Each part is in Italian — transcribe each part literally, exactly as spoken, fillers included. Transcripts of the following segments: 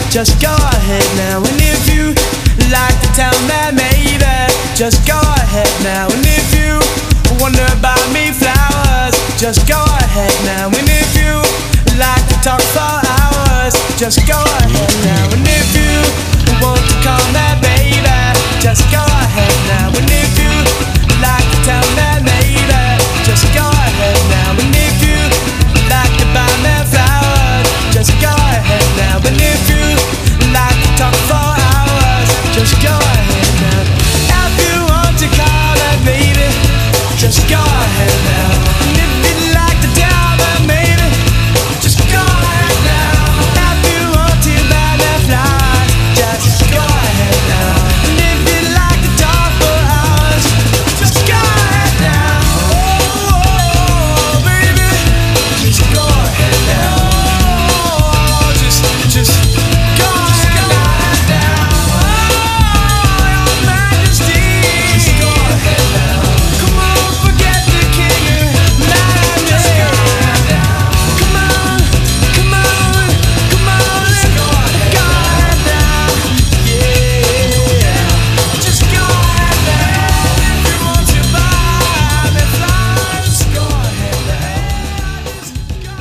just go ahead now. And if you like to tell me, maybe, just go ahead now. And if you wonder about me, flowers, just go ahead now. And if you like to talk for hours, just go ahead now. And if you want to call me baby, just go ahead now. And if you like to tell me, maybe, just go ahead now. And if you like to buy me flowers, just go ahead now. And if you like to talk for hours, just go ahead now. If you want to call me baby, just go ahead now. And if you'd like to tell me maybe, just go ahead now. If you want to buy me flowers, just go ahead now. And if you'd like to talk for hours, just go ahead now. Oh, oh, baby, just go ahead now. Oh, just, just go ahead now. Oh, your Majesty, just go ahead now. Come on, forget the king and majesty. Come on, come on, come on, let's go ahead now. Yeah, just go ahead now. If you want to buy me flowers, just go ahead now. Just go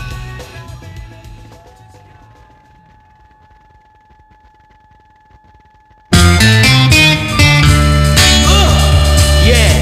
Yeah.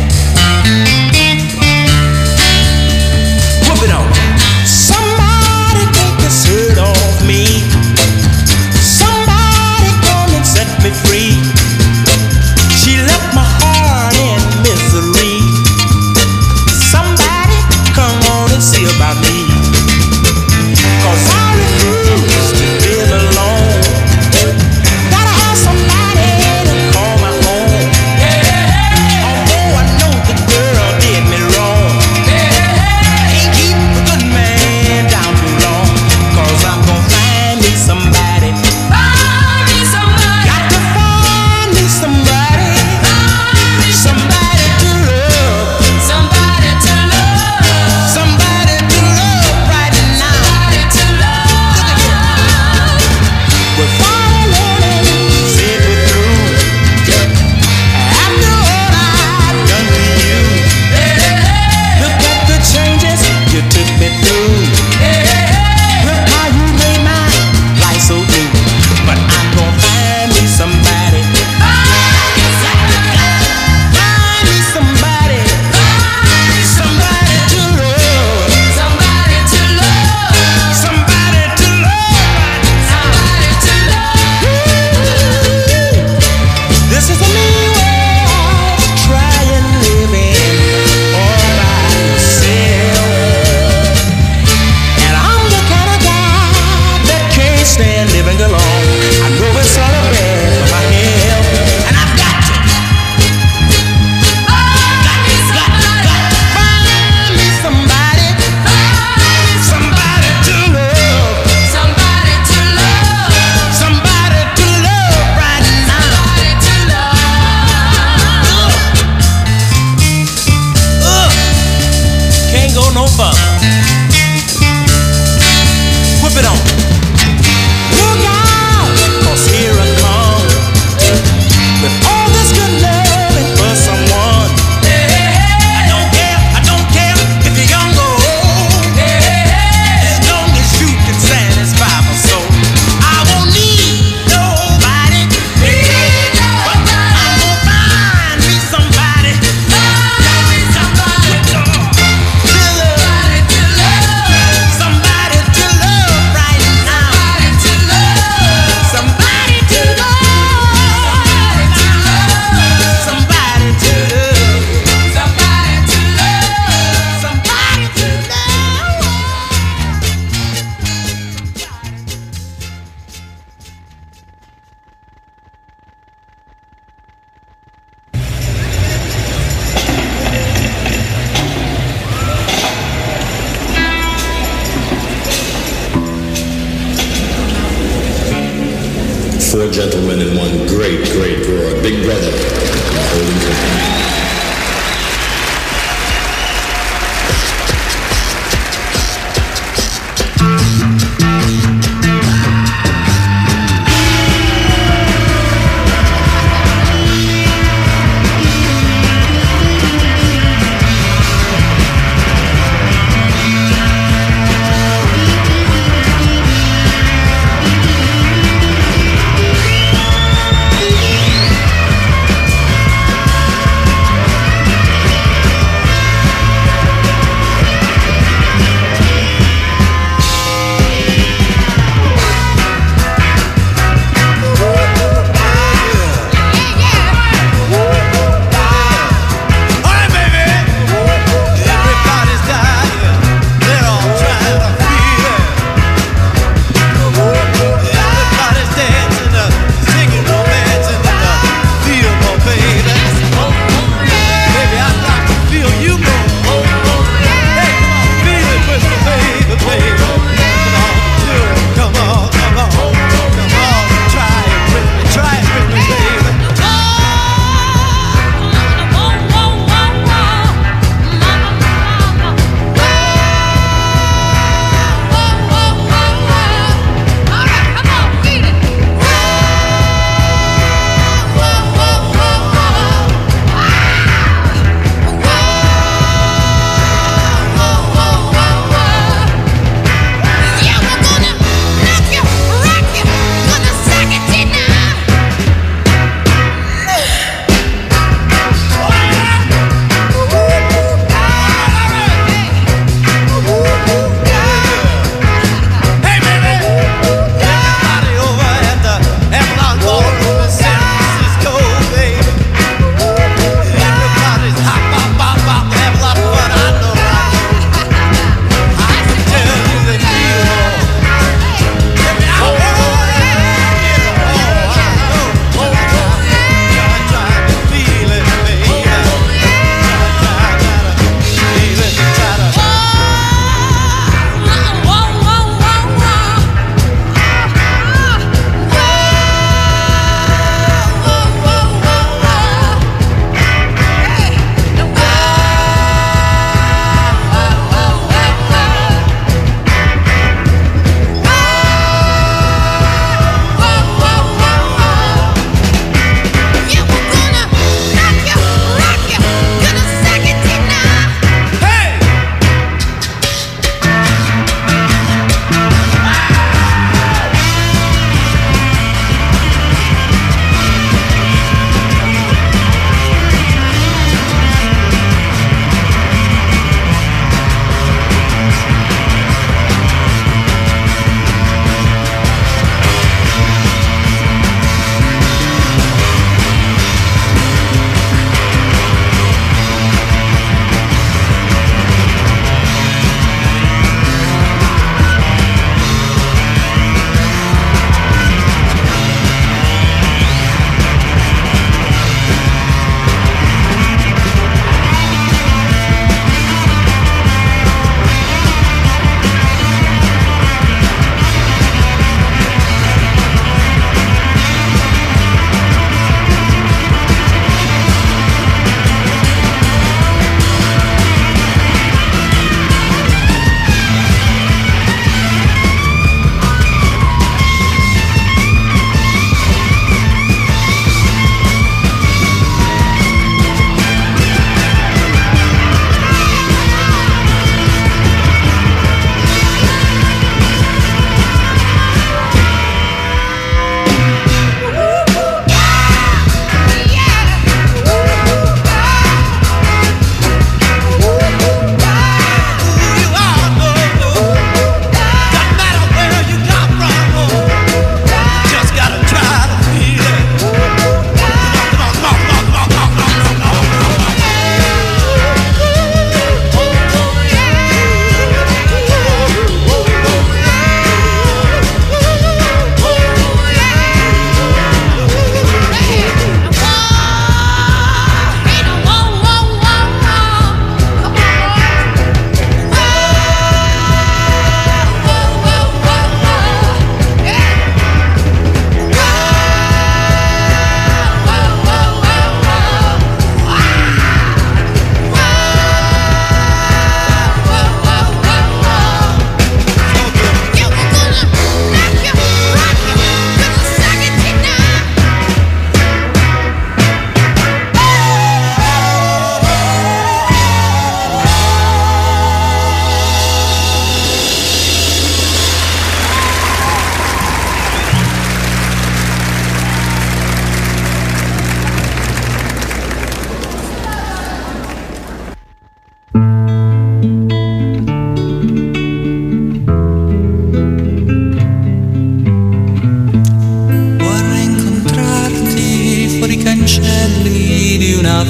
Whoop it on. Somebody take this hurt off me. Somebody come and set me free. She left my heart in misery. Somebody come on and see about me. 'Cause I refuse to live alone. Gotta have somebody to call my own. Although I know the girl did me wrong, can't keep a good man down too long. 'Cause I'm gonna find me somebody. Find me somebody. Got to find me somebody. Find me somebody to love. Somebody to love. Somebody to love right now. Somebody to love. We're finally said we're through. After all I've done for you, look at the changes you took me through. Look how you made my life so blue. But I'm gonna find me somebody. Find me somebody. Somebody to love. Somebody to love. Somebody to love. Somebody to love. This is a new world. Try and live in all by yourself. And I'm the kind of guy that can't stand living alone. I know it's all bad for my health, and I've got to, got to, got to, got to find me somebody, somebody to love, somebody to love, somebody to love right now, somebody to love. Ugh. Can't go no further. Whip it on. Look out, 'cause here I come with all this good loving for someone. I don't care, I don't care if you're young or old, as long as you can satisfy my soul. I won't need nobody, but I'm gonna find me somebody, find me somebody to love, somebody to love right now, somebody to love, somebody to love, somebody to love, somebody to love, somebody to Four gentlemen and one great, great roar. Big Brother. Holding company.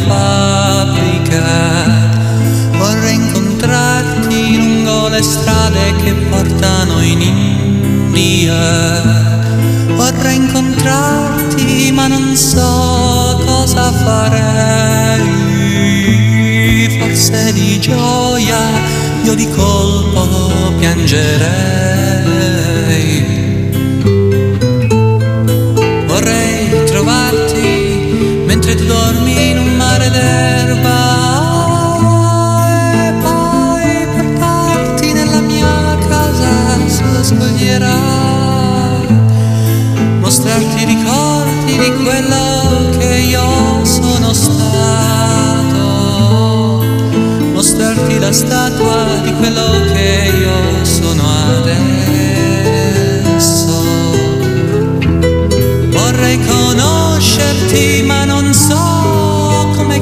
fabbrica. Vorrei incontrarti lungo le strade che portano in India. Vorrei incontrarti ma non so cosa farei. Forse di gioia io di colpo piangerei. Vorrei trovarti mentre tu dormi in un mare d'erba e poi portarti nella mia casa sulla scogliera, mostrarti i ricordi di quello che io sono stato, mostrarti la statua di quello che io sono adesso. Vorrei conoscerti ma non so come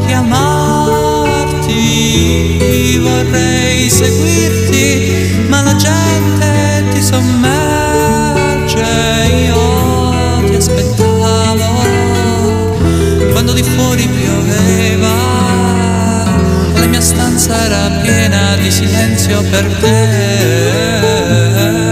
chiamarti. Vorrei seguirti ma la gente ti sommerge. Io ti aspettavo quando di fuori pioveva e la mia stanza era piena di silenzio per te.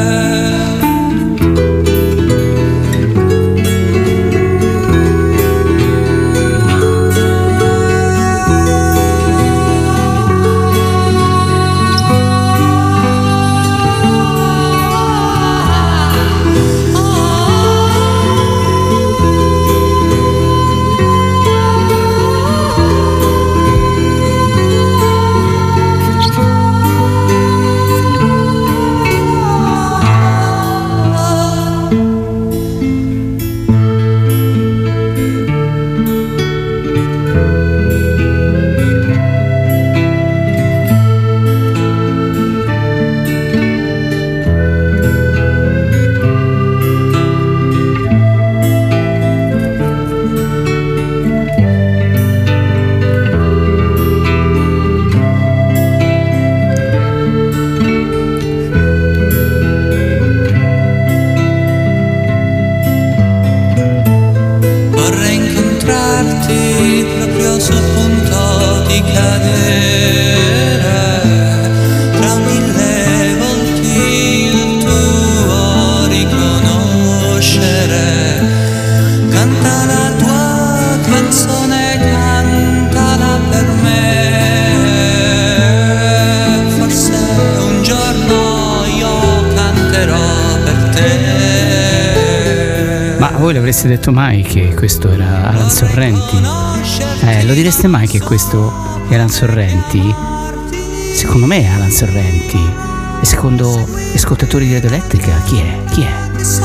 Avreste detto mai che questo era Alan Sorrenti? Eh, lo direste mai che questo è Alan Sorrenti? Secondo me è Alan Sorrenti. E secondo gli ascoltatori di Radio Elettrica chi è? Chi è?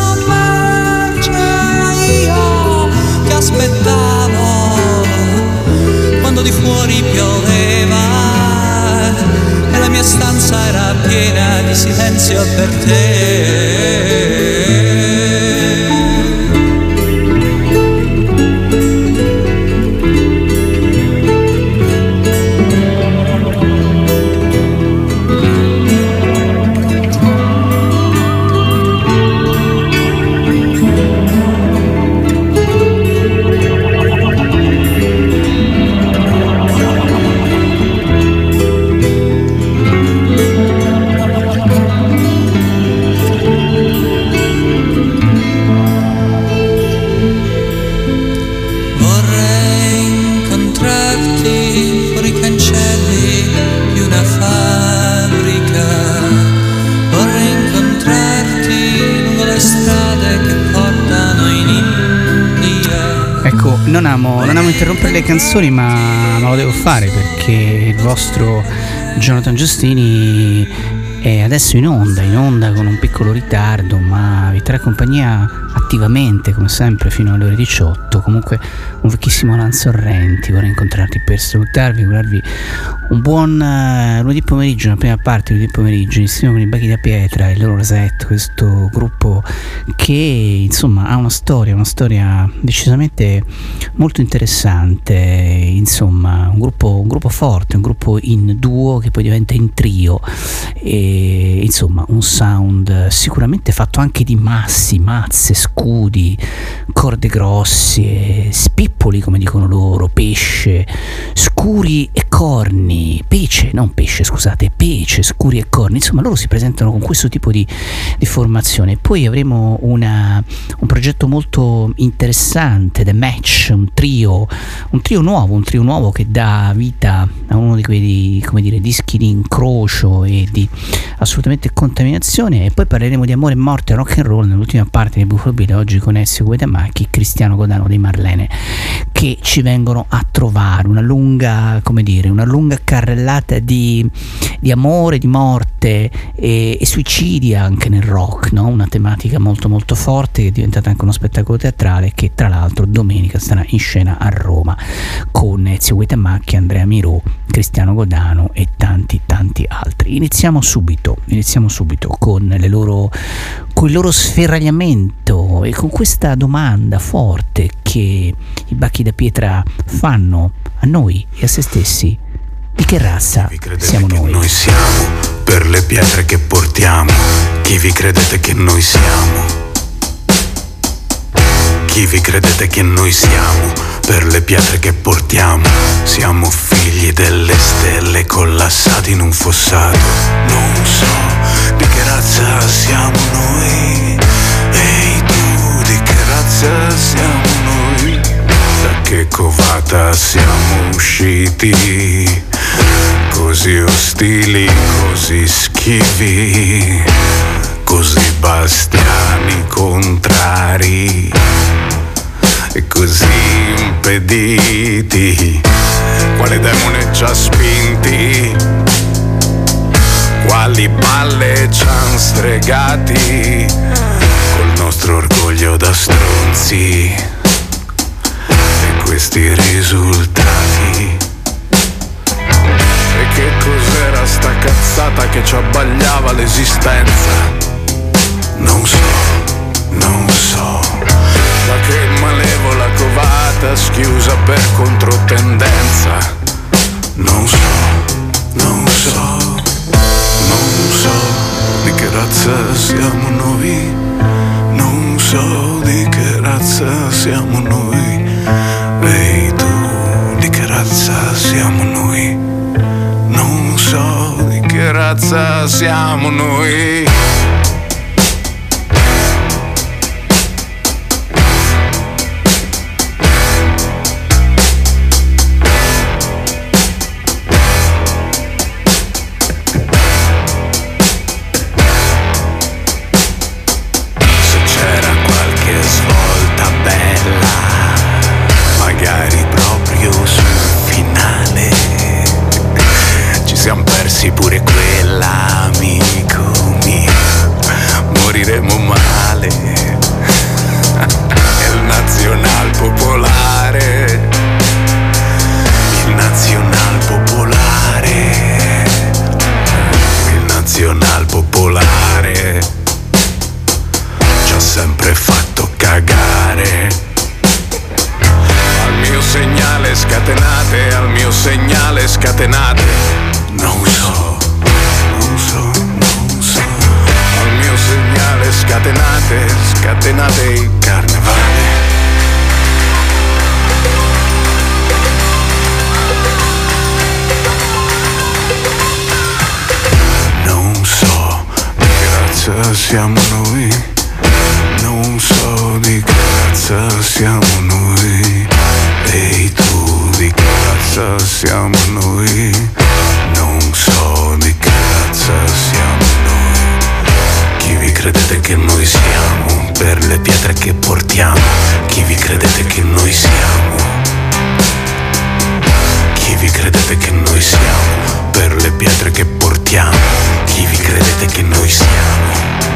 Io che aspettavo quando di fuori pioveva e la mia stanza era piena di silenzio per te. Non amo, non amo interrompere le canzoni, ma, ma lo devo fare perché il vostro Jonathan Giustini è adesso in onda, in onda con un piccolo ritardo, ma vi terrà compagnia attivamente come sempre fino alle ore diciotto. Comunque un vecchissimo Alan Sorrenti, vorrei incontrarti per salutarvi, augurarvi un buon uh, lunedì pomeriggio, una prima parte lunedì pomeriggio insieme con i Bachi da Pietra e il loro Reset, questo gruppo che insomma ha una storia, una storia decisamente molto interessante, insomma un gruppo, un gruppo forte, un gruppo in duo che poi diventa in trio e insomma un sound sicuramente fatto anche di massi, mazze, scudi, corde grosse, spippoli come dicono loro, pesce, scuri e corni, pece, non pesce scusate, pece, scuri e corni, insomma loro si presentano con questo tipo di, di formazione. Poi avremo una, un progetto molto interessante, The Match, un trio, un trio nuovo, un trio nuovo che dà vita a uno di quei, come dire, dischi di incrocio e di assolutamente contaminazione. E poi parleremo di amore e morte e rock and roll nell'ultima parte di Buffalo Bill, oggi con Ezio Guidamacchi, Cristiano Godano dei Marlene, che ci vengono a trovare una lunga, come dire, una lunga carrellata di, di amore, di morte e, e suicidi anche nel rock, no? Una tematica molto molto forte che è diventata anche uno spettacolo teatrale che tra l'altro domenica starà in scena a Roma con Ezio Guidamacchi, Andrea Mirò, Cristiano Godano e tanti tanti altri. Iniziamo subito, iniziamo subito con le loro, con il loro sferragliamento e con questa domanda forte che i Bacchi da Pietra fanno a noi e a se stessi: di che razza siamo noi? Noi siamo per le pietre che portiamo. Chi vi credete che noi siamo? Chi vi credete che noi siamo? Per le pietre che portiamo. Siamo figli delle stelle collassati in un fossato. Non so di che razza siamo noi. Ehi tu, di che razza siamo noi? Da che covata siamo usciti? Così ostili, così schivi, così bastiani contrari e così impediti. Quale demone ci ha spinti? Quali balle ci han stregati? Col nostro orgoglio da stronzi e questi risultati. E che cos'era sta cazzata che ci abbagliava l'esistenza? Non so, non so. Ma che malevola covata schiusa per controtendenza. Non so, non so, non so di che razza siamo noi. Non so di che razza siamo noi. Ehi tu, di che razza siamo noi? Non so di che razza siamo noi. Se c'era qualche svolta bella, magari proprio sul finale, ci siamo persi pure quella, amico mio, moriremo male. Il nazional popolare, il nazional popolare, il nazional popolare ci ha sempre fatto cagare. Al mio segnale scatenate, al mio segnale scatenate. Non so, non so, non so. Al mio segnale scatenate, scatenate il carnevale. Non so di che razza siamo noi. Non so di che razza siamo noi. Ehi tu, di che razza siamo noi? Non so di che razza siamo noi. Chi vi credete che noi siamo? Per le pietre che portiamo. Chi vi credete che noi siamo? Chi vi credete che noi siamo? Per le pietre che portiamo. Chi vi credete che noi siamo?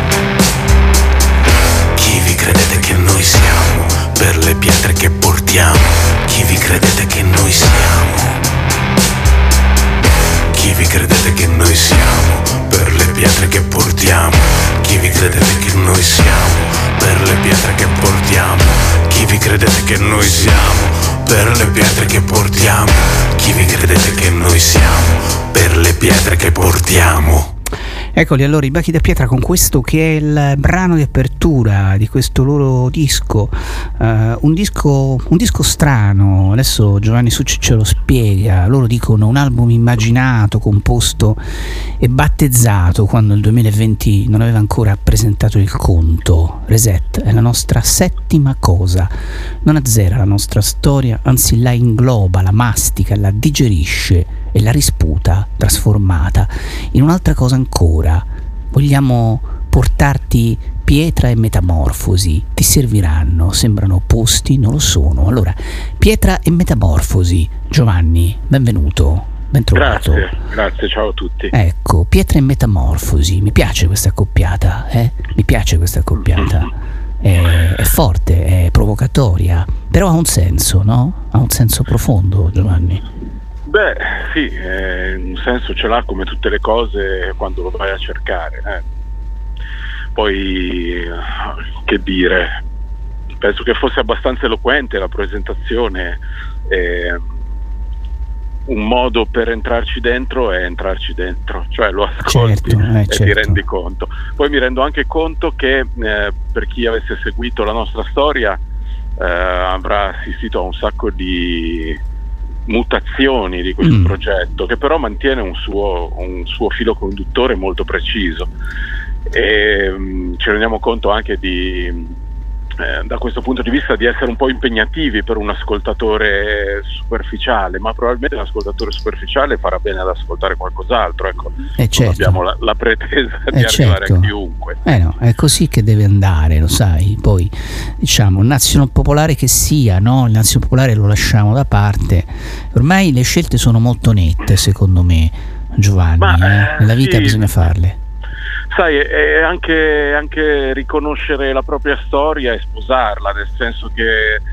Chi vi credete che noi siamo? Per le pietre che portiamo. Chi vi credete che noi siamo? Chi vi credete che noi siamo? Per le pietre che portiamo. Chi vi credete che noi siamo? Per le pietre che portiamo. Chi vi credete che noi siamo? Per le pietre che portiamo. Chi vi credete che noi siamo? Per le pietre che portiamo. Eccoli allora i Bachi da Pietra con questo che è il brano di apertura di questo loro disco, uh, un disco un disco strano. Adesso Giovanni Succi ce lo spiega. Loro dicono un album immaginato, composto e battezzato quando il duemilaventi non aveva ancora presentato il conto. Reset è la nostra settima cosa, non azzera la nostra storia, anzi la ingloba, la mastica, la digerisce e la risputa trasformata in un'altra cosa ancora. Vogliamo portarti pietra e metamorfosi, ti serviranno, sembrano opposti, non lo sono. Allora, pietra e metamorfosi. Giovanni, benvenuto, ben trovato. Grazie, grazie, ciao a tutti. Ecco, pietra e metamorfosi, mi piace questa accoppiata, eh? Mi piace questa accoppiata. È, è forte, è provocatoria, però ha un senso, no? Ha un senso profondo, Giovanni. Beh, sì, eh, un senso ce l'ha come tutte le cose quando lo vai a cercare. Eh. Poi, che dire, penso che fosse abbastanza eloquente la presentazione. Eh, un modo per entrarci dentro è entrarci dentro, cioè lo ascolti, certo, eh, e certo. ti rendi conto. Poi mi rendo anche conto che eh, per chi avesse seguito la nostra storia eh, avrà assistito a un sacco di mutazioni di questo mm. progetto, che però mantiene un suo, un suo filo conduttore molto preciso, e um, ci rendiamo conto anche di eh, da questo punto di vista di essere un po' impegnativi per un ascoltatore superficiale, ma probabilmente l'ascoltatore superficiale farà bene ad ascoltare qualcos'altro, ecco. Eh certo. Non abbiamo la, la pretesa eh di arrivare certo. a chiunque. Eh no, è così che deve andare, lo sai. Poi diciamo, nazionale popolare che sia, no? Il nazionale popolare lo lasciamo da parte. Ormai le scelte sono molto nette, secondo me, Giovanni. Ma, eh? Nella vita sì. bisogna farle. Sai, è anche, anche riconoscere la propria storia e sposarla, nel senso che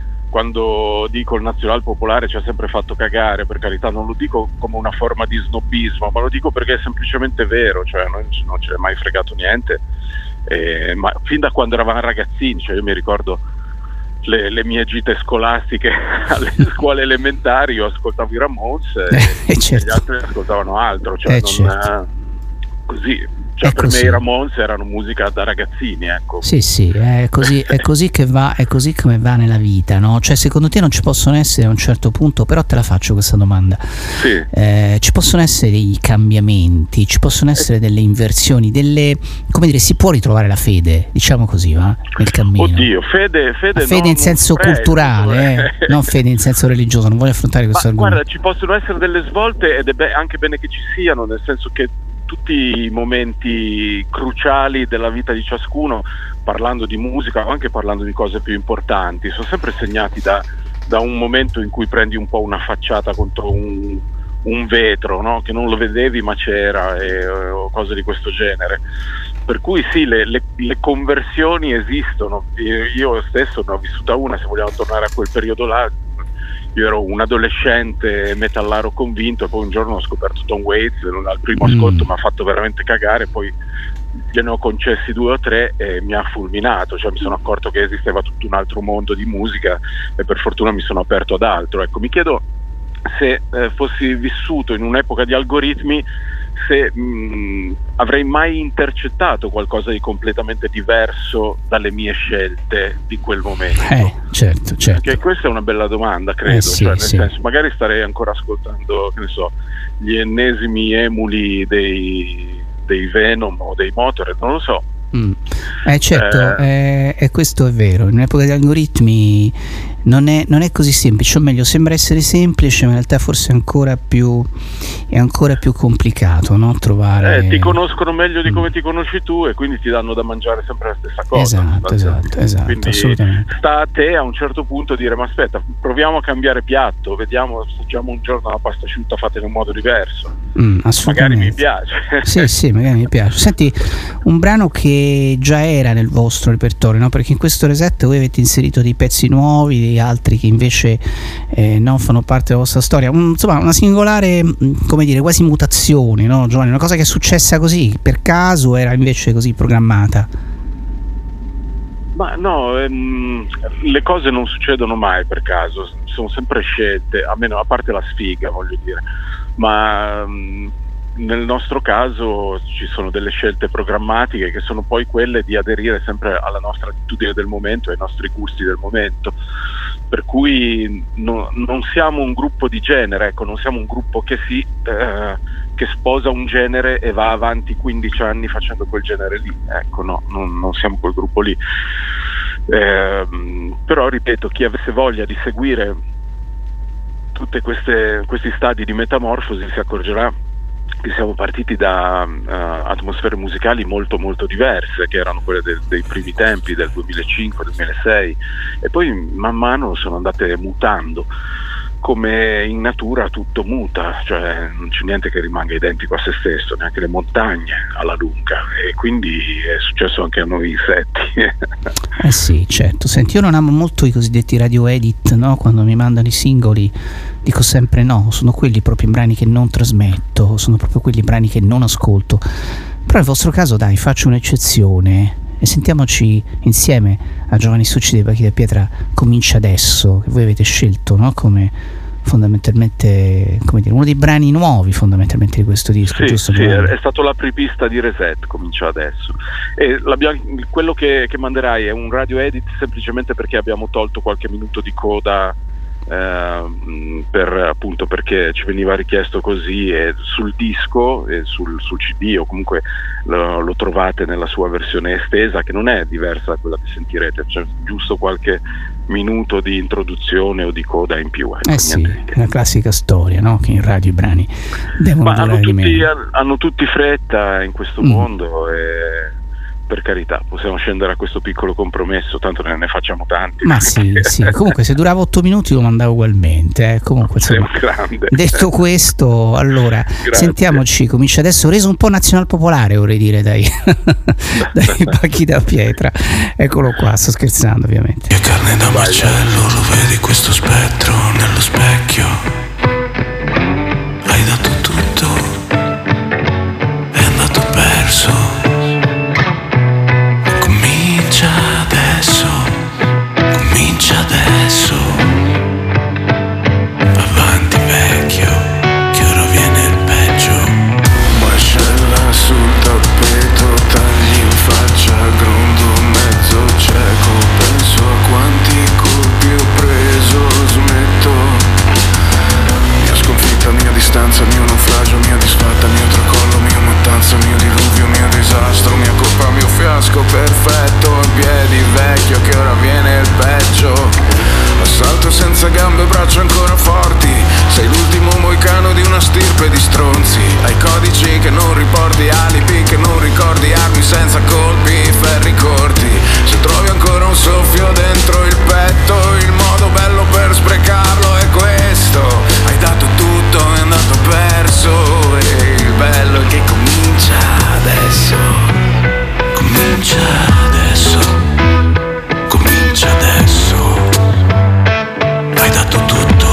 quando dico il nazionale popolare ci ha sempre fatto cagare, per carità, non lo dico come una forma di snobismo, ma lo dico perché è semplicemente vero, cioè non, non ce n'è mai fregato niente, eh, ma fin da quando eravamo ragazzini, cioè io mi ricordo le, le mie gite scolastiche alle scuole elementari, io ascoltavo i Ramones e, eh, certo. e gli altri ascoltavano altro, cioè eh, non, certo. così. Cioè, è per così. me i Ramones erano musica da ragazzini, ecco. Sì, sì, è così, è così che va, è così come va nella vita, no? Cioè, secondo te non ci possono essere a un certo punto, però te la faccio questa domanda. Sì. Eh, ci possono essere dei cambiamenti, ci possono essere delle inversioni, delle, come dire, si può ritrovare la fede, diciamo così, va? Nel cammino. Oddio, fede, fede, la fede no, in senso non culturale, eh? Non fede in senso religioso, non voglio affrontare questo Ma argomento. guarda, ci possono essere delle svolte ed è be- anche bene che ci siano, nel senso che tutti i momenti cruciali della vita di ciascuno, parlando di musica o anche parlando di cose più importanti, sono sempre segnati da, da un momento in cui prendi un po' una facciata contro un, un vetro, no? Che non lo vedevi ma c'era, e, o cose di questo genere. Per cui sì, le, le, le conversioni esistono. Io, io stesso ne ho vissuta una, se vogliamo tornare a quel periodo là. Io ero un adolescente metallaro convinto e poi un giorno ho scoperto Tom Waits, al primo ascolto mm. mi ha fatto veramente cagare, poi gliene ho concessi due o tre e mi ha fulminato, cioè mi sono accorto che esisteva tutto un altro mondo di musica e per fortuna mi sono aperto ad altro. Ecco, mi chiedo se eh, fossi vissuto in un'epoca di algoritmi, se mh, avrei mai intercettato qualcosa di completamente diverso dalle mie scelte di quel momento. Eh, certo, certo. Perché questa è una bella domanda, credo. Eh sì, cioè, nel sì. senso, magari starei ancora ascoltando, che ne so, gli ennesimi emuli dei, dei Venom o dei Motorhead, non lo so. Mm. Eh certo, Eh. eh, e questo è vero. In un'epoca di algoritmi non è, non è così semplice, o meglio, sembra essere semplice, ma in realtà forse è ancora più è ancora più complicato, no? Trovare. Eh, ti conoscono meglio di Mm. come ti conosci tu e quindi ti danno da mangiare sempre la stessa cosa. Esatto, esatto, esatto, quindi assolutamente. sta a te a un certo punto dire: ma aspetta, proviamo a cambiare piatto, vediamo, assaggiamo un giorno la pasta asciutta fatta in un modo diverso. Mm, Magari mi assolutamente. piace. Sì, sì, magari mi piace. Senti, un brano che che già era nel vostro repertorio, no? Perché in questo reset voi avete inserito dei pezzi nuovi, altri che invece eh, non fanno parte della vostra storia. Un, insomma, una singolare, come dire, quasi mutazione, no, Giovanni? Una cosa che è successa così per caso, era invece così programmata? Ma no, ehm, le cose non succedono mai per caso, sono sempre scelte, a meno a parte la sfiga, voglio dire, ma ehm, nel nostro caso ci sono delle scelte programmatiche che sono poi quelle di aderire sempre alla nostra attitudine del momento, ai nostri gusti del momento, per cui no, non siamo un gruppo di genere, ecco, non siamo un gruppo che si eh, che sposa un genere e va avanti quindici anni facendo quel genere lì, ecco, no, non, non siamo quel gruppo lì. Eh, però ripeto, chi avesse voglia di seguire tutte queste questi stadi di metamorfosi si accorgerà che siamo partiti da uh, atmosfere musicali molto molto diverse, che erano quelle de- dei primi tempi del duemilacinque duemilasei, e poi man mano sono andate mutando. Come in natura tutto muta, cioè non c'è niente che rimanga identico a se stesso, neanche le montagne alla lunga, e quindi è successo anche a noi insetti. Eh sì, certo. Senti, io non amo molto i cosiddetti radio edit, no? Quando mi mandano i singoli dico sempre no, sono quelli proprio i brani che non trasmetto, sono proprio quelli i brani che non ascolto. Però nel vostro caso dai, faccio un'eccezione e sentiamoci insieme a Giovanni Succi dei Bachi da Pietra Comincia Adesso, che voi avete scelto, no? Come fondamentalmente, come dire, uno dei brani nuovi fondamentalmente di questo disco, sì, giusto? Sì, è stato l'apripista di Reset, Comincia Adesso, e quello che, che manderai è un radio edit semplicemente perché abbiamo tolto qualche minuto di coda eh, per, appunto perché ci veniva richiesto così, e sul disco e sul, sul C D, o comunque lo, lo trovate nella sua versione estesa, che non è diversa da quella che sentirete, c'è giusto qualche minuto di introduzione o di coda in più, ecco, eh sì, è una classica storia, no? Che in radio i brani devono Ma durare hanno di tutti, meno. hanno tutti fretta in questo Mm. mondo, e per carità possiamo scendere a questo piccolo compromesso, tanto ne, ne facciamo tanti. Ma sì, sì, comunque se durava otto minuti lo mandavo ugualmente, eh. Comunque Sei insomma, un grande. detto questo, allora Grazie. sentiamoci Comincia Adesso, reso un po' nazional popolare, vorrei dire, dai dai Bachi da Pietra. Eccolo qua, sto scherzando ovviamente. Che carne da macello, lo vedi questo spettro nello specchio? Hai dato tutto, è andato perso. Comincia adesso, comincia adesso. Avanti vecchio, che ora viene il peggio. Mascella sul tappeto, tagli in faccia, grondo mezzo cieco. Penso a quanti colpi ho preso, smetto. Mia sconfitta, mia distanza, mio naufragio, mia disfatta, mio tracollo, mia mattanza, mio diluvio, mio disastro, mia colpa, mio fiasco perfetto. In piedi vecchio, che ora viene il peggio. Assalto senza gambe, braccia ancora forti. Sei l'ultimo moicano di una stirpe di stronzi. Hai codici che non riporti, alibi che non ricordi, armi senza colpi, ferri corti. Se trovi ancora un soffio dentro il petto, il modo bello per sprecarlo è questo. Hai dato tutto, è andato perso, e il bello è che comincia adesso. Comincia adesso, comincia adesso. Hai dato tutto,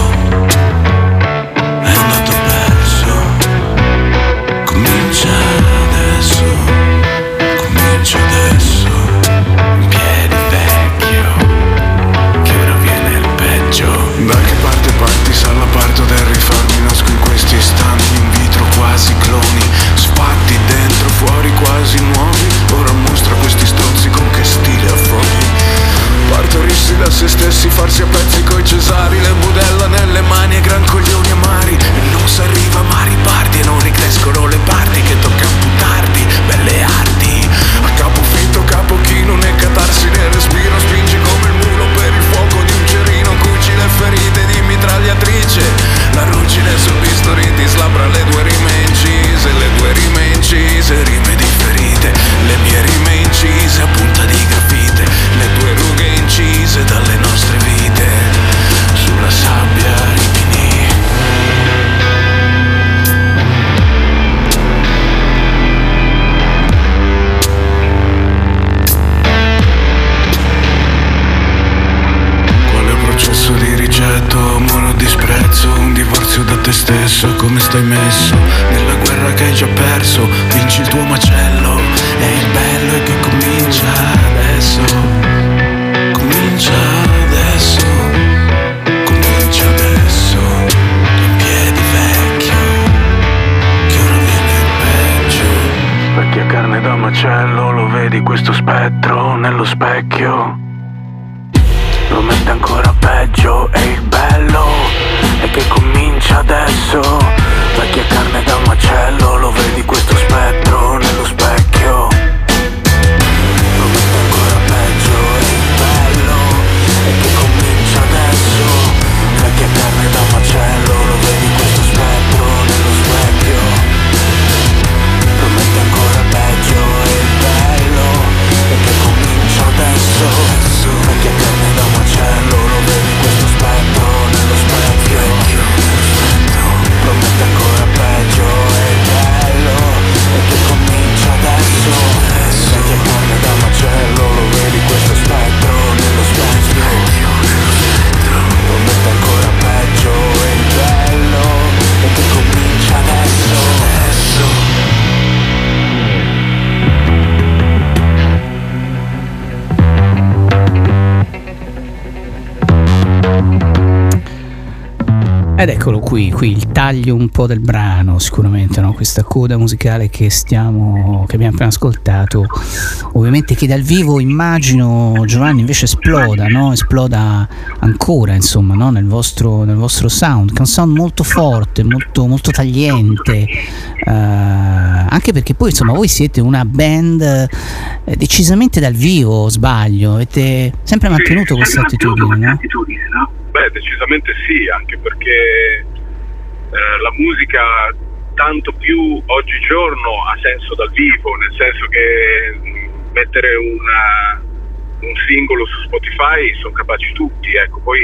è andato perso. Comincia adesso, comincia adesso. In piedi vecchio, che ora viene il peggio. Da che parte parti, sala parto del rifarmi. Nasco in questi istanti in vitro quasi cloni, sfatti dentro, fuori quasi nuovi. Ora mostra questi stronzi con che stile affronti. Partorirsi da se stessi, farsi a pezzi coi cesari, le budella nelle mani e gran coglioni amari. E non si arriva ma riparti, e non ricrescono le parti che tocca amputarti. Belle arti, a capo fitto, capo chino, né catarsi né respiro. Spingi come il mulo per il fuoco di un cerino, cuci le ferite di mitragliatrice. La ruggine sul bisturi ti slabra le due rime incise, le due rime incise, rime differite. Le mie rime incise a punta di grafite, le tue rughe incise dalle nostre vite sulla sabbia Rimini. so come stai messo, nella guerra che hai già perso, vinci il tuo macello, e il bello è che comincia adesso, comincia adesso, comincia adesso, in piedi vecchio, che ora viene il peggio. Vecchia carne da macello, lo vedi questo spettro nello specchio? Promette ancora peggio, e il bello è che comincia adesso. Vecchia carne da macello, lo vedi questo spettro nello specchio? Promette ancora peggio, e il bello è che comincia adesso. Vecchia carne da macello, lo vedi questo spettro nello specchio? Promette ancora peggio, e il bello è che comincia adesso. Vecchia carne da macello, lo vedi questo spettro nello specchio? Promette ancora peggio, e il bello è che comincia adesso. Vecchia carne da macello, lo vedi questo spettro nello specchio? Promette ancora peggio, e il bello è che comincia adesso. Ed eccolo qui, qui il taglio un po' del brano, sicuramente, no? Questa coda musicale che stiamo, che abbiamo appena ascoltato, ovviamente che dal vivo immagino, Giovanni, invece esploda, no? Esploda ancora, insomma, no? Nel vostro, nel vostro sound, che è un sound molto forte, molto, molto tagliente, uh, anche perché poi, insomma, voi siete una band eh, decisamente dal vivo, sbaglio, avete sempre mantenuto questa attitudine, no? Beh, decisamente sì, anche perché eh, la musica tanto più oggigiorno ha senso dal vivo, nel senso che mh, mettere una, un singolo su Spotify sono capaci tutti, ecco, poi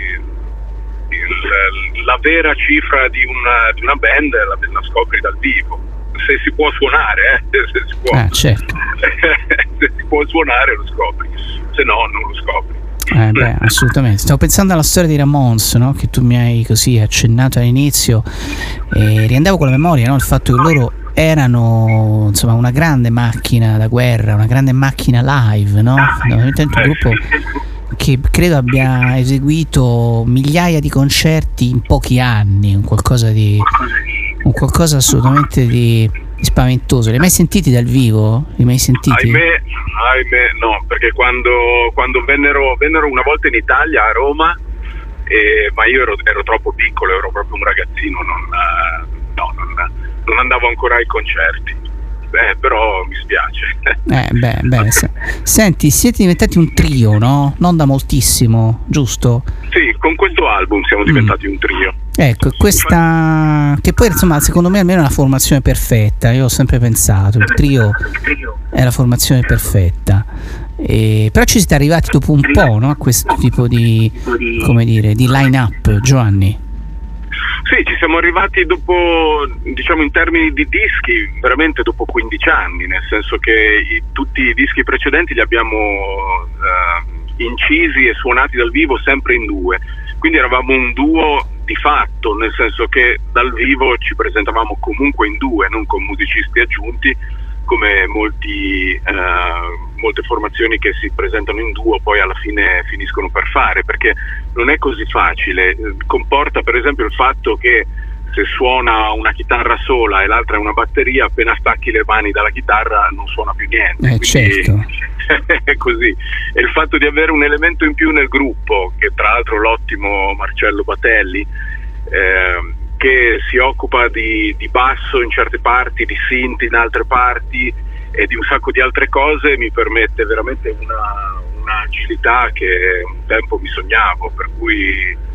il, la vera cifra di una, di una band la, la scopri dal vivo, se si può suonare, eh, se si può, ah, certo. se si può suonare lo scopri, se no non lo scopri. Eh beh, assolutamente. Stavo pensando alla storia dei Ramones, no? Che tu mi hai così accennato all'inizio, e riandavo con la memoria, no? Il fatto che loro erano, insomma, una grande macchina da guerra, una grande macchina live, no? Fondamentalmente un gruppo che credo abbia eseguito migliaia di concerti in pochi anni, un qualcosa di un qualcosa assolutamente di, di spaventoso. Li hai mai sentiti dal vivo? Li hai mai sentiti? Ahimè, ahimè no, perché quando, quando vennero, vennero una volta in Italia, a Roma, eh, ma io ero, ero troppo piccolo, ero proprio un ragazzino, non, no, non, non andavo ancora ai concerti. Beh, però mi spiace. Eh, beh, beh. Se, senti, siete diventati un trio, no? Non da moltissimo, giusto? Sì, con questo album siamo diventati mm. un trio. Ecco, questa che poi, insomma, secondo me almeno è una formazione perfetta. Io ho sempre pensato, il trio è la formazione perfetta. E, però ci siete arrivati dopo un po', no? A questo tipo di, come dire, di line-up, Giovanni. Sì, ci siamo arrivati dopo, diciamo in termini di dischi, veramente dopo quindici anni, nel senso che i, tutti i dischi precedenti li abbiamo uh, incisi e suonati dal vivo sempre in due, quindi eravamo un duo di fatto, nel senso che dal vivo ci presentavamo comunque in due, non con musicisti aggiunti, come molti, uh, molte formazioni che si presentano in duo poi alla fine finiscono per fare, perché non è così facile. Comporta per esempio il fatto che se suona una chitarra sola e l'altra è una batteria, appena stacchi le mani dalla chitarra non suona più niente. Eh, certo. È così. E il fatto di avere un elemento in più nel gruppo, che tra l'altro l'ottimo Marcello Batelli, eh, che si occupa di, di basso in certe parti, di synth in altre parti e di un sacco di altre cose, mi permette veramente una, una agilità che un tempo mi sognavo, per cui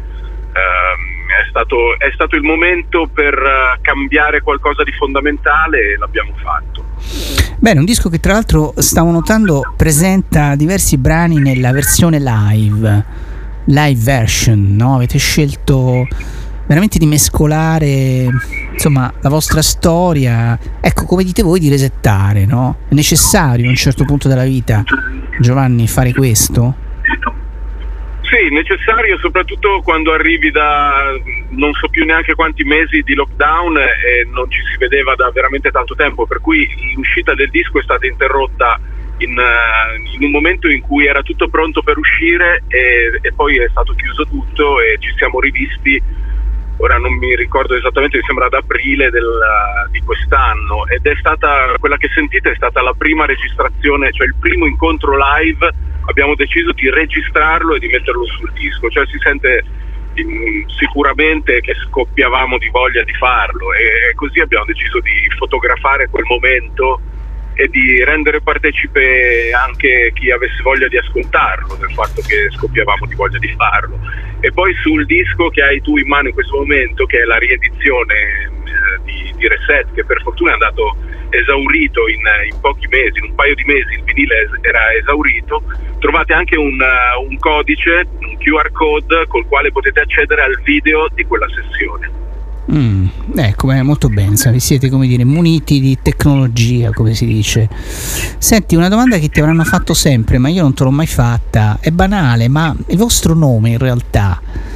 ehm, è stato, è stato il momento per uh, cambiare qualcosa di fondamentale e l'abbiamo fatto. Bene, un disco che tra l'altro stavo notando presenta diversi brani nella versione live, live version, no? Avete scelto veramente di mescolare, insomma, la vostra storia, ecco, come dite voi, di resettare, no? È necessario a un certo punto della vita, Giovanni, fare questo? Sì, necessario soprattutto quando arrivi da, non so più neanche quanti mesi di lockdown e non ci si vedeva da veramente tanto tempo, per cui l'uscita del disco è stata interrotta in, uh, in un momento in cui era tutto pronto per uscire e, e poi è stato chiuso tutto e ci siamo rivisti, ora non mi ricordo esattamente, mi sembra ad aprile del, uh, di quest'anno, ed è stata, quella che sentite è stata la prima registrazione, cioè il primo incontro live. Abbiamo deciso di registrarlo e di metterlo sul disco, cioè si sente in, sicuramente che scoppiavamo di voglia di farlo, e così abbiamo deciso di fotografare quel momento e di rendere partecipe anche chi avesse voglia di ascoltarlo del fatto che scoppiavamo di voglia di farlo. E poi sul disco che hai tu in mano in questo momento, che è la riedizione eh, di, di Reset, che per fortuna è andato esaurito in, in pochi mesi, in un paio di mesi il vinile era esaurito, trovate anche un, uh, un codice, un Q R code col quale potete accedere al video di quella sessione. Mm, ecco, beh, molto bene, vi siete, come dire, muniti di tecnologia, come si dice. Senti, una domanda che ti avranno fatto sempre, ma io non te l'ho mai fatta, è banale, ma il vostro nome in realtà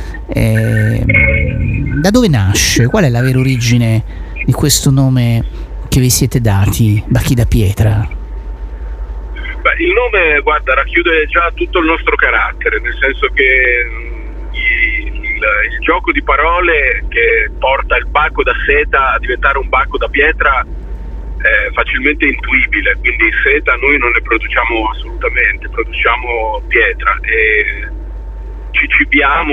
eh, da dove nasce? Qual è la vera origine di questo nome che vi siete dati, Bacchi da Pietra? Beh, il nome, guarda, racchiude già tutto il nostro carattere, nel senso che il, il, il gioco di parole che porta il bacco da seta a diventare un bacco da pietra è facilmente intuibile, quindi seta noi non ne produciamo assolutamente, produciamo pietra e ci cibiamo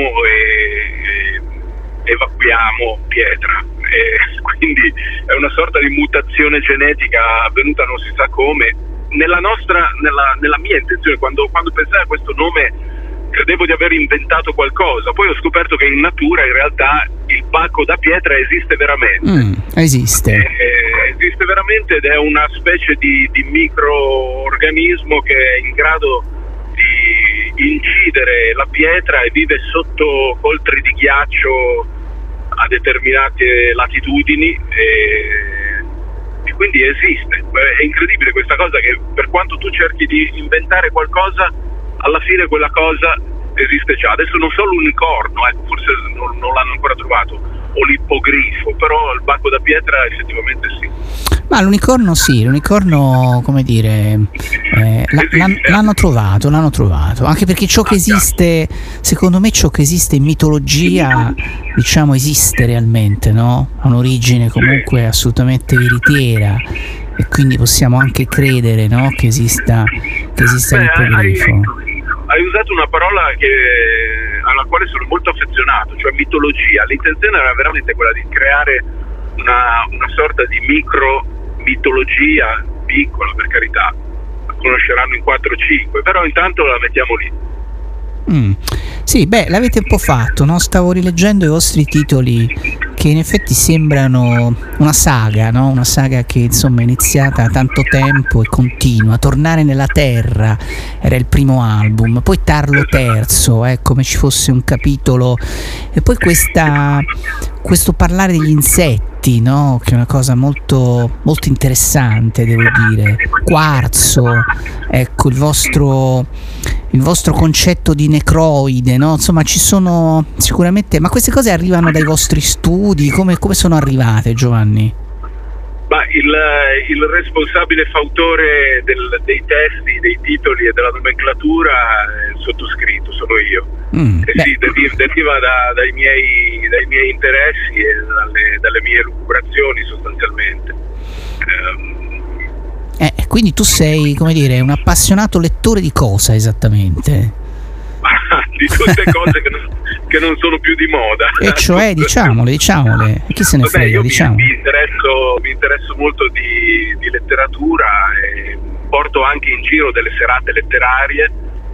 e, e evacuiamo pietra. E quindi è una sorta di mutazione genetica avvenuta non si sa come. Nella nostra, nella, nella mia intenzione, quando, quando pensai a questo nome, credevo di aver inventato qualcosa, poi ho scoperto che in natura in realtà il bacco da pietra esiste veramente. Mm, esiste. E, esiste veramente ed è una specie di, di microorganismo che è in grado di incidere la pietra e vive sotto coltri di ghiaccio a determinate latitudini e, e quindi esiste. È incredibile questa cosa, che per quanto tu cerchi di inventare qualcosa, alla fine quella cosa esiste già. Adesso non so l'unicorno, eh, forse non, non l'hanno ancora trovato, o l'ippogrifo, però il bacco da pietra effettivamente sì. Ma l'unicorno sì, l'unicorno, come dire, eh, la, l'han, l'hanno trovato, l'hanno trovato, anche perché ciò che esiste, secondo me ciò che esiste in mitologia, diciamo, esiste realmente, no? Ha un'origine comunque assolutamente veritiera e quindi possiamo anche credere, no? Che esista, che esista Beh, l'ippogrifo. Hai, hai usato una parola che, alla quale sono molto affezionato, cioè mitologia. L'intenzione era veramente quella di creare una, una sorta di micro mitologia, piccola per carità, la conosceranno in quattro cinque, però intanto la mettiamo lì. Mm. Sì, beh, l'avete un po' fatto, no? Stavo rileggendo i vostri titoli che in effetti sembrano una saga, no? Una saga che insomma è iniziata da tanto tempo e continua. Tornare nella terra era il primo album, poi Tarlo terzo, eh, come ci fosse un capitolo, e poi questa, questo parlare degli insetti, no? Che è una cosa molto, molto interessante, devo dire. Quarzo, ecco, il vostro, il vostro concetto di necroide, no? Insomma, ci sono sicuramente, ma queste cose arrivano dai vostri studi, come, come sono arrivate, Giovanni? Ma il, il responsabile fautore del, dei testi, dei titoli e della nomenclatura è il sottoscritto, sono io. Mm, e sì, deriva, deriva da, dai, miei, dai miei interessi e dalle, dalle mie lucubrazioni sostanzialmente. Um, eh, quindi tu sei, come dire, un appassionato lettore di cosa esattamente? Di tutte cose che non, che non sono più di moda. E cioè, diciamole, diciamole, chi se ne Vabbè, frega, io diciamo. mi, mi, interesso, mi interesso molto di, di letteratura e porto anche in giro delle serate letterarie.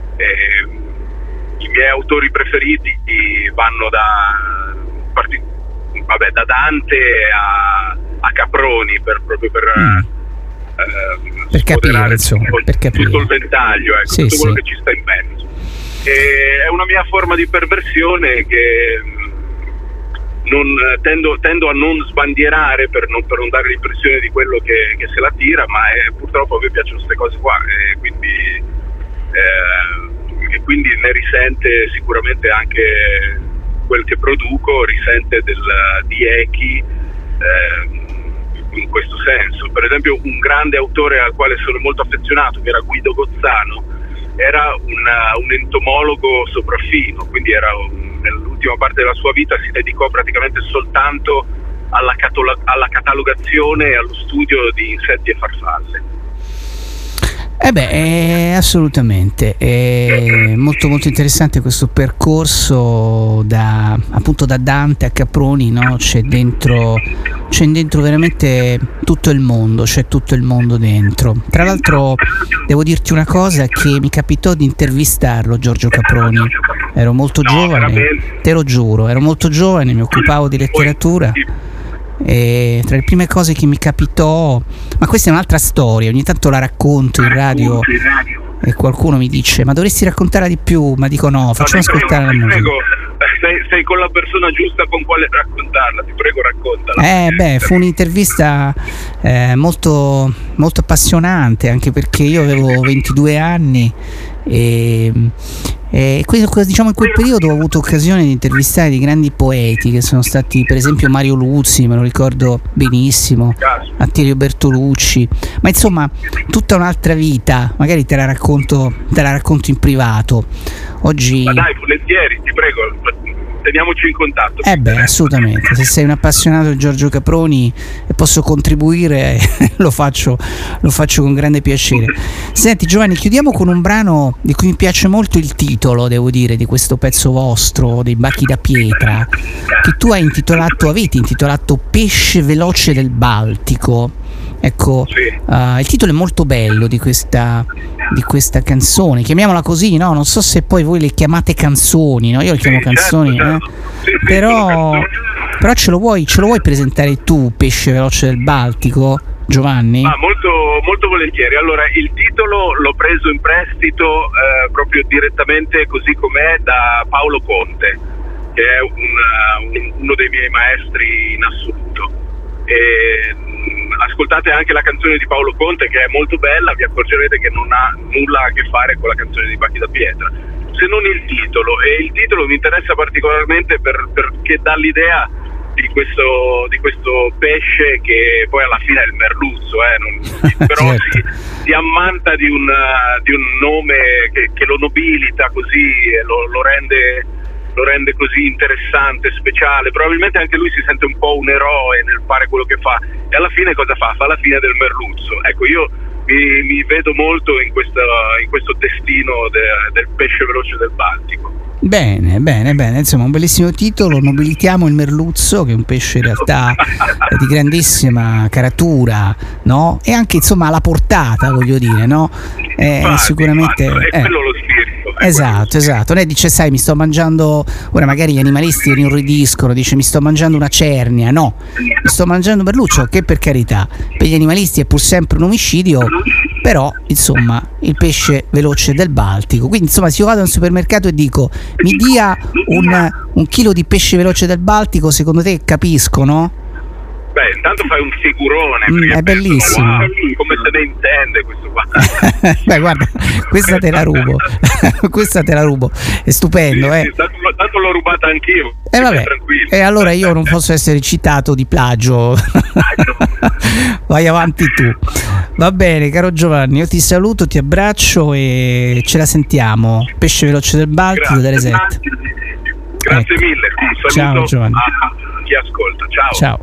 E i miei autori preferiti vanno da, parti, vabbè, da Dante a, a Caproni, per, proprio per... Mm. Eh, per capire, insomma, tutto, per capire. tutto il ventaglio, ecco, sì, tutto quello sì. che ci sta in mezzo. E è una mia forma di perversione che non, tendo, tendo a non sbandierare per non, per non dare l'impressione di quello che, che se la tira, ma è, purtroppo a me piacciono queste cose qua e quindi, eh, e quindi ne risente sicuramente anche quel che produco risente del, di echi eh, in questo senso. Per esempio, un grande autore al quale sono molto affezionato, che era Guido Gozzano, era una, un entomologo sopraffino, quindi era un, nell'ultima parte della sua vita si dedicò praticamente soltanto alla, catalo- alla catalogazione e allo studio di insetti e farfalle. Eh beh, eh, assolutamente, è molto molto interessante questo percorso da, appunto da Dante a Caproni, no? C'è dentro, c'è dentro veramente tutto il mondo, c'è tutto il mondo dentro. Tra l'altro devo dirti una cosa, che mi capitò di intervistarlo, Giorgio Caproni, ero molto no, giovane, veramente. te lo giuro, ero molto giovane, mi occupavo di letteratura. E tra le prime cose che mi capitò, ma questa è un'altra storia, ogni tanto la racconto in radio e qualcuno mi dice ma dovresti raccontarla di più, ma dico no, facciamo no, ascoltare prego, la musica. Prego, sei, sei con la persona giusta con quale raccontarla, ti prego raccontala. Eh beh, fu un'intervista eh, molto, molto appassionante, anche perché io avevo ventidue anni e, e questo, diciamo, in quel periodo ho avuto occasione di intervistare dei grandi poeti che sono stati, per esempio, Mario Luzzi, me lo ricordo benissimo, Attilio Bertolucci, ma insomma tutta un'altra vita, magari te la racconto, te la racconto in privato. Oggi... Ma dai, volentieri, ti prego, teniamoci in contatto. Eh beh, assolutamente, se sei un appassionato di Giorgio Caproni e posso contribuire lo faccio, lo faccio con grande piacere. Senti Giovanni, chiudiamo con un brano di cui mi piace molto il titolo, devo dire, di questo pezzo vostro, dei Bachi da Pietra, che tu hai intitolato, avete intitolato Pesce veloce del Baltico. Ecco, sì. uh, il titolo è molto bello di questa, di questa canzone, chiamiamola così, no? Non so se poi voi le chiamate canzoni, no? Io le chiamo sì, canzoni, certo, certo. Eh? Sì, sì, però, però ce lo vuoi, ce lo vuoi presentare tu, Pesce veloce del Baltico, Giovanni? Ah, molto, molto volentieri. Allora, il titolo l'ho preso in prestito eh, proprio direttamente così com'è da Paolo Conte, che è un, un, uno dei miei maestri in assoluto. E, ascoltate anche la canzone di Paolo Conte, che è molto bella, vi accorgerete che non ha nulla a che fare con la canzone di Bachi da Pietra, se non il titolo. E il titolo mi interessa particolarmente per, perché dà l'idea di questo, di questo pesce che poi alla fine è il merluzzo, eh, non, però certo. si, si ammanta di un, di un nome che, che lo nobilita così e lo, lo rende... lo rende così interessante, speciale. Probabilmente anche lui si sente un po' un eroe nel fare quello che fa, e alla fine cosa fa? Fa la fine del merluzzo. Ecco, io mi, mi vedo molto in, questa, in questo destino de, del pesce veloce del Baltico. Bene, bene, bene, insomma un bellissimo titolo, nobilitiamo il merluzzo, che è un pesce in realtà di grandissima caratura, no? E anche insomma alla portata, voglio dire, no? Eh, infatti, sicuramente infatti, è eh. quello lo spirito. Esatto, esatto. Lei dice, sai, mi sto mangiando, ora magari gli animalisti inorridiscono, dice mi sto mangiando una cernia, no, mi sto mangiando un merluzzo, che per carità, per gli animalisti è pur sempre un omicidio, però insomma il pesce veloce del Baltico. Quindi insomma se io vado al supermercato e dico mi dia un, un chilo di pesce veloce del Baltico, secondo te capisco, no? Beh, intanto fai un figurone, mm, è bellissimo. Wow, come se ne intende questo qua. Beh, guarda, questa te la rubo. Questa te la rubo. È stupendo, sì, eh. Sì, tanto, tanto l'ho rubata anch'io. E vabbè. E allora io non posso essere citato di plagio. Vai avanti tu. Va bene, caro Giovanni, io ti saluto, ti abbraccio e ce la sentiamo. Pesce veloce del Baltico delle sette. Grazie ecco. mille. Un saluto. Ciao Giovanni. A chi ascolta. Ciao. Ciao.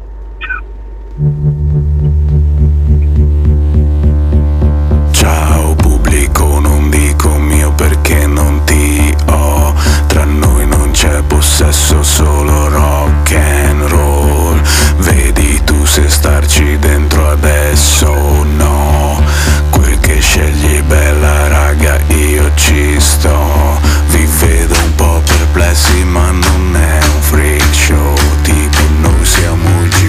Ciao pubblico, non dico mio perché non ti ho. Tra noi non c'è possesso, solo rock and roll. Vedi tu se starci dentro adesso o no. Quel che scegli bella raga io ci sto. Vi vedo un po' perplessi ma non è un freak show. Tipo noi siamo il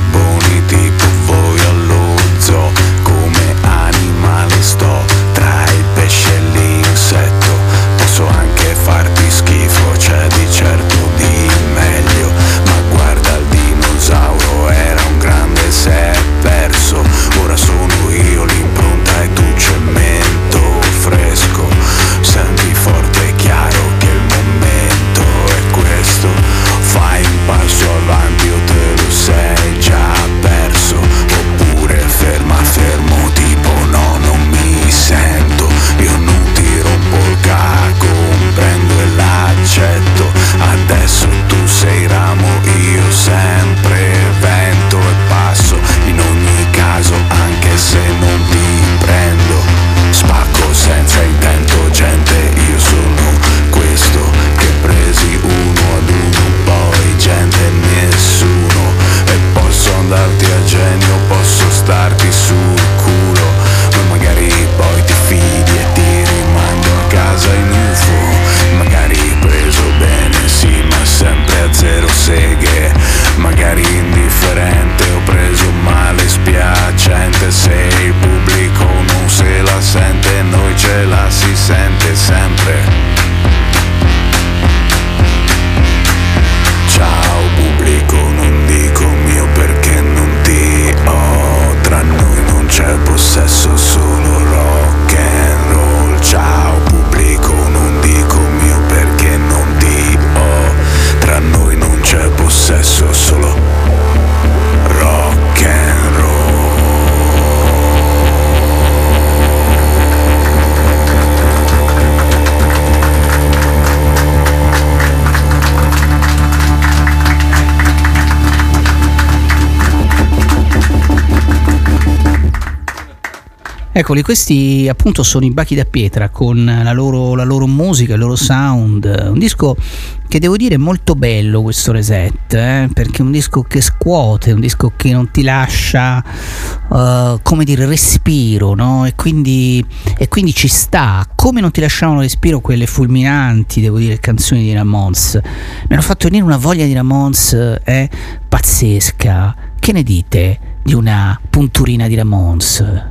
Eccoli, questi appunto sono i Bachi da Pietra con la loro, la loro musica, il loro sound, un disco che devo dire è molto bello, questo Reset, eh? Perché è un disco che scuote, un disco che non ti lascia uh, come dire respiro, no? E quindi, e quindi ci sta, come non ti lasciavano respiro quelle fulminanti, devo dire, canzoni di Ramones. Mi hanno fatto venire una voglia di Ramones eh? pazzesca. Che ne dite di una punturina di Ramones?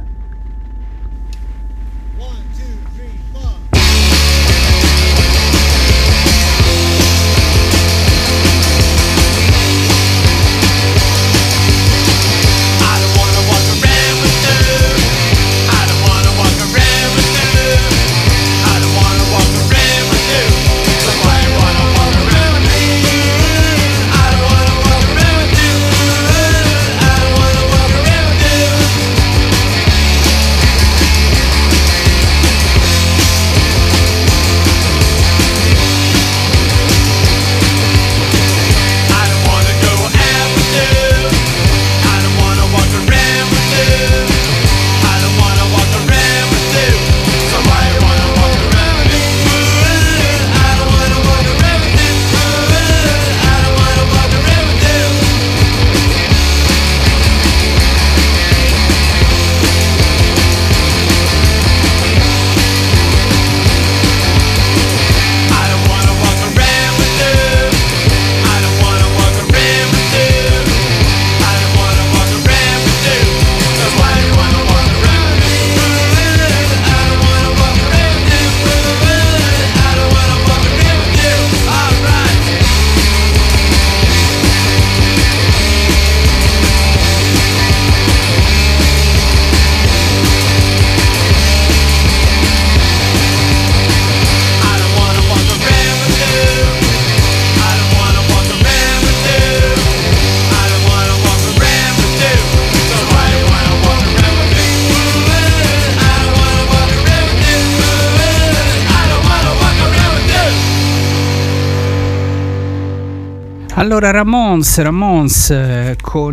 Allora Ramones, Ramones eh, con,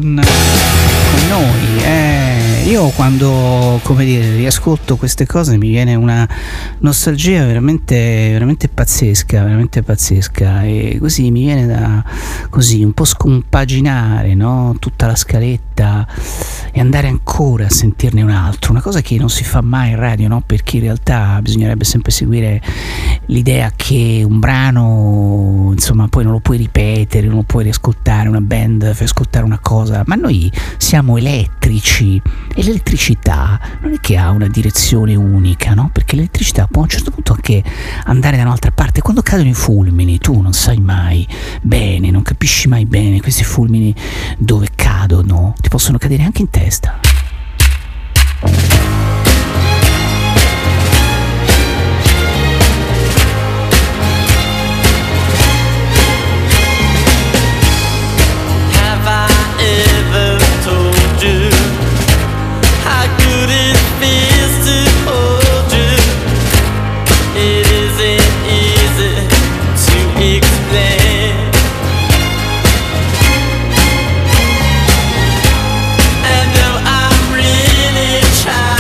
con noi, eh, io quando, come dire, riascolto queste cose mi viene una nostalgia veramente, veramente pazzesca, veramente pazzesca, e così mi viene da così un po' scompaginare, no? Tutta la scaletta e andare ancora a sentirne un altro, una cosa che non si fa mai in radio, no? Perché in realtà bisognerebbe sempre seguire l'idea che un brano, insomma, poi non lo puoi ripetere, non lo puoi riascoltare, una band fai ascoltare una cosa, ma noi siamo elettrici e l'elettricità non è che ha una direzione unica, no? Perché l'elettricità può a un certo punto anche andare da un'altra parte. Quando cadono i fulmini tu non sai mai bene, non capisci mai bene questi fulmini dove cadono, ti possono cadere anche in testa. And though I'm really trying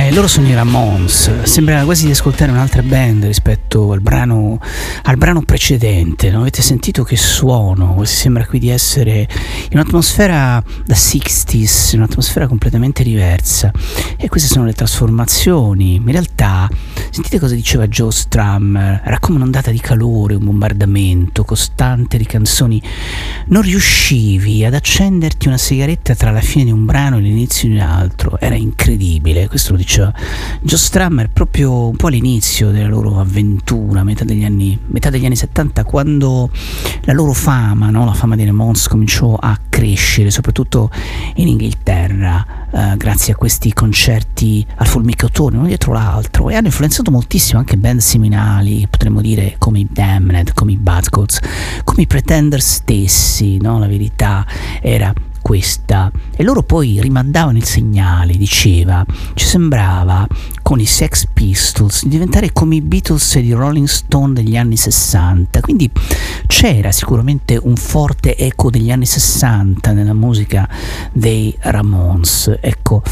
Eh, loro sono i Ramones, sembra quasi di ascoltare un'altra band rispetto al brano, al brano precedente, no? Avete sentito che suono? Sembra qui di essere in un'atmosfera da sessanta's, in un'atmosfera completamente diversa, e queste sono le trasformazioni. In realtà, sentite cosa diceva Joe Strummer, era come un'ondata di calore, un bombardamento costante di canzoni, non riuscivi ad accenderti una sigaretta tra la fine di un brano e l'inizio di un altro, era incredibile. Questo lo diceva Joe Strummer proprio un po' all'inizio della loro avventura, metà degli anni, metà degli anni settanta, quando la loro fama, no? La fama dei Ramones cominciò a crescere, soprattutto in Inghilterra, eh, grazie a questi concerti al Formicotone, uno dietro l'altro, e hanno influenzato moltissimo anche band seminali, potremmo dire come i Damned, come i Buzzcocks, come i Pretenders stessi, no? La verità era questa, e loro poi rimandavano il segnale, diceva, ci sembrava con i Sex Pistols di diventare come i Beatles e i Rolling Stone degli anni sessanta, quindi c'era sicuramente un forte eco degli anni sessanta nella musica dei Ramones. Ecco,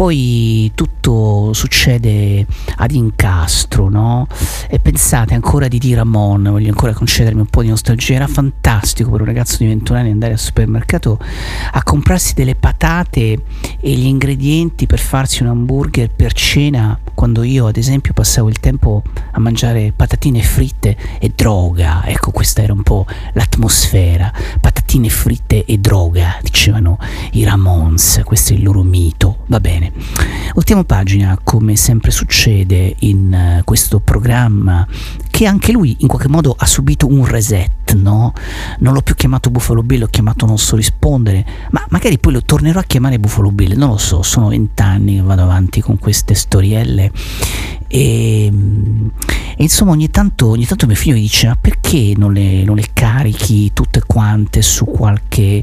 poi tutto succede ad incastro, no? E pensate ancora di D. Ramone, voglio ancora concedermi un po' di nostalgia, era fantastico per un ragazzo di ventuno anni andare al supermercato a comprarsi delle patate e gli ingredienti per farsi un hamburger per cena, quando io ad esempio passavo il tempo a mangiare patatine fritte e droga. Ecco, questa era un po' l'atmosfera, patatine fritte e droga, dicevano i Ramones, questo è il loro mito. Va bene, ultima pagina, come sempre succede in uh, questo programma, che anche lui in qualche modo ha subito un reset, no? Non l'ho più chiamato Buffalo Bill, l'ho chiamato Non So Rispondere, ma magari poi lo tornerò a chiamare Buffalo Bill, non lo so, sono vent'anni che vado avanti con queste storielle e, e insomma ogni tanto, ogni tanto mio figlio mi dice: ma perché non le, non le carichi tutte quante su qualche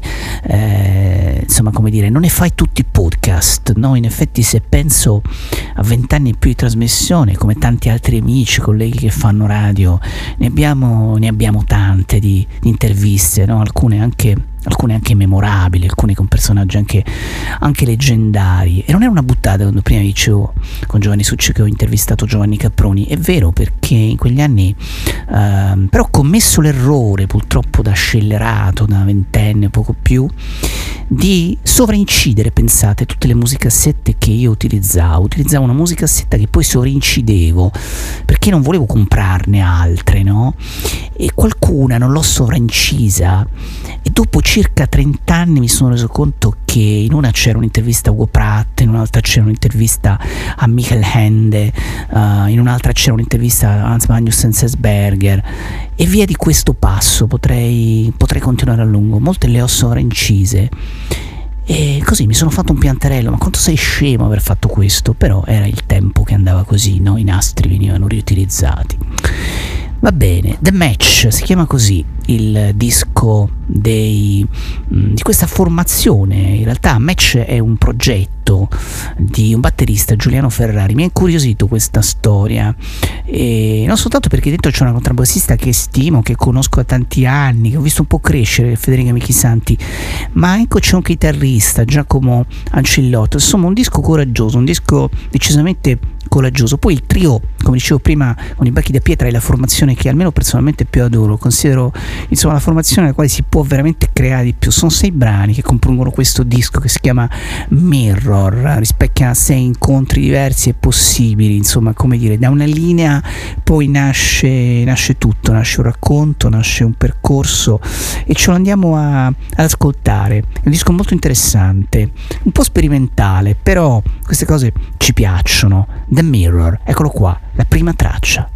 eh, insomma, come dire, non ne fai tutti i podcast, no? In effetti, se penso a vent'anni in più di trasmissione, come tanti altri amici, colleghi che fanno radio, ne abbiamo, ne abbiamo tante di, di interviste, no? Alcune anche alcune anche memorabili, alcune con personaggi anche, anche leggendari. E non era una buttata quando prima dicevo con Giovanni Succi che ho intervistato Giovanni Caproni, è vero, perché in quegli anni eh, però ho commesso l'errore, purtroppo da scellerato, da ventenne, poco più, di sovraincidere, pensate, tutte le musicassette che io utilizzavo. Utilizzavo una musicassetta che poi sovraincidevo perché non volevo comprarne altre, no? E qualcuna non l'ho sovraincisa, e dopo circa trenta anni mi sono reso conto che in una c'era un'intervista a Hugo Pratt, in un'altra c'era un'intervista a Michael Ende, uh, in un'altra c'era un'intervista a Hans Magnus Enzensberger, e via di questo passo potrei, potrei continuare a lungo. Molte le ho sovraincise e così mi sono fatto un pianterello: ma quanto sei scemo aver fatto questo? Però era il tempo che andava così, no? I nastri venivano riutilizzati. Va bene, The Match si chiama così il disco dei, di questa formazione. In realtà Match è un progetto di un batterista, Giuliano Ferrari. Mi ha incuriosito questa storia, e non soltanto perché dentro c'è una contrabbassista che stimo, che conosco da tanti anni, che ho visto un po' crescere, Federica Michisanti, ma ecco c'è un chitarrista, Giacomo Ancillotto. Insomma, un disco coraggioso, un disco decisamente coraggioso. Poi il trio, come dicevo prima, con i Bacchi da Pietra, è la formazione che almeno personalmente più adoro, considero insomma la formazione nella quale si può veramente creare di più. Sono sei brani che compongono questo disco che si chiama Mirror, rispecchia sei incontri diversi e possibili, insomma, come dire, da una linea poi nasce, nasce tutto, nasce un racconto, nasce un percorso, e ce lo andiamo a, ad ascoltare. È un disco molto interessante, un po' sperimentale, però queste cose ci piacciono. The Mirror, eccolo qua, la prima traccia.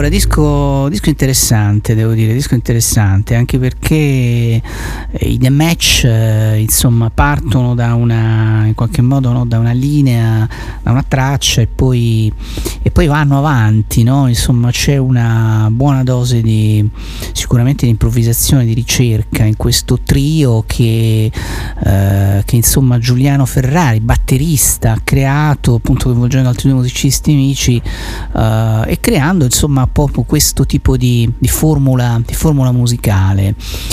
Allora, disco, disco interessante, devo dire, disco interessante, anche perché i The Match eh, insomma partono da una, in qualche modo, no, da una linea, da una traccia, e poi, e poi vanno avanti, no? Insomma, c'è una buona dose di, sicuramente, di improvvisazione, di ricerca in questo trio che, eh, che insomma Giuliano Ferrari, batterista, ha creato, appunto coinvolgendo altri due musicisti amici, eh, e creando insomma proprio questo tipo di, di formula di formula musicale.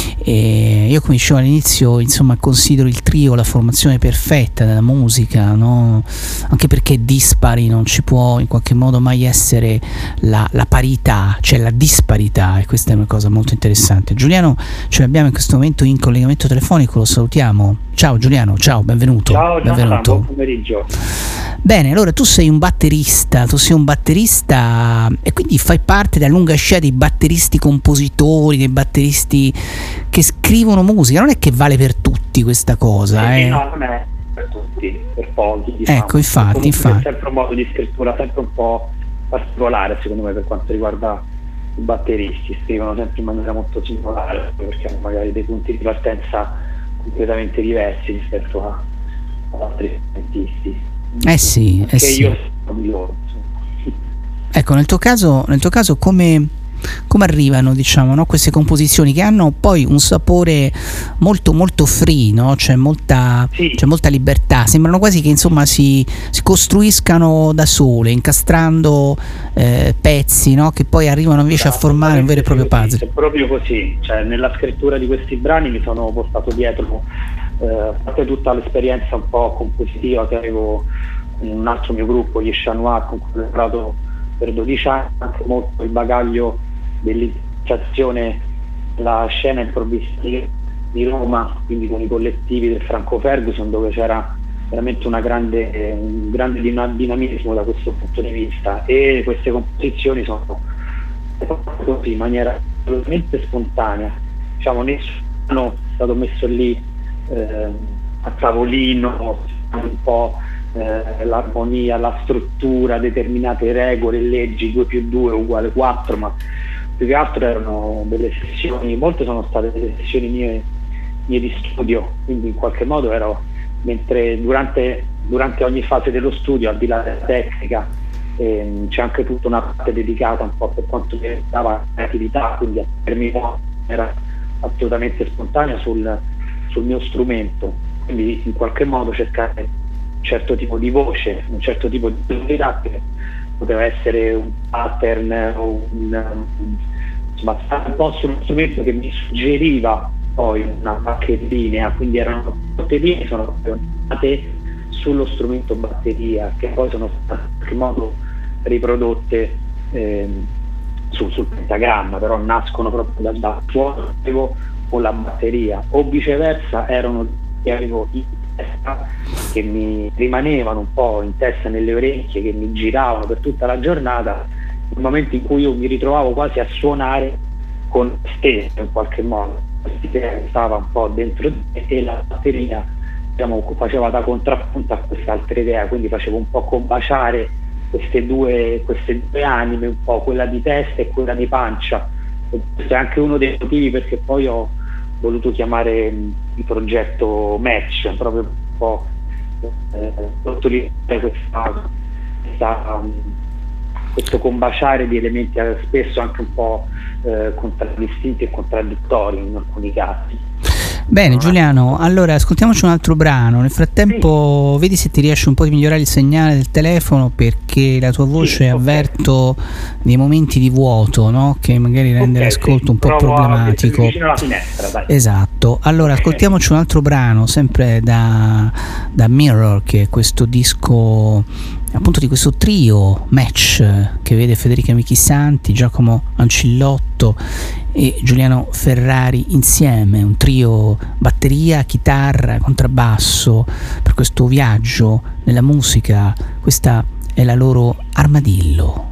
E io, come dicevo all'inizio, insomma considero il trio la formazione perfetta della musica, no? Anche perché dispari non ci può in qualche modo mai essere la, la parità, c'è la disparità, e questa è una cosa molto interessante. Giuliano ce l'abbiamo in questo momento in collegamento telefonico, lo salutiamo. Ciao Giuliano, ciao, benvenuto. Ciao, benvenuto. Buon pomeriggio. Bene, allora tu sei un batterista, tu sei un batterista e quindi fai parte della lunga scia dei batteristi compositori, dei batteristi che scrivono musica. Non è che vale per tutti questa cosa, eh, eh? No, non è per tutti, per pochi, diciamo. Ecco, infatti, Comunque infatti. È sempre un modo di scrittura sempre un po' particolare, secondo me, per quanto riguarda i batteristi. Scrivono sempre in maniera molto singolare, perché hanno magari dei punti di partenza completamente diversi rispetto a, ad altri strumentisti. Eh sì, eh che sì. io sono di loro. Ecco, nel tuo caso, nel tuo caso come, come arrivano, diciamo, no, queste composizioni che hanno poi un sapore molto molto free, no? C'è molta, Sì. c'è molta libertà, sembrano quasi che insomma si, si costruiscano da sole, incastrando eh, pezzi, no? Che poi arrivano invece a formare un vero e proprio puzzle. È proprio così, cioè nella scrittura di questi brani mi sono portato dietro eh, anche tutta l'esperienza un po' compositiva che avevo con un altro mio gruppo, gli Chanois, con cui ho lavorato per dodici anni, anche molto il bagaglio dell'iniziazione della scena improvvisativa di Roma, quindi con i collettivi del Franco Ferguson, dove c'era veramente una grande, un grande dinamismo da questo punto di vista, e queste composizioni sono così in maniera assolutamente spontanea, diciamo, nessuno è stato messo lì eh, a tavolino un po' eh, l'armonia, la struttura, determinate regole, leggi, due più due uguale quattro, ma più che altro erano delle sessioni, molte sono state delle sessioni mie, mie di studio, quindi in qualche modo ero, mentre durante, durante ogni fase dello studio, al di là della tecnica, ehm, c'è anche tutta una parte dedicata un po' per quanto mi riguardava la creatività, quindi a termine era assolutamente spontanea sul, sul mio strumento, quindi in qualche modo cercare un certo tipo di voce, un certo tipo di sonorità che poteva essere un pattern o un, un, insomma, un po' su uno strumento che mi suggeriva poi una qualche linea, quindi erano tutte linee sono nate sullo strumento batteria, che poi sono state in qualche modo riprodotte ehm, sul, sul pentagramma, però nascono proprio da, da suono con la batteria, o viceversa erano che avevo in testa, che mi rimanevano un po' in testa, nelle orecchie, che mi giravano per tutta la giornata, nel momento in cui io mi ritrovavo quasi a suonare con me stesso in qualche modo. Quest'idea stava un po' dentro di me e la batteria, diciamo, faceva da contrappunto a quest'altra idea, quindi facevo un po' combaciare queste due, queste due anime, un po' quella di testa e quella di pancia. E questo è anche uno dei motivi perché poi ho voluto chiamare il progetto Match, proprio un po' eh, sottolineare questa, questa, um, questo combaciare di elementi eh, spesso anche un po' eh, contraddistinti e contraddittori in alcuni casi. Bene Giuliano, allora ascoltiamoci un altro brano. Nel frattempo sì. Vedi se ti riesce un po' di migliorare il segnale del telefono, perché la tua voce sì, okay. avverto dei momenti di vuoto, no? Che magari rende okay, l'ascolto sì. un po' Provo problematico. Vicino alla finestra, dai. Esatto. Allora ascoltiamoci un altro brano, sempre da, da Mirror, che è questo disco appunto di questo trio Match che vede Federica Michisanti, Giacomo Ancillotto e Giuliano Ferrari insieme, un trio batteria, chitarra, contrabbasso, per questo viaggio nella musica. Questa è la loro Armadillo.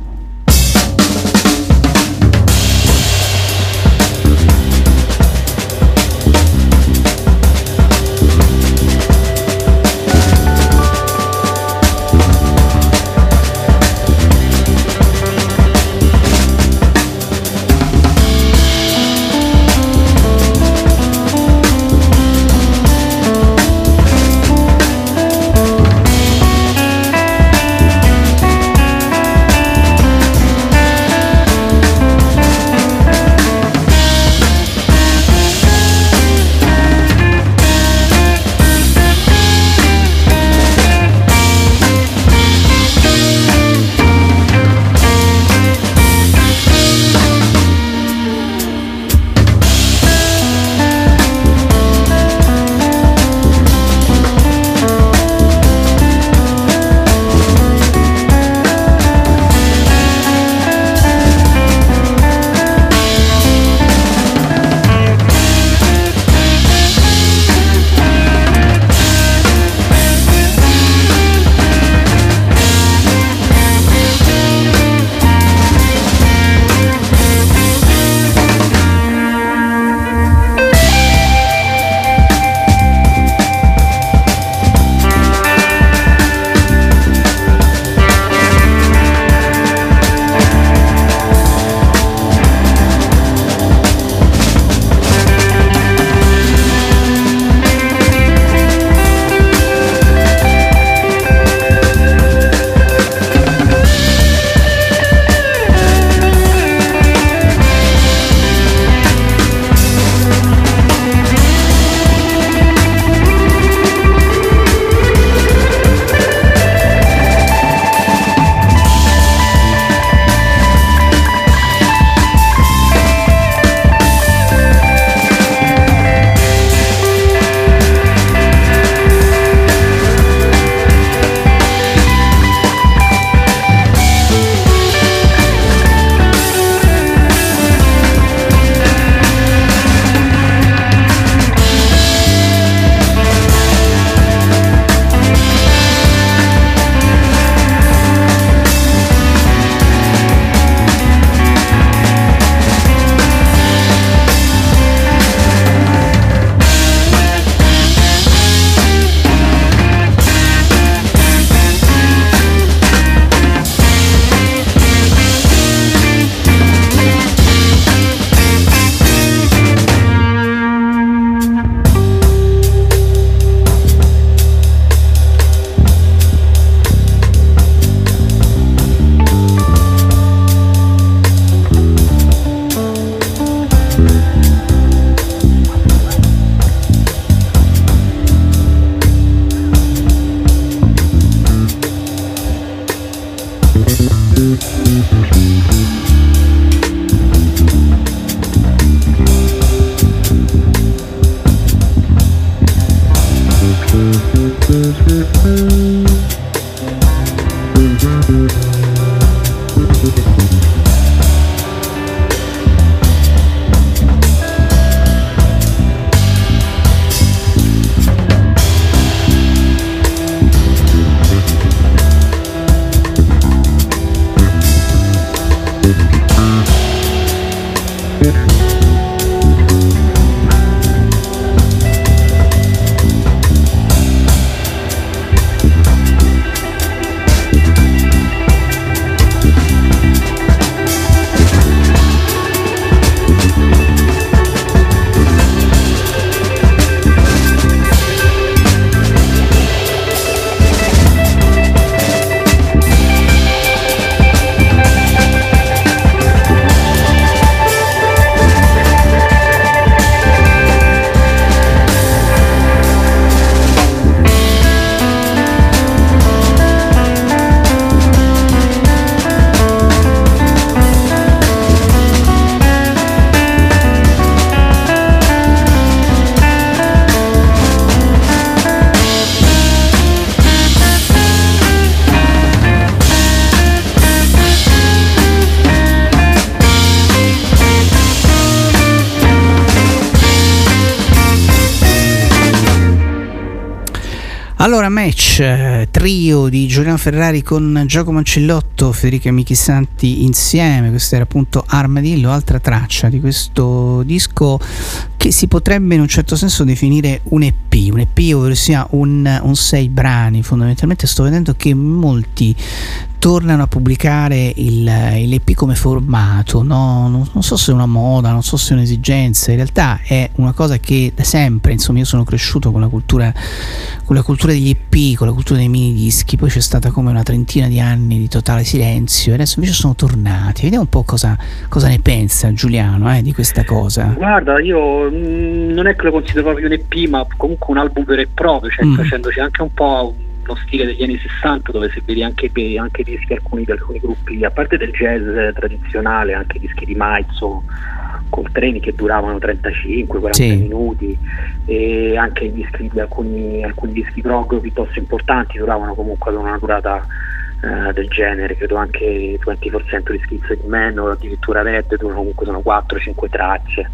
Allora, match, eh, trio di Giuliano Ferrari con Giacomo Ancillotto, Federico Amichi Santi insieme. Questa era appunto Armadillo, altra traccia di questo disco che si potrebbe in un certo senso definire un E P, un E P ovvero sia un, un sei brani. Fondamentalmente sto vedendo che molti tornano a pubblicare il, il E P come formato, no? non, non so se è una moda, non so se è un'esigenza, in realtà è una cosa che da sempre, insomma, io sono cresciuto con la cultura con la cultura degli E P, con la cultura dei mini dischi, poi c'è stata come una trentina di anni di totale silenzio e adesso invece sono tornati. Vediamo un po' cosa, cosa ne pensa Giuliano eh, di questa cosa. Guarda, io mh, non è che lo considero proprio un E P, ma comunque un album vero e proprio, cioè mm. facendoci anche un po' uno stile degli anni sessanta, dove se vedi anche, anche dischi alcuni di alcuni gruppi, a parte del jazz tradizionale, anche dischi di Maizo con treni che duravano trentacinque quaranta sì. minuti, e anche i dischi di alcuni, alcuni dischi prog piuttosto importanti duravano comunque ad una durata uh, del genere. Credo anche ventiquattro Century Skids di Man o addirittura Red durano comunque sono quattro cinque tracce.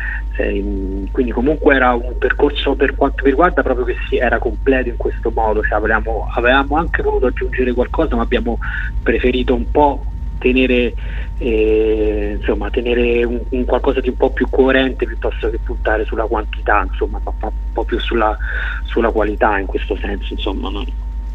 Eh, quindi comunque era un percorso, per quanto mi riguarda, proprio che si era completo in questo modo, cioè avevamo, avevamo anche voluto aggiungere qualcosa, ma abbiamo preferito un po' tenere eh, insomma tenere un, un qualcosa di un po' più coerente piuttosto che puntare sulla quantità, insomma un po' più sulla, sulla qualità in questo senso, insomma, no?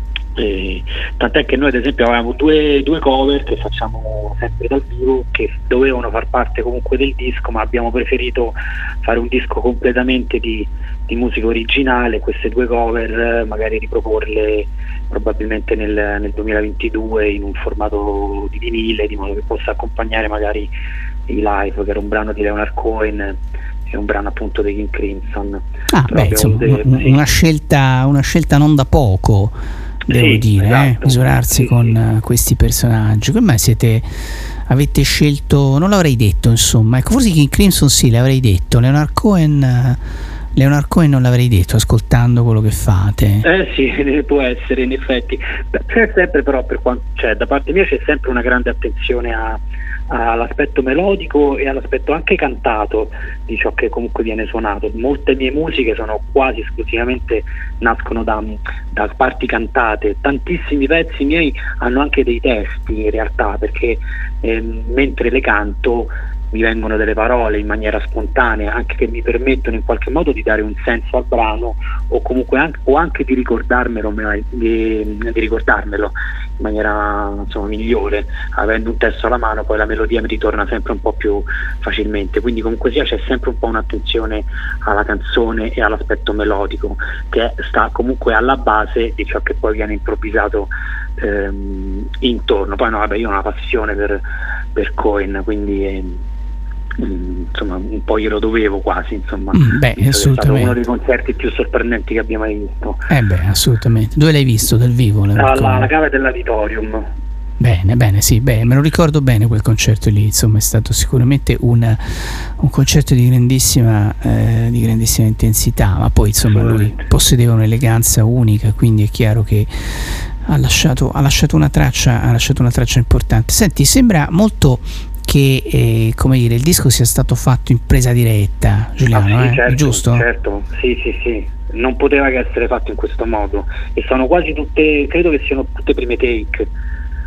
Eh, tant'è che noi ad esempio avevamo due, due cover che facciamo sempre dal vivo, che dovevano far parte comunque del disco, ma abbiamo preferito fare un disco completamente di, di musica originale. Queste due cover magari riproporle probabilmente nel, nel duemilaventidue in un formato di vinile, di modo che possa accompagnare magari i live, che era un brano di Leonard Cohen e un brano appunto dei King Crimson. Ah, beh, insomma, de- una, sì. una scelta una scelta non da poco, devo sì, dire, esatto. eh, misurarsi sì, con sì. questi personaggi. Come mai siete avete scelto, non l'avrei detto, insomma, ecco, forse King Crimson sì, l'avrei detto, Leonard Cohen Leonard Cohen non l'avrei detto ascoltando quello che fate. Eh sì, può essere, in effetti. C'è sempre però, per quanto, cioè, da parte mia c'è sempre una grande attenzione a all'aspetto melodico e all'aspetto anche cantato di ciò che comunque viene suonato. Molte mie musiche sono quasi esclusivamente, nascono da, da parti cantate. Tantissimi pezzi miei hanno anche dei testi in realtà, perché eh, mentre le canto mi vengono delle parole in maniera spontanea, anche che mi permettono in qualche modo di dare un senso al brano, o comunque anche, o anche di ricordarmelo di, di ricordarmelo in maniera, insomma, migliore. Avendo un testo alla mano, poi la melodia mi ritorna sempre un po' più facilmente, quindi comunque sia c'è sempre un po' un'attenzione alla canzone e all'aspetto melodico, che sta comunque alla base di ciò che poi viene improvvisato ehm, intorno. Poi no, vabbè, io ho una passione per, per Cohen, quindi ehm, insomma un po' glielo dovevo quasi, insomma. Mm, beh, assolutamente. È stato uno dei concerti più sorprendenti che abbia mai visto. Eh beh, assolutamente. Dove l'hai visto dal vivo? Alla, alla Cava dell'Auditorium. Bene, bene, sì, beh, me lo ricordo bene quel concerto lì, insomma è stato sicuramente un, un concerto di grandissima, eh, di grandissima intensità, ma poi insomma lui possedeva un'eleganza unica, quindi è chiaro che ha lasciato, ha lasciato una traccia, ha lasciato una traccia importante. Senti, sembra molto che eh, come dire, il disco sia stato fatto in presa diretta, Giuliano, ah, sì, eh? certo, È giusto? Certo, sì, sì, sì, non poteva che essere fatto in questo modo, e sono quasi tutte, credo che siano tutte prime take.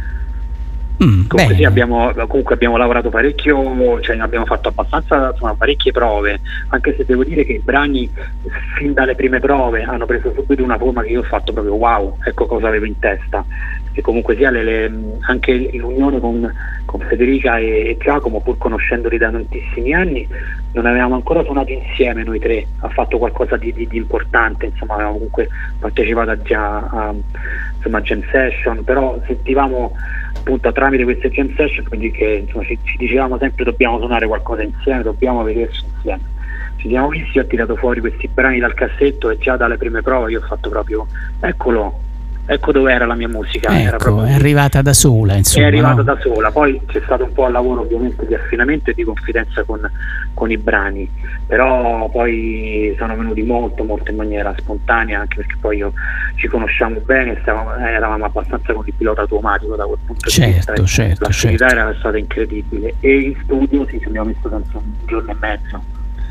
Mm, comunque sì, abbiamo, comunque abbiamo lavorato parecchio, cioè abbiamo fatto abbastanza, insomma, parecchie prove, anche se devo dire che i brani fin dalle prime prove hanno preso subito una forma che io ho fatto proprio wow, ecco cosa avevo in testa. E comunque sia le, le, anche l'unione con, con Federica e, e Giacomo, pur conoscendoli da tantissimi anni, non avevamo ancora suonato insieme noi tre, ha fatto qualcosa di, di, di importante, insomma avevamo comunque partecipato già a, insomma, a jam session, però sentivamo appunto tramite queste jam session, quindi che insomma, ci, ci dicevamo sempre dobbiamo suonare qualcosa insieme, dobbiamo vederci insieme. Ci siamo visti, ho tirato fuori questi brani dal cassetto e già dalle prime prove io ho fatto proprio eccolo, ecco dove era la mia musica. Ecco, era proprio, è arrivata da sola, insomma. È arrivata no? da sola, poi c'è stato un po' il lavoro ovviamente di affinamento e di confidenza con, con i brani, però poi sono venuti molto molto in maniera spontanea, anche perché poi io, ci conosciamo bene, stavamo, eravamo abbastanza con il pilota automatico da quel punto certo, di vista, certo, l'attività certo. era stata incredibile, e in studio sì, ci abbiamo visto penso un giorno e mezzo.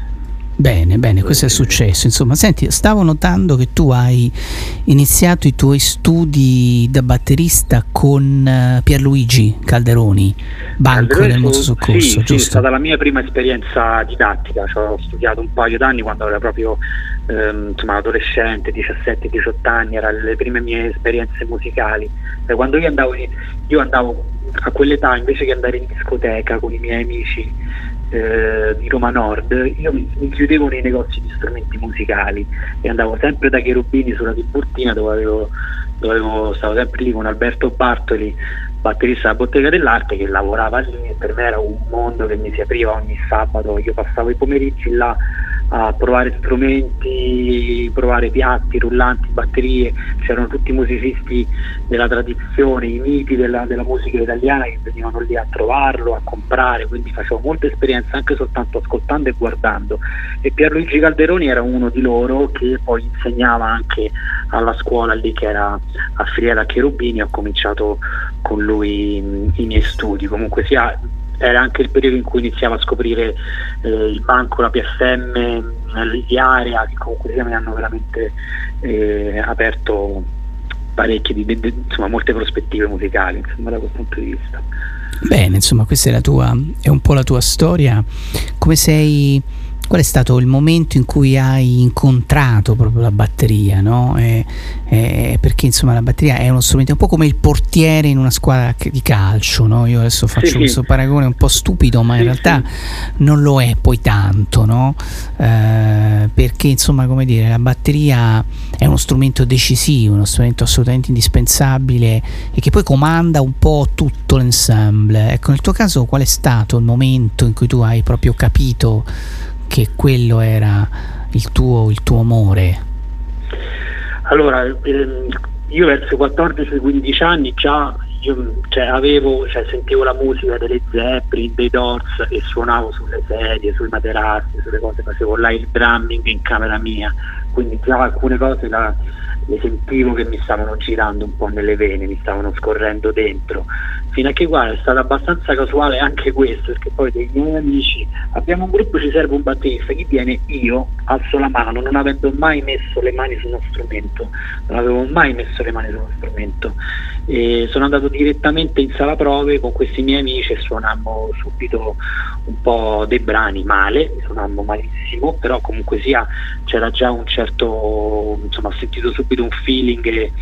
Bene, bene, questo è successo. Insomma, senti, stavo notando che tu hai iniziato i tuoi studi da batterista con uh, Pierluigi Calderoni, Banco Calderoni del su- Mutuo Soccorso, sì, giusto? sì, è stata la mia prima esperienza didattica, cioè, ho studiato un paio d'anni quando ero proprio ehm, insomma, adolescente, diciassette diciotto anni, erano le prime mie esperienze musicali. E quando io andavo, io andavo a quell'età, invece che andare in discoteca con i miei amici Eh, di Roma Nord, io mi, mi chiudevo nei negozi di strumenti musicali e andavo sempre da Cherubini sulla Tiburtina, dove avevo, dove avevo stavo sempre lì con Alberto Bartoli, batterista della Bottega dell'Arte, che lavorava lì, e per me era un mondo che mi si apriva ogni sabato. Io passavo i pomeriggi là a provare strumenti, provare piatti, rullanti, batterie, c'erano tutti i musicisti della tradizione, i miti della, della musica italiana che venivano lì a trovarlo, a comprare, quindi facevo molta esperienza anche soltanto ascoltando e guardando. E Pierluigi Calderoni era uno di loro, che poi insegnava anche alla scuola lì che era affiliata a Cherubini. Ho cominciato con lui mh, i miei studi, comunque sia era anche il periodo in cui iniziavo a scoprire eh, il Banco, la P F M, gli Area, che comunque sia mi hanno veramente eh, aperto parecchie, di, di, insomma molte prospettive musicali, insomma, da quel punto di vista. Bene, insomma, questa è la tua, è un po' la tua storia. Come sei, qual è stato il momento in cui hai incontrato proprio la batteria, no? E, e, perché insomma la batteria è uno strumento un po' come il portiere in una squadra di calcio, no? Io adesso faccio Sì, questo sì. paragone un po' stupido, ma in Sì, realtà sì. non lo è poi tanto, no? Eh, perché insomma, come dire, la batteria è uno strumento decisivo, uno strumento assolutamente indispensabile e che poi comanda un po' tutto l'ensemble. Ecco, nel tuo caso qual è stato il momento in cui tu hai proprio capito che quello era il tuo, il tuo amore? Allora, ehm, io verso i quattordici quindici anni già io, cioè, avevo, cioè, sentivo la musica delle Zeppelin, dei Doors, e suonavo sulle sedie, sui materassi, sulle cose, facevo live drumming in camera mia, quindi già alcune cose la, le sentivo che mi stavano girando un po' nelle vene, mi stavano scorrendo dentro, fino a che guarda è stato abbastanza casuale anche questo, perché poi dei miei amici, abbiamo un gruppo, ci serve un batterista, chi viene? Io alzo la mano, non avendo mai messo le mani su uno strumento, non avevo mai messo le mani su uno strumento, e sono andato direttamente in sala prove con questi miei amici e suonammo subito un po' dei brani male, suonammo malissimo, però comunque sia c'era già un certo, insomma, ho sentito subito un feeling e,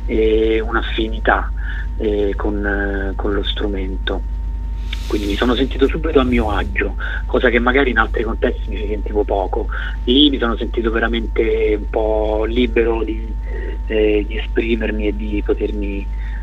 e un'affinità eh, con, eh, con lo strumento, quindi mi sono sentito subito a mio agio, cosa che magari in altri contesti mi sentivo poco. Lì mi sono sentito veramente un po' libero di, eh, di esprimermi e di potermi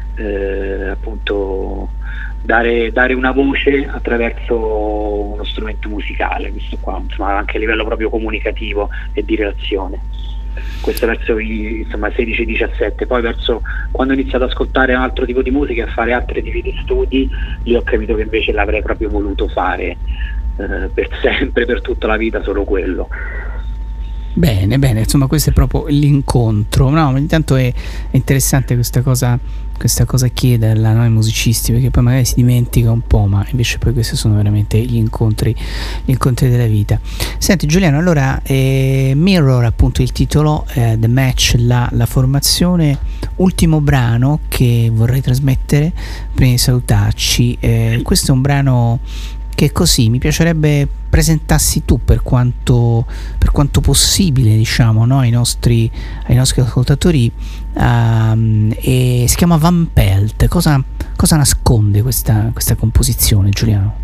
eh, appunto dare, dare una voce attraverso uno strumento musicale, questo qua, insomma, anche a livello proprio comunicativo e di relazione. questo verso i insomma sedici diciassette. Poi verso quando ho iniziato ad ascoltare un altro tipo di musica e a fare altri tipi di studi, lì ho capito che invece l'avrei proprio voluto fare eh, per sempre, per tutta la vita, solo quello. Bene, bene, insomma questo è proprio l'incontro, no? Ma intanto è, è interessante questa cosa, questa cosa chiederla noi musicisti, perché poi magari si dimentica un po', ma invece poi questi sono veramente gli incontri, gli incontri della vita. Senti Giuliano, allora eh, Mirror appunto il titolo, eh, The Match, la, la formazione, ultimo brano che vorrei trasmettere prima di salutarci, eh, questo è un brano che così mi piacerebbe presentassi tu per quanto, per quanto possibile, diciamo, no? ai, nostri, ai nostri ascoltatori, um, e si chiama Van Pelt. Cosa, cosa nasconde questa, questa composizione, Giuliano?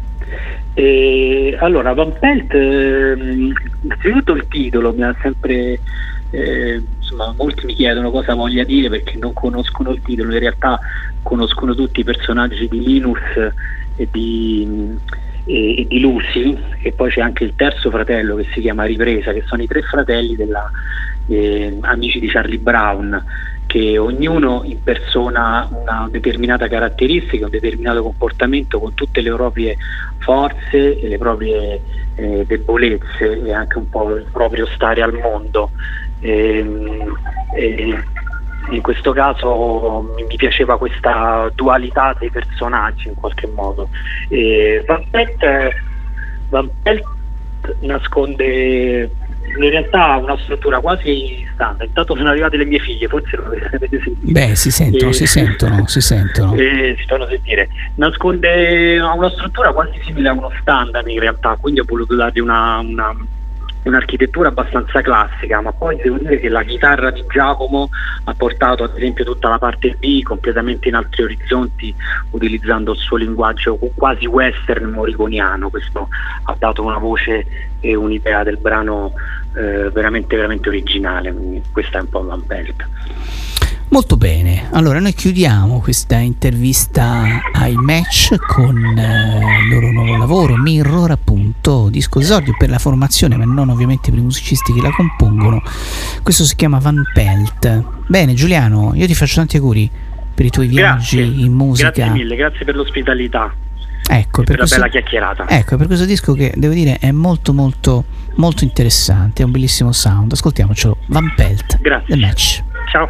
Eh, allora, Van Pelt, eh, innanzitutto il titolo mi ha sempre, eh, insomma, molti mi chiedono cosa voglia dire perché non conoscono il titolo, in realtà conoscono tutti i personaggi di Linus e di, e, e di Lucy, e poi c'è anche il terzo fratello che si chiama Ripresa, che sono i tre fratelli della, eh, amici di Charlie Brown, che ognuno impersona una determinata caratteristica, un determinato comportamento con tutte le proprie forze e le proprie eh, debolezze e anche un po' il proprio stare al mondo. E, e, in questo caso mi piaceva questa dualità dei personaggi in qualche modo. E Van Pelt, Van Pelt nasconde in realtà una struttura quasi standard. Intanto sono arrivate le mie figlie, forse lo avete sentito. Beh, si sentono, e, si sentono, si sentono. E si fanno sentire. Nasconde una struttura quasi simile a uno standard in realtà, quindi ho voluto dargli una, una un'architettura abbastanza classica, ma poi devo dire che la chitarra di Giacomo ha portato ad esempio tutta la parte B completamente in altri orizzonti, utilizzando il suo linguaggio quasi western morriconiano. Questo ha dato una voce e un'idea del brano eh, veramente veramente originale. Questa è un po' Van Pelt. Molto bene, allora noi chiudiamo questa intervista ai Match con eh, il loro nuovo lavoro, Mirror, appunto, disco d'esordio per la formazione, ma non ovviamente per i musicisti che la compongono. Questo si chiama Van Pelt. Bene Giuliano, io ti faccio tanti auguri per i tuoi viaggi grazie. in musica. Grazie mille, grazie per l'ospitalità. Ecco, per, per questo, la bella chiacchierata. Ecco, per questo disco che devo dire è molto molto molto interessante, è un bellissimo sound. Ascoltiamocelo, Van Pelt, grazie. The Match. Ciao.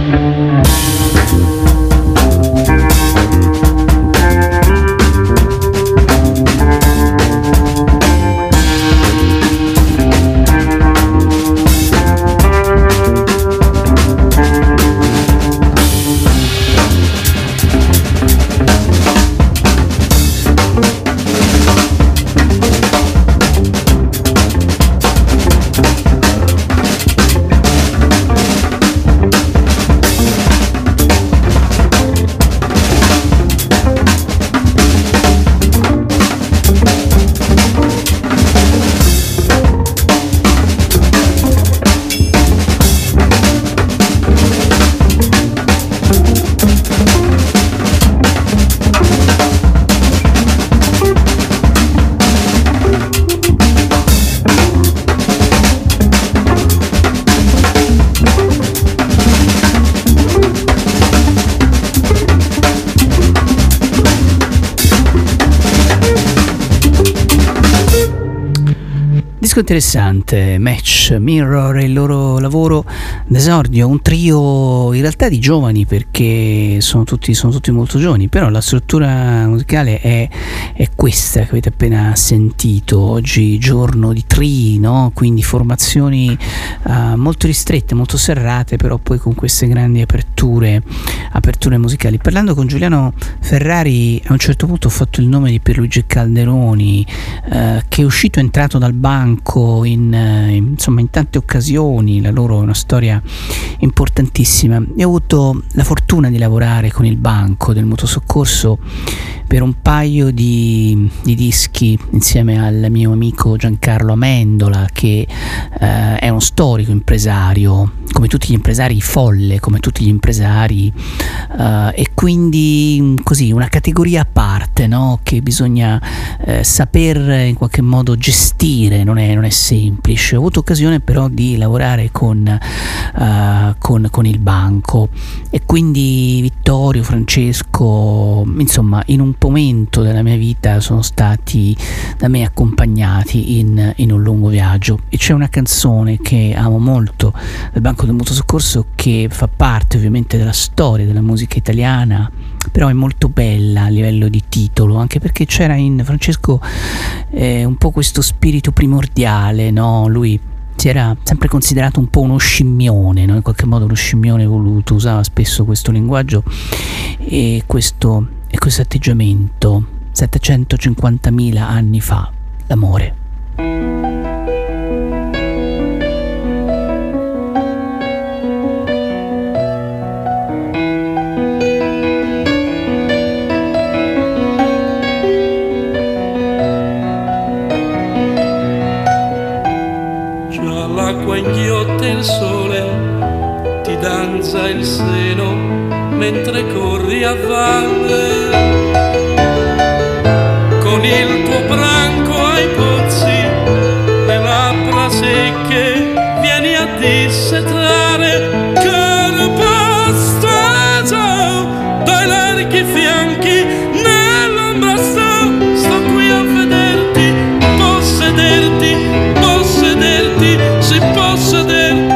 Interessante, Match, Mirror e il loro lavoro d'esordio, un trio in realtà di giovani, perché sono tutti, sono tutti molto giovani, però la struttura musicale è, è questa che avete appena sentito. Oggi giorno di tri, no? Quindi formazioni uh, molto ristrette, molto serrate, però poi con queste grandi aperture, aperture musicali. Parlando con Giuliano Ferrari, a un certo punto ho fatto il nome di Pierluigi Calderoni, uh, che è uscito, è entrato dal banco In, in, insomma in tante occasioni. La loro è una storia importantissima. Io ho avuto la fortuna di lavorare con il banco del mutuo soccorso per un paio di, di dischi insieme al mio amico Giancarlo Amendola, che eh, è uno storico impresario, come tutti gli impresari folle, come tutti gli impresari, eh, e quindi così una categoria a parte, no? Che bisogna eh, saper in qualche modo gestire, non è, non è semplice. Ho avuto occasione però di lavorare con, uh, con, con il banco, e quindi Vittorio, Francesco, insomma in un momento della mia vita sono stati da me accompagnati in, in un lungo viaggio. E c'è una canzone che amo molto del Banco del Mutuo Soccorso, che fa parte ovviamente della storia della musica italiana, però è molto bella a livello di titolo, anche perché c'era in Francesco eh, un po' questo spirito primordiale, no? Lui si era sempre considerato un po' uno scimmione, no? In qualche modo uno scimmione evoluto, usava spesso questo linguaggio e questo, e questo atteggiamento. settecentocinquantamila anni fa, l'amore. L'acqua inghiotte il sole, ti danza il seno mentre corri a valle. Con il tuo branco ai pozzi, le labbra secche, vieni a dissetare. Caro pastato, dai larghi fianchi, nell'ombra sto, sto qui a vederti, possederti, possederti, se possederti.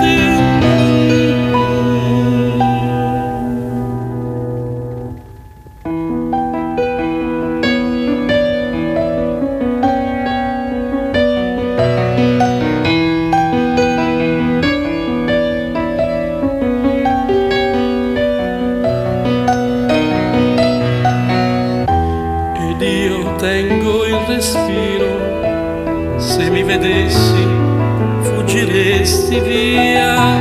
Ed io tengo il respiro, se mi vedessi fuggiresti via,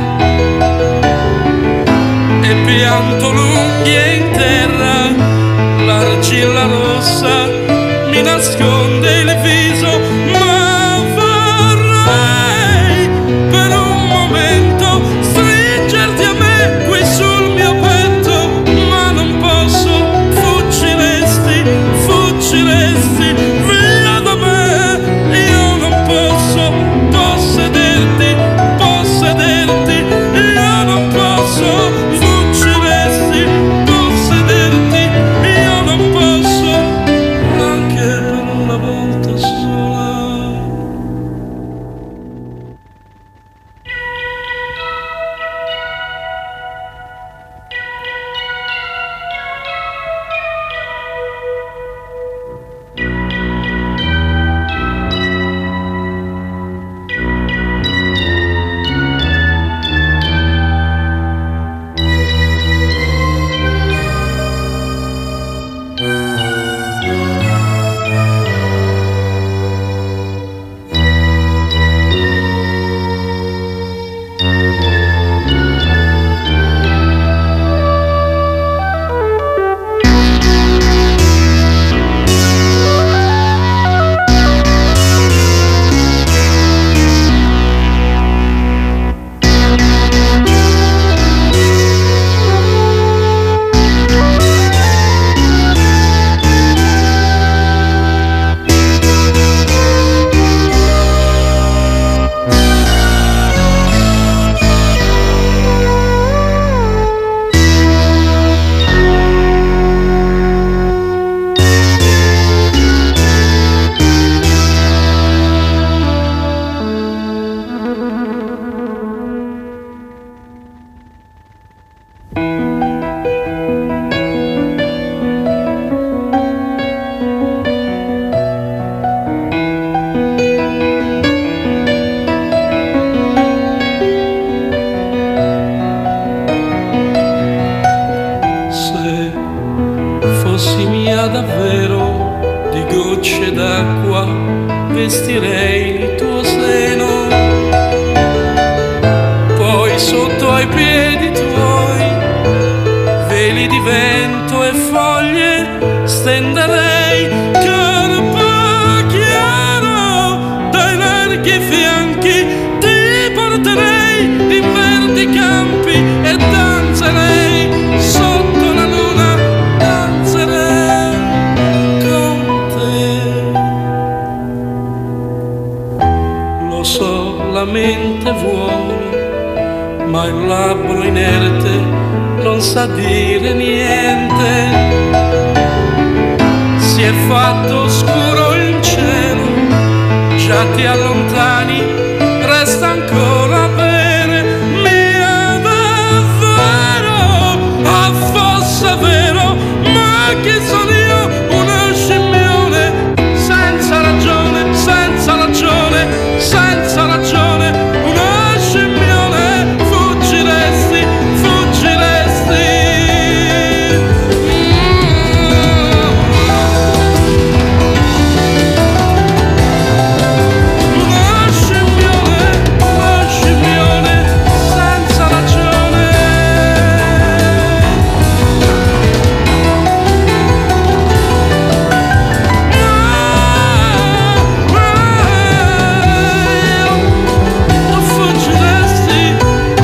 e pianto l'unghie in terra, l'argilla rossa mi nasconde il viso, ma vorrei per un momento stringerti a me qui sul mio petto, ma non posso, fuggiresti, fuggiresti via da me, io non posso possederti, possederti, io non posso, fuggiresti, possederti, io non posso, Davvero di gocce d'acqua vestirei il tuo seno, poi sotto ai piedi tuoi veli di vento e foglie stenderei, corpo chiaro dai larghi fianchi ti porterei in verdi campi e danzerei sotto la luna, danzerei con te. Lo so, la mente vuole, ma il labbro inerte non sa dire niente. Si è fatto scuro il cielo, già ti allontani, resta ancora bene, mia davvero, a fosse vero, ma chi sono io, uno scimmione, senza ragione, senza ragione, senza ragione, uno scimmione, fuggiresti, fuggiresti. Uno scimmione, uno scimmione, senza ragione. Tu fuggiresti.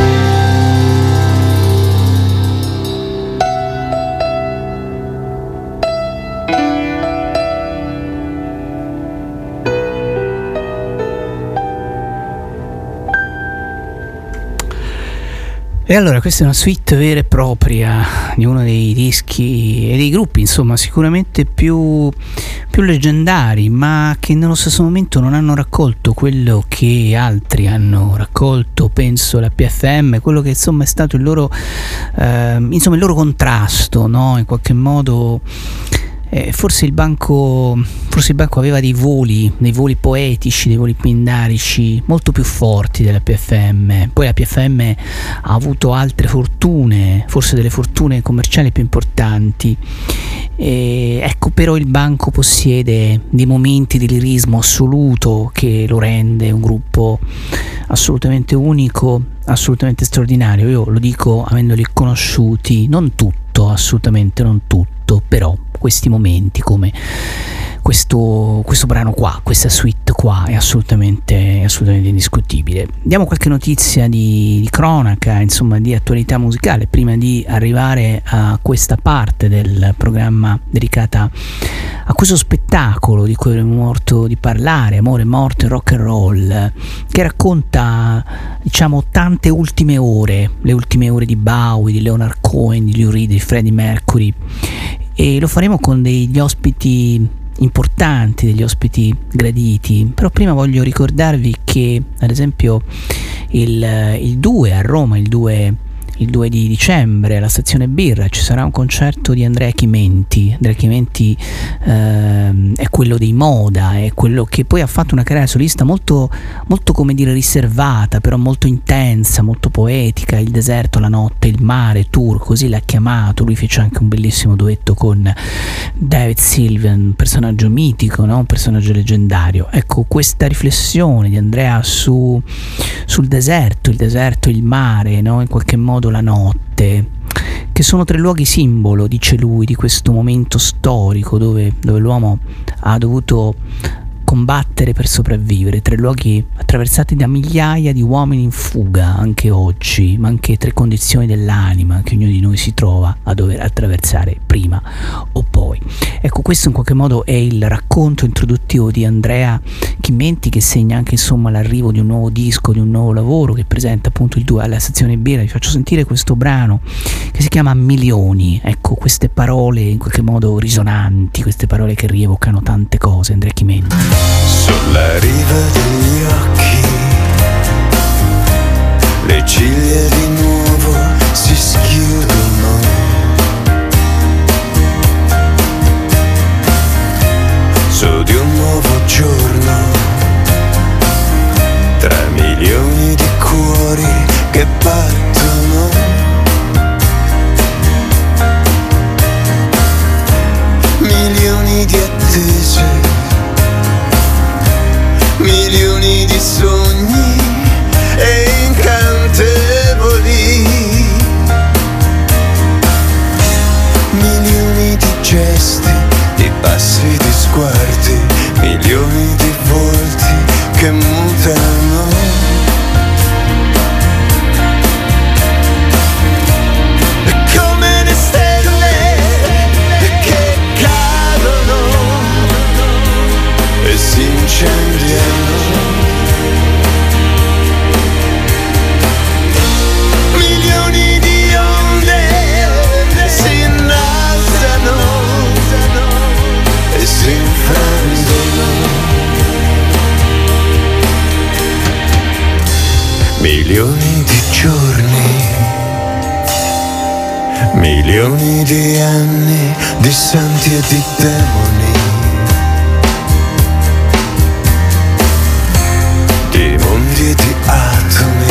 E allora questa è una suite vera e propria di uno dei dischi e dei gruppi, insomma, sicuramente più, più leggendari, ma che nello stesso momento non hanno raccolto quello che altri hanno raccolto, penso la P F M, quello che insomma è stato il loro, eh, insomma, il loro contrasto, no? In qualche modo. Eh, forse il banco forse il banco aveva dei voli dei voli poetici, dei voli pindarici molto più forti della P F M. Poi la P F M ha avuto altre fortune, forse delle fortune commerciali più importanti, e ecco, però il banco possiede dei momenti di lirismo assoluto che lo rende un gruppo assolutamente unico, assolutamente straordinario. Io lo dico avendoli conosciuti, non tutto, assolutamente non tutto, però questi momenti, come questo, questo brano qua, questa suite qua, è assolutamente, assolutamente indiscutibile. Diamo qualche notizia di, di cronaca, insomma, di attualità musicale, prima di arrivare a questa parte del programma dedicata a questo spettacolo di cui avremmo morto di parlare, Amore, Morte, Rock and Roll, che racconta, diciamo, tante ultime ore, le ultime ore di Bowie, di Leonard Cohen, di Lou Reed, di Freddie Mercury, e lo faremo con degli ospiti importanti, degli ospiti graditi. Però prima voglio ricordarvi che ad esempio il, il due a Roma, il due il due di dicembre alla Stazione Birra ci sarà un concerto di Andrea Chimenti. Andrea Chimenti ehm, è quello dei Moda, è quello che poi ha fatto una carriera solista molto, molto, come dire, riservata, però molto intensa, molto poetica. Il deserto, la notte, il mare, Tour, così l'ha chiamato. Lui fece anche un bellissimo duetto con David Sylvian, un personaggio mitico, no? Un personaggio leggendario. Ecco, questa riflessione di Andrea su, sul deserto, il deserto, il mare, no? In qualche modo la notte, che sono tre luoghi simbolo, dice lui, di questo momento storico dove, dove l'uomo ha dovuto combattere per sopravvivere, tre luoghi attraversati da migliaia di uomini in fuga anche oggi, ma anche tre condizioni dell'anima che ognuno di noi si trova a dover attraversare prima o poi. Ecco, questo in qualche modo è il racconto introduttivo di Andrea Chimenti, che segna anche, insomma, l'arrivo di un nuovo disco, di un nuovo lavoro, che presenta appunto il due alla Stazione Birra. Vi faccio sentire questo brano che si chiama Milioni. Ecco, queste parole in qualche modo risonanti, queste parole che rievocano tante cose. Andrea Chimenti. Sulla riva degli occhi, le ciglia di nuovo si schiudono, gesti, di passi, di sguardi, milioni di volti che mutano. E come le stelle che cadono e si incendiano. Milioni di onde si innalzano e si infrangono. Milioni di giorni, milioni di anni, di santi e di demoni, di mondi e di atomi,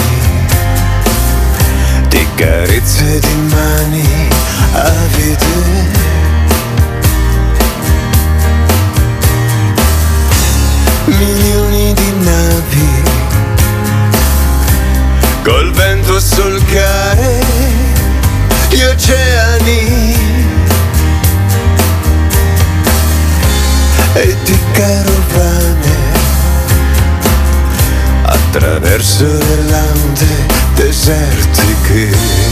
di carezze di mani avide. Milioni di navi col vento a solcare gli oceani e di carovane attraverso le lande desertiche.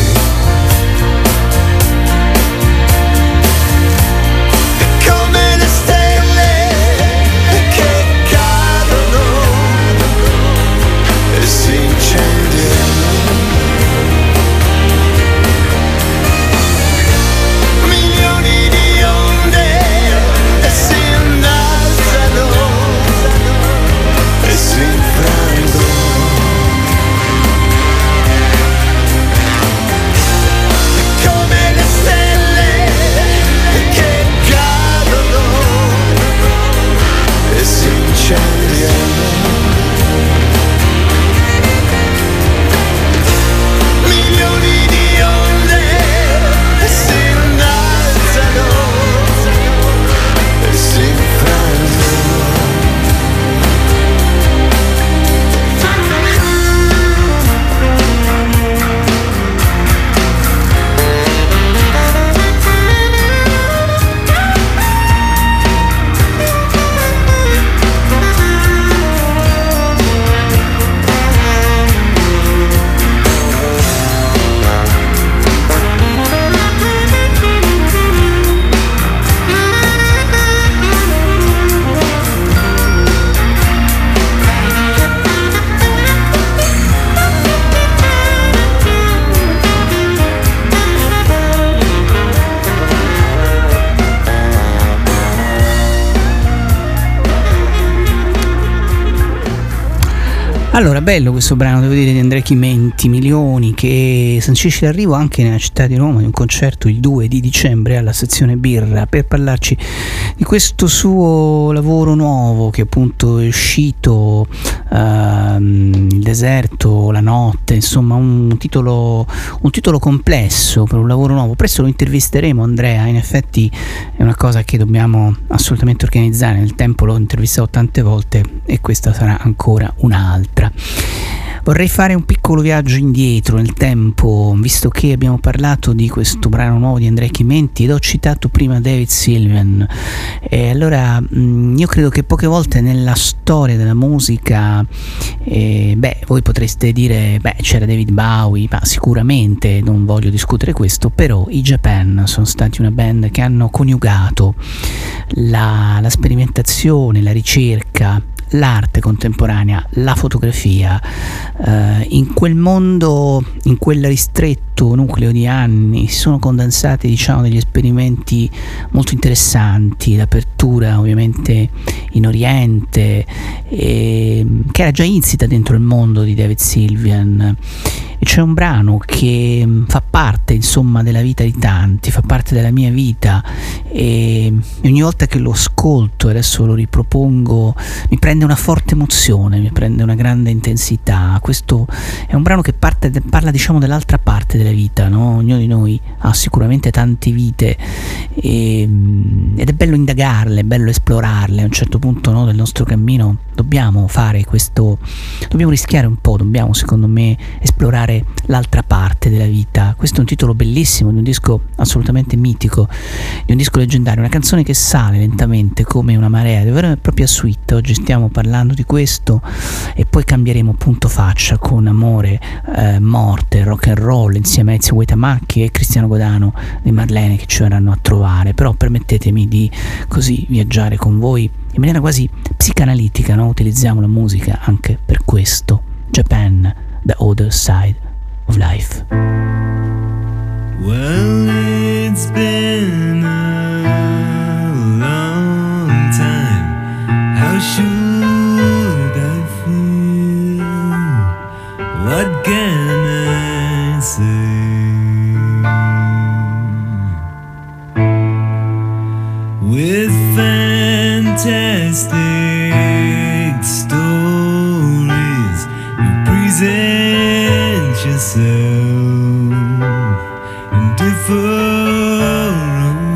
Allora, bello questo brano, devo dire, di Andrea Chimenti, Milioni, che sancisce l'arrivo anche nella città di Roma di un concerto il due di dicembre alla Sezione Birra, per parlarci di questo suo lavoro nuovo che appunto è uscito, ehm, Il deserto, La notte, insomma un titolo, un titolo complesso per un lavoro nuovo. Presto lo intervisteremo, Andrea, in effetti è una cosa che dobbiamo assolutamente organizzare, nel tempo l'ho intervistato tante volte e questa sarà ancora un'altra. Vorrei fare un piccolo viaggio indietro nel tempo, visto che abbiamo parlato di questo brano nuovo di Andrea Chimenti ed ho citato prima David Sylvian. E allora mh, io credo che poche volte nella storia della musica, eh, beh, voi potreste dire, beh, c'era David Bowie, ma sicuramente non voglio discutere questo, però i Japan sono stati una band che hanno coniugato la, la sperimentazione, la ricerca, l'arte contemporanea, la fotografia, eh, in quel mondo, in quel ristretto nucleo di anni si sono condensati, diciamo, degli esperimenti molto interessanti, l'apertura ovviamente in Oriente, e, che era già insita dentro il mondo di David Sylvian. E c'è un brano che fa parte, insomma, della vita di tanti, fa parte della mia vita, e ogni volta che lo ascolto, adesso lo ripropongo, mi prende una forte emozione, mi prende una grande intensità. Questo è un brano che parte, parla, diciamo, dell'altra parte della vita, no? Ognuno di noi ha sicuramente tante vite, e, ed è bello indagarle, è bello esplorarle. A un certo punto, no, del nostro cammino dobbiamo fare questo, dobbiamo rischiare un po', dobbiamo, secondo me, esplorare trovare l'altra parte della vita. Questo è un titolo bellissimo di un disco assolutamente mitico, di un disco leggendario, una canzone che sale lentamente come una marea, è vera e propria suite. Oggi stiamo parlando di questo e poi cambieremo punto faccia con amore, eh, morte, rock and roll insieme a Ezio Guaitamacchi e Cristiano Godano di Marlene che ci verranno a trovare. Però permettetemi di così viaggiare con voi in maniera quasi psicanalitica, no? Utilizziamo la musica anche per questo. Japan, The Other Side of Life. Well, it's been a long time. How should I feel? What can I say? With fantastic stories, you present yourself in different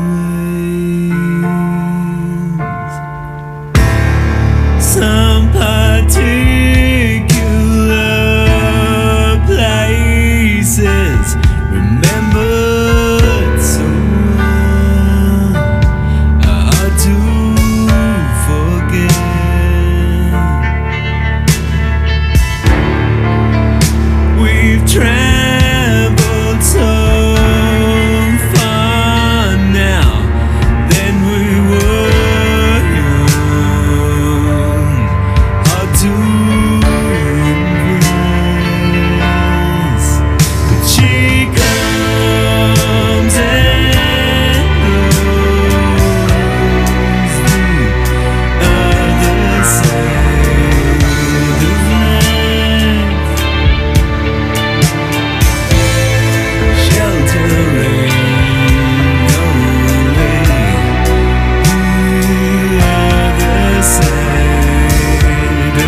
ways. Some particular places remembered so hard to forget. We've traveled so far now than we were young, hard to embrace. But she comes and goes, the other side of life. Sheltering away, the other side of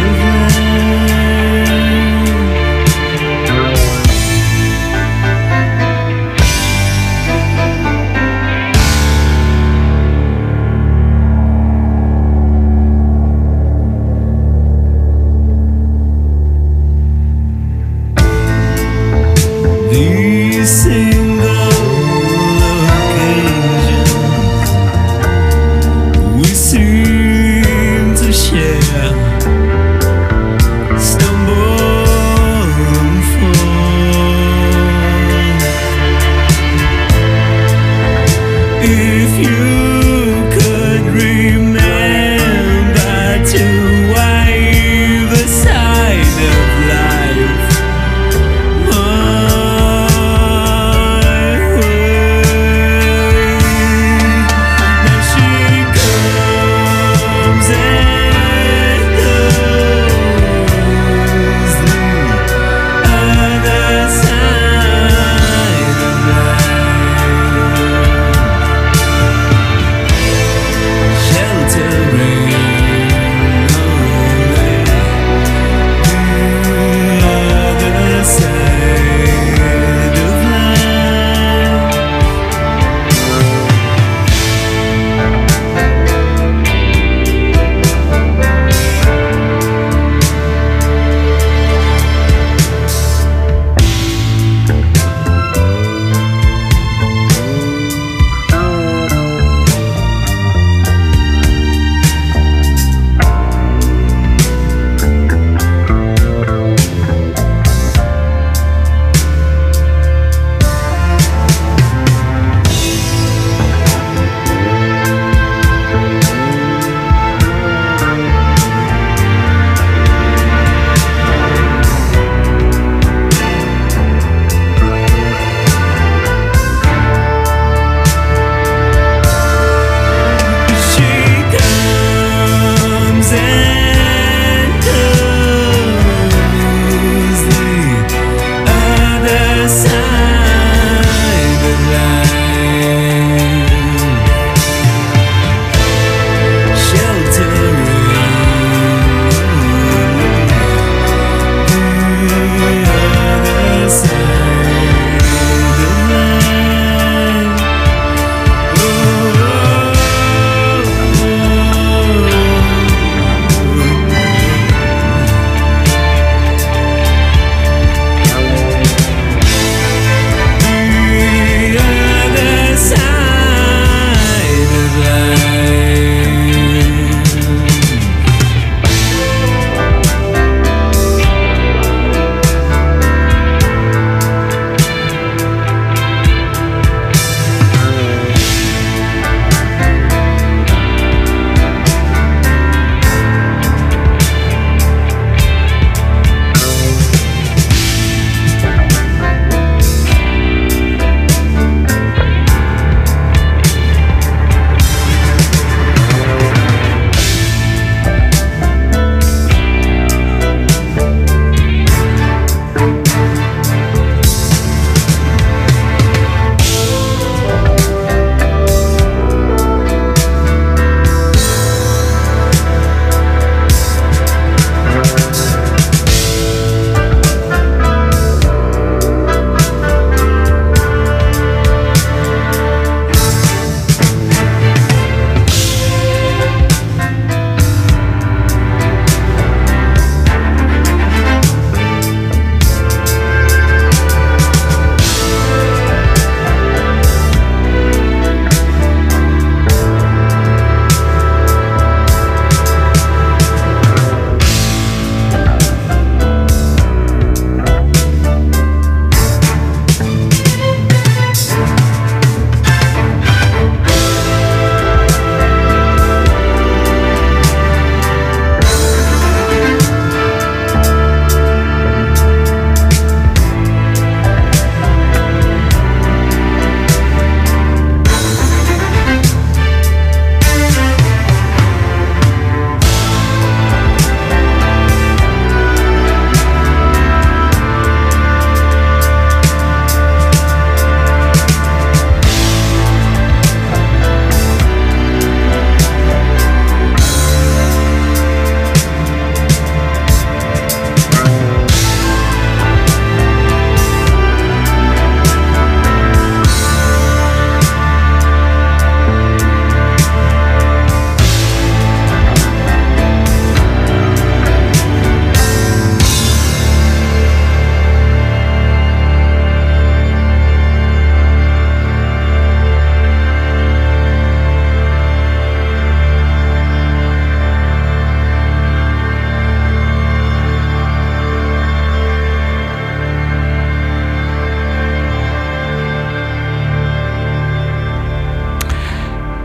these single occasions we seem to share, stumble and fall. If you could remember to either side of life, sheltering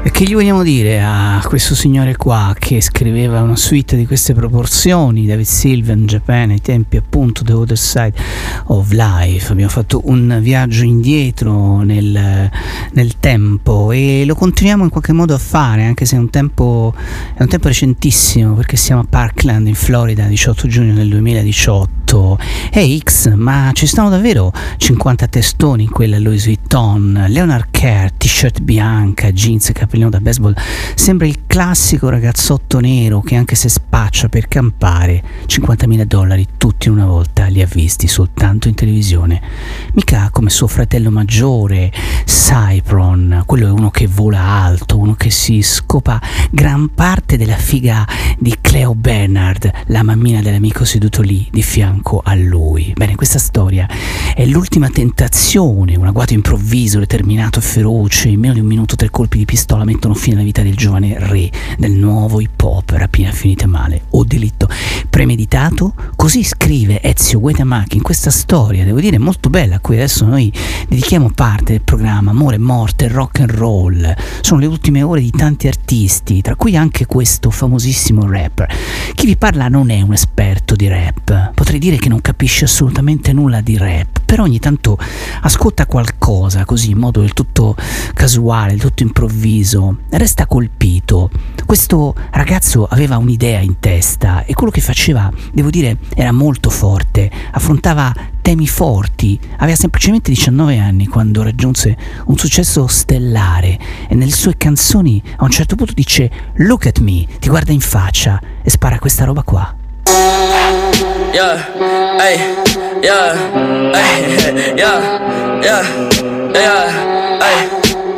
Che gli vogliamo dire a questo signore qua che scriveva una suite di queste proporzioni, David Sylvian, Japan, ai tempi appunto The Other Side of Life? Abbiamo fatto un viaggio indietro nel, nel tempo e lo continuiamo in qualche modo a fare, anche se è un tempo, è un tempo recentissimo, perché siamo a Parkland in Florida, diciotto giugno del duemiladiciotto. E X, ma ci stanno davvero cinquanta testoni in quella Louis Vuitton, Leonard Kerr, t-shirt bianca, jeans e capellino da baseball. Sembra il classico ragazzotto nero che, anche se spaccia per campare, cinquantamila dollari tutti in una volta li ha visti soltanto in televisione. Mica come suo fratello maggiore Cypron, quello è uno che vola alto, uno che si scopa gran parte della figa di Cleo Bernard, la mammina dell'amico seduto lì di fianco a lui. Bene, questa storia è l'ultima tentazione, un agguato improvviso, determinato e feroce. In meno di un minuto tre colpi di pistola mettono fine alla vita del giovane re del nuovo hip hop, rapina finita male o delitto premeditato. Così scrive Ezio Guaitamacchi in questa storia, devo dire molto bella, a cui adesso noi dedichiamo parte del programma Amore, morte, rock and roll. Sono le ultime ore di tanti artisti, tra cui anche questo famosissimo rapper. Chi vi parla non è un esperto di rap, potrei dire che non capisce assolutamente nulla di rap, però ogni tanto ascolta qualcosa così in modo del tutto casuale, del tutto improvviso, resta colpito. Questo ragazzo aveva un'idea in testa e quello che faceva, devo dire, era molto forte, affrontava temi forti, aveva semplicemente diciannove anni quando raggiunse un successo stellare e nelle sue canzoni a un certo punto dice "Look at me", ti guarda in faccia e spara questa roba qua. Yeah, hey, yeah, hey, yeah, yeah, yeah, hey.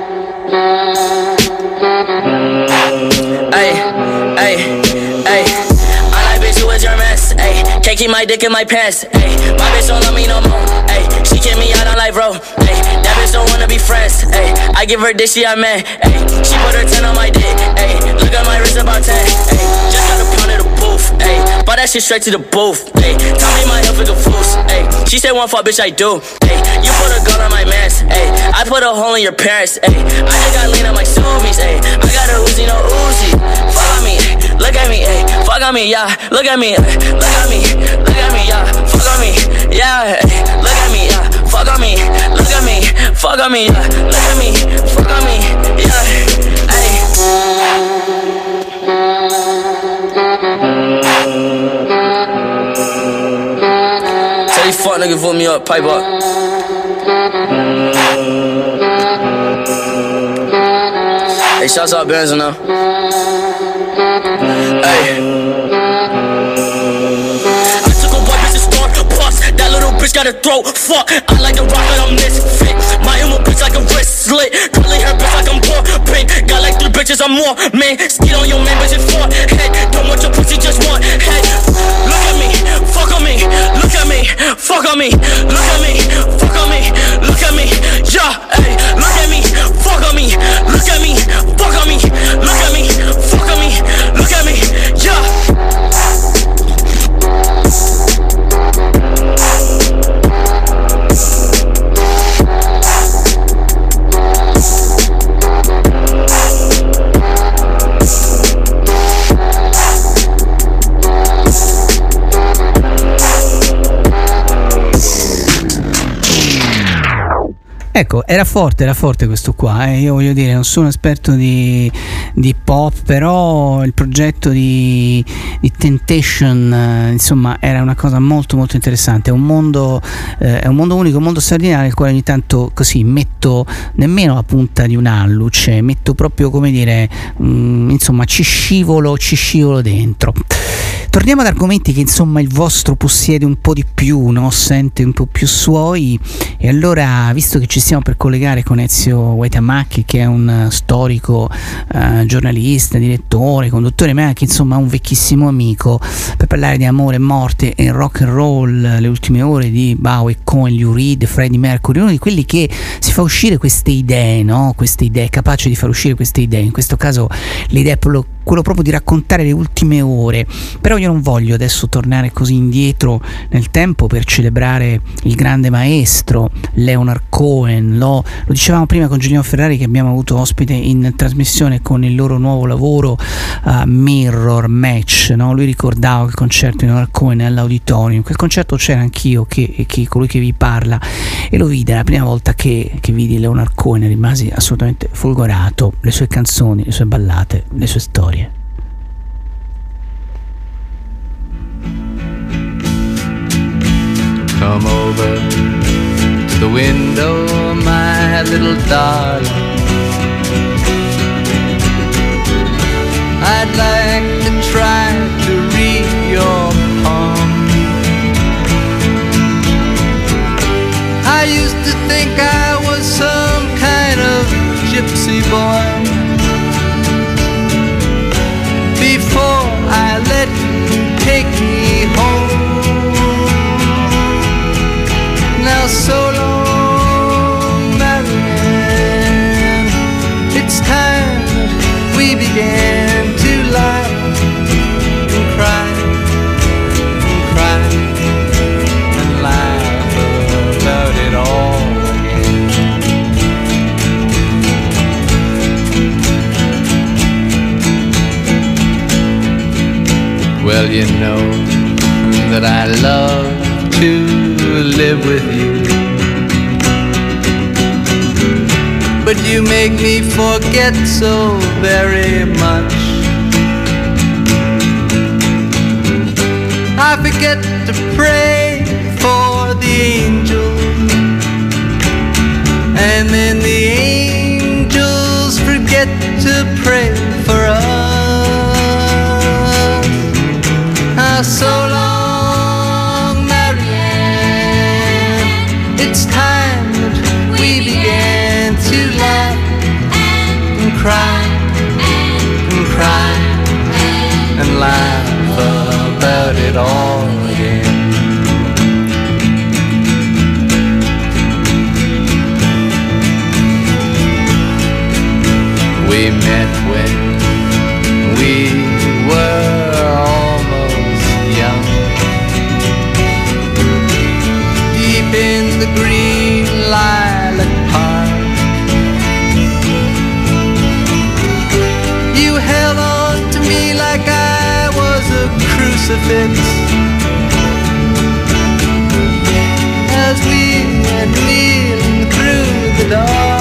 Hey, hey, hey. I like bitch who is your mess. Hey, can't keep my dick in my pants. Hey, my bitch don't love me no more. Hey, she kick me out on life, bro. Hey, that bitch don't wanna be friends. Hey, I give her dick, she I man. Hey, she put her ten on my dick. Hey, look at my wrist about ten. Hey, just got a pound of the booth. Hey, bought that shit straight to the booth. Hey, tell me my health is a fool's. Hey, she said one fuck, bitch, I do. Hey, you put a gun on my mans. Hey, I put a hole in your parents. Hey, I just got lean on my Subies. Hey, I got a Uzi, no Uzi. Fuck on me, look at me. Hey, fuck on me, yeah. Look at me, look at me, look at me, yeah. Fuck on me, yeah. Look at me, yeah. Fuck on me, look at me, fuck on me, yeah. Look at me, fuck on me, yeah. Hey. Tell these fuck niggas vote me up, pipe up. Hey, shouts out Benz now. Hey. That little bitch got a throat, fuck. I like the rock, but I'm misfit. My emo bitch like a wrist slit. Curly hair bitch like I'm poor pink. Got like three bitches, I'm more man. Skid on your man, bitch, it's four head. Don't want your pussy, just one head. Look at me, fuck on me. Look at me, fuck on me. Look at me, fuck on me. Look at me, yeah, hey. Look at me, fuck on me. Look at me, fuck on me. Look at me, fuck on me. Look at me, yeah. Ecco, era forte, era forte questo qua, eh. Io voglio dire, non sono esperto di, di pop, però il progetto di, di Temptation, eh, insomma, era una cosa molto molto interessante. È un mondo, eh, è un mondo unico, un mondo straordinario, nel quale ogni tanto così metto nemmeno la punta di un alluce, metto proprio, come dire, mh, insomma, ci scivolo, ci scivolo dentro. Torniamo ad argomenti che insomma il vostro possiede un po' di più, no? Sente un po' più suoi, e allora, visto che ci stiamo per collegare con Ezio Guaitamacchi, che è un storico eh, giornalista, direttore, conduttore, ma anche insomma un vecchissimo amico, per parlare di amore, morte e rock and roll, le ultime ore di Bowie, Cohen, Lou Reed, Freddie Mercury, uno di quelli che si fa uscire queste idee, no? Queste idee, capace di far uscire queste idee, in questo caso le idee proprio quello proprio di raccontare le ultime ore. Però io non voglio adesso tornare così indietro nel tempo per celebrare il grande maestro Leonard Cohen. Lo, lo dicevamo prima con Giuliano Ferrari, che abbiamo avuto ospite in trasmissione con il loro nuovo lavoro uh, Mirror Match, no? Lui ricordava il concerto di Leonard Cohen all'Auditorium. Quel concerto c'era anch'io, che, che colui che vi parla, e lo vide la prima volta che, che vidi Leonard Cohen, rimasi assolutamente folgorato. Le sue canzoni, le sue ballate, le sue storie. Come over to the window, my little darling. I'd like to try to read your palm. I used to think I was some kind of gypsy boy before I let you take me home. Now so long, Marianne, it's time that we began to laugh and cry and cry and laugh about it all again. Well, you know that I love to live with you, but you make me forget so very much. I forget to pray for the angels, and then the angels forget to pray for us. Ah, so long, Marianne, it's time that we began to laugh and cry and cry and laugh about it all again. We met when we were almost young, deep in the green lilac park. You held on to me like I was a crucifix as we went kneeling through the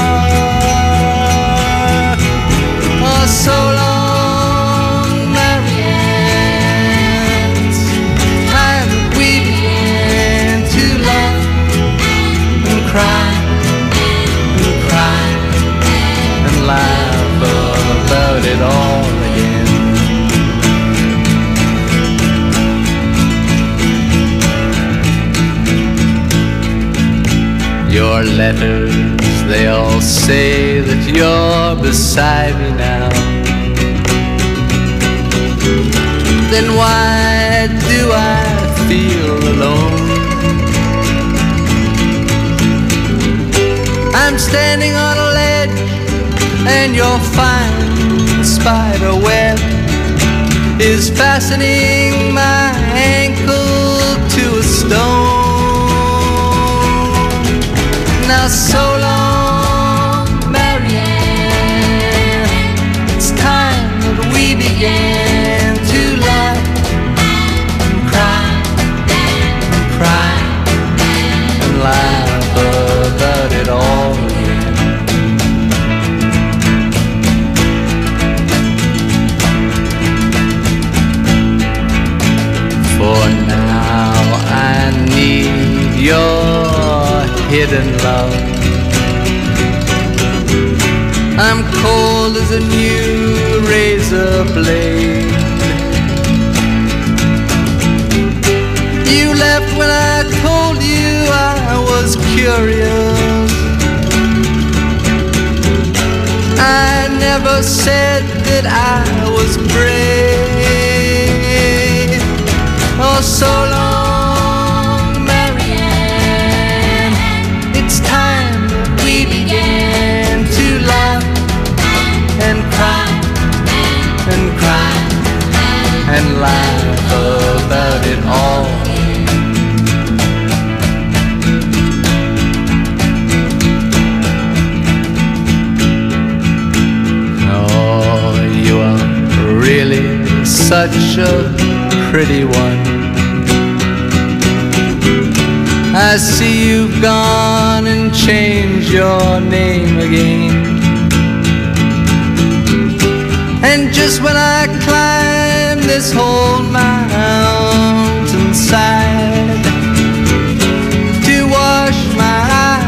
dark. Oh, so long, Marianne, it's time that we began to laugh and cry and cry and laugh about it all again. Your letters, they all say that you're beside me now. Then why do I feel alone? I'm standing on a ledge and your fine spider web is fastening my ankle to a stone. Now so long, Marianne, it's time that we began to laugh and cry and cry and laugh about it all again. For now I need your hidden love. I'm cold as a new razor blade. You left when I told you I was curious. I never said that I was brave. Oh, so long, Marianne, it's time that we began to laugh and cry and cry such a pretty one. I see you've gone and changed your name again. And just when I climb this whole mountainside to wash my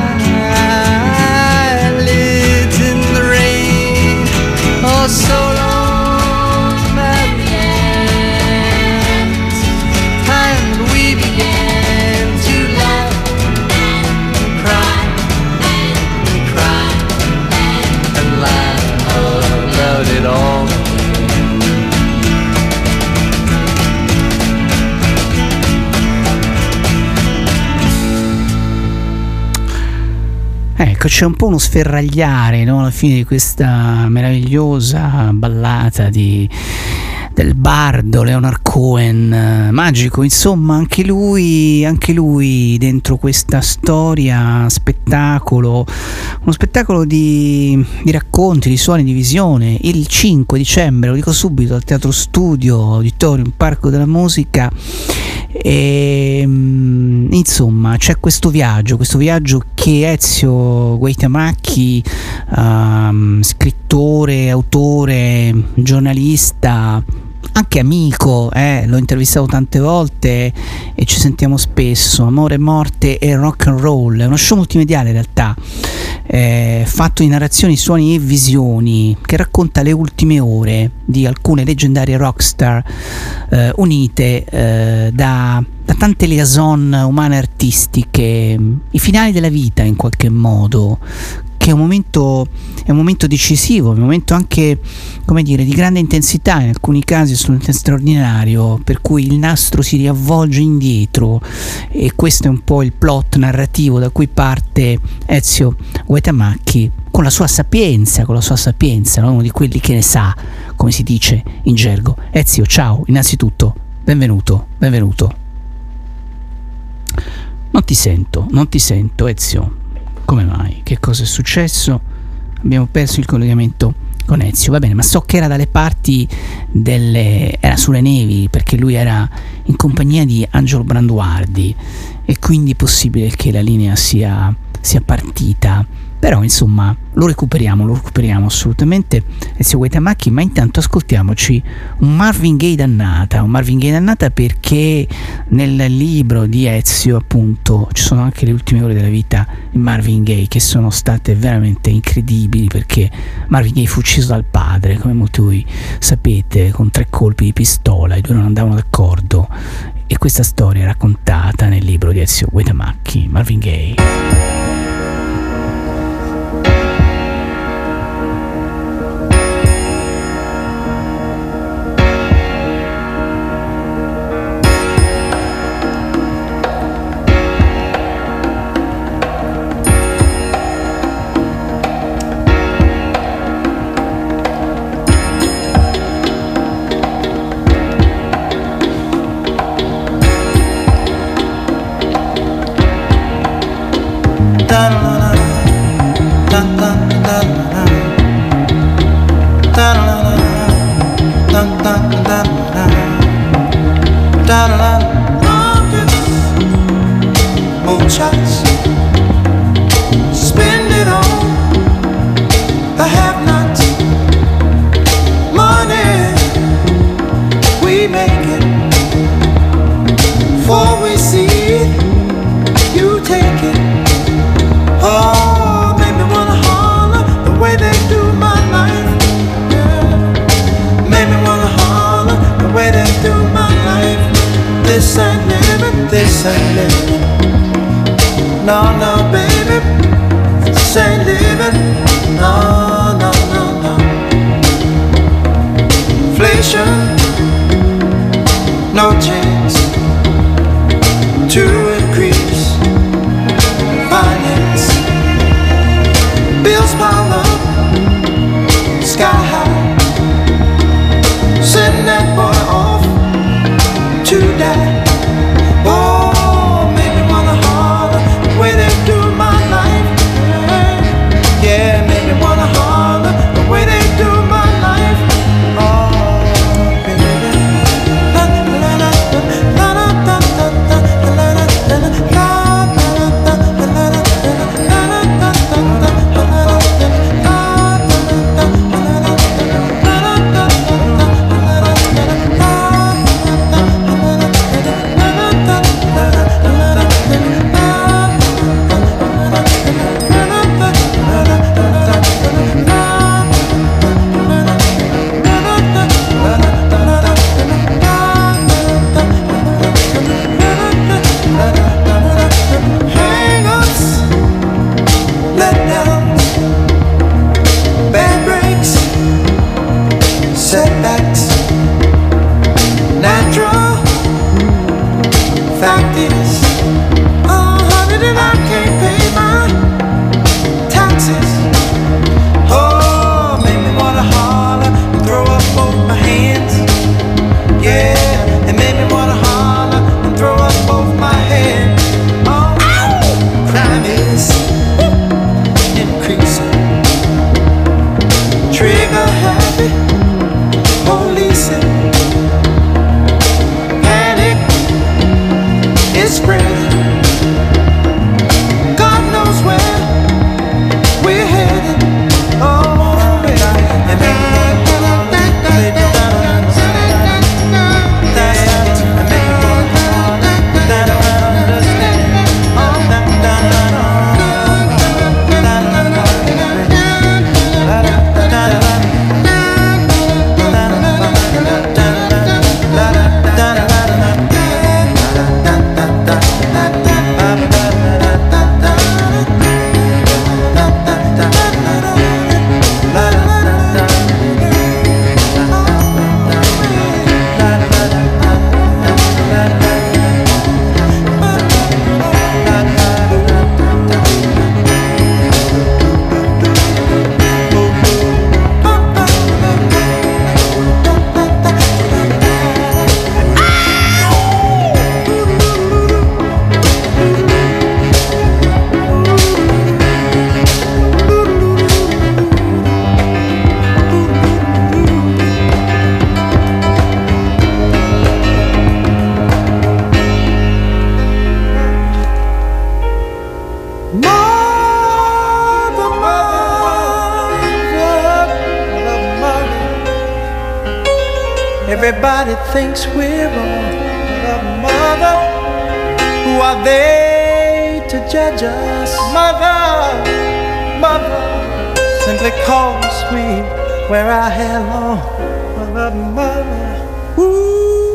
eyelids in the rain, oh so long Marianne, and we began to laugh and cry and cry and laugh about it all. Ecco, c'è un po' uno sferragliare, no? Alla fine di questa meravigliosa ballata di, del bardo Leonard Cohen, eh, magico, insomma, anche lui, anche lui dentro questa storia, spettacolo, uno spettacolo di, di racconti, di suoni, di visione. Il cinque dicembre, lo dico subito, al Teatro Studio, Auditorium, Parco della Musica. E insomma c'è questo viaggio, questo viaggio che Ezio Guaitamacchi, um, scrittore, autore, giornalista, anche amico, eh, l'ho intervistato tante volte e ci sentiamo spesso. Amore, morte e rock and roll è uno show multimediale in realtà, eh, fatto di narrazioni, suoni e visioni, che racconta le ultime ore di alcune leggendarie rockstar eh, unite eh, da, da tante liaison umane e artistiche, i finali della vita in qualche modo, che è un momento, è un momento decisivo, un momento anche, come dire, di grande intensità, in alcuni casi assolutamente straordinario, per cui il nastro si riavvolge indietro, e questo è un po' il plot narrativo da cui parte Ezio Guaitamacchi con la sua sapienza, con la sua sapienza, no? Uno di quelli che ne sa, come si dice in gergo. Ezio, ciao, innanzitutto, benvenuto, benvenuto. Non ti sento, non ti sento, Ezio. Come mai? Che cosa è successo? Abbiamo perso il collegamento con Ezio. Va bene, ma so che era dalle parti delle... era sulle nevi, perché lui era in compagnia di Angelo Branduardi e quindi è possibile che la linea sia, sia partita. Però insomma lo recuperiamo, lo recuperiamo assolutamente, Ezio Guaitamacchi. Ma intanto ascoltiamoci un Marvin Gaye dannata, un Marvin Gaye dannata perché nel libro di Ezio appunto ci sono anche le ultime ore della vita di Marvin Gaye, che sono state veramente incredibili, perché Marvin Gaye fu ucciso dal padre, come molti voi sapete, con tre colpi di pistola, i due non andavano d'accordo, e questa storia è raccontata nel libro di Ezio Guaitamacchi, Marvin Gaye. Send that boy off to die. Oh, maybe easy. Police panic is spreading. God knows where we're headed. Oh, yeah. And they everybody thinks we're wrong, but mother, who are they to judge us? Mother, mother, simply cause we wear our hair long. Mother, mother, ooh.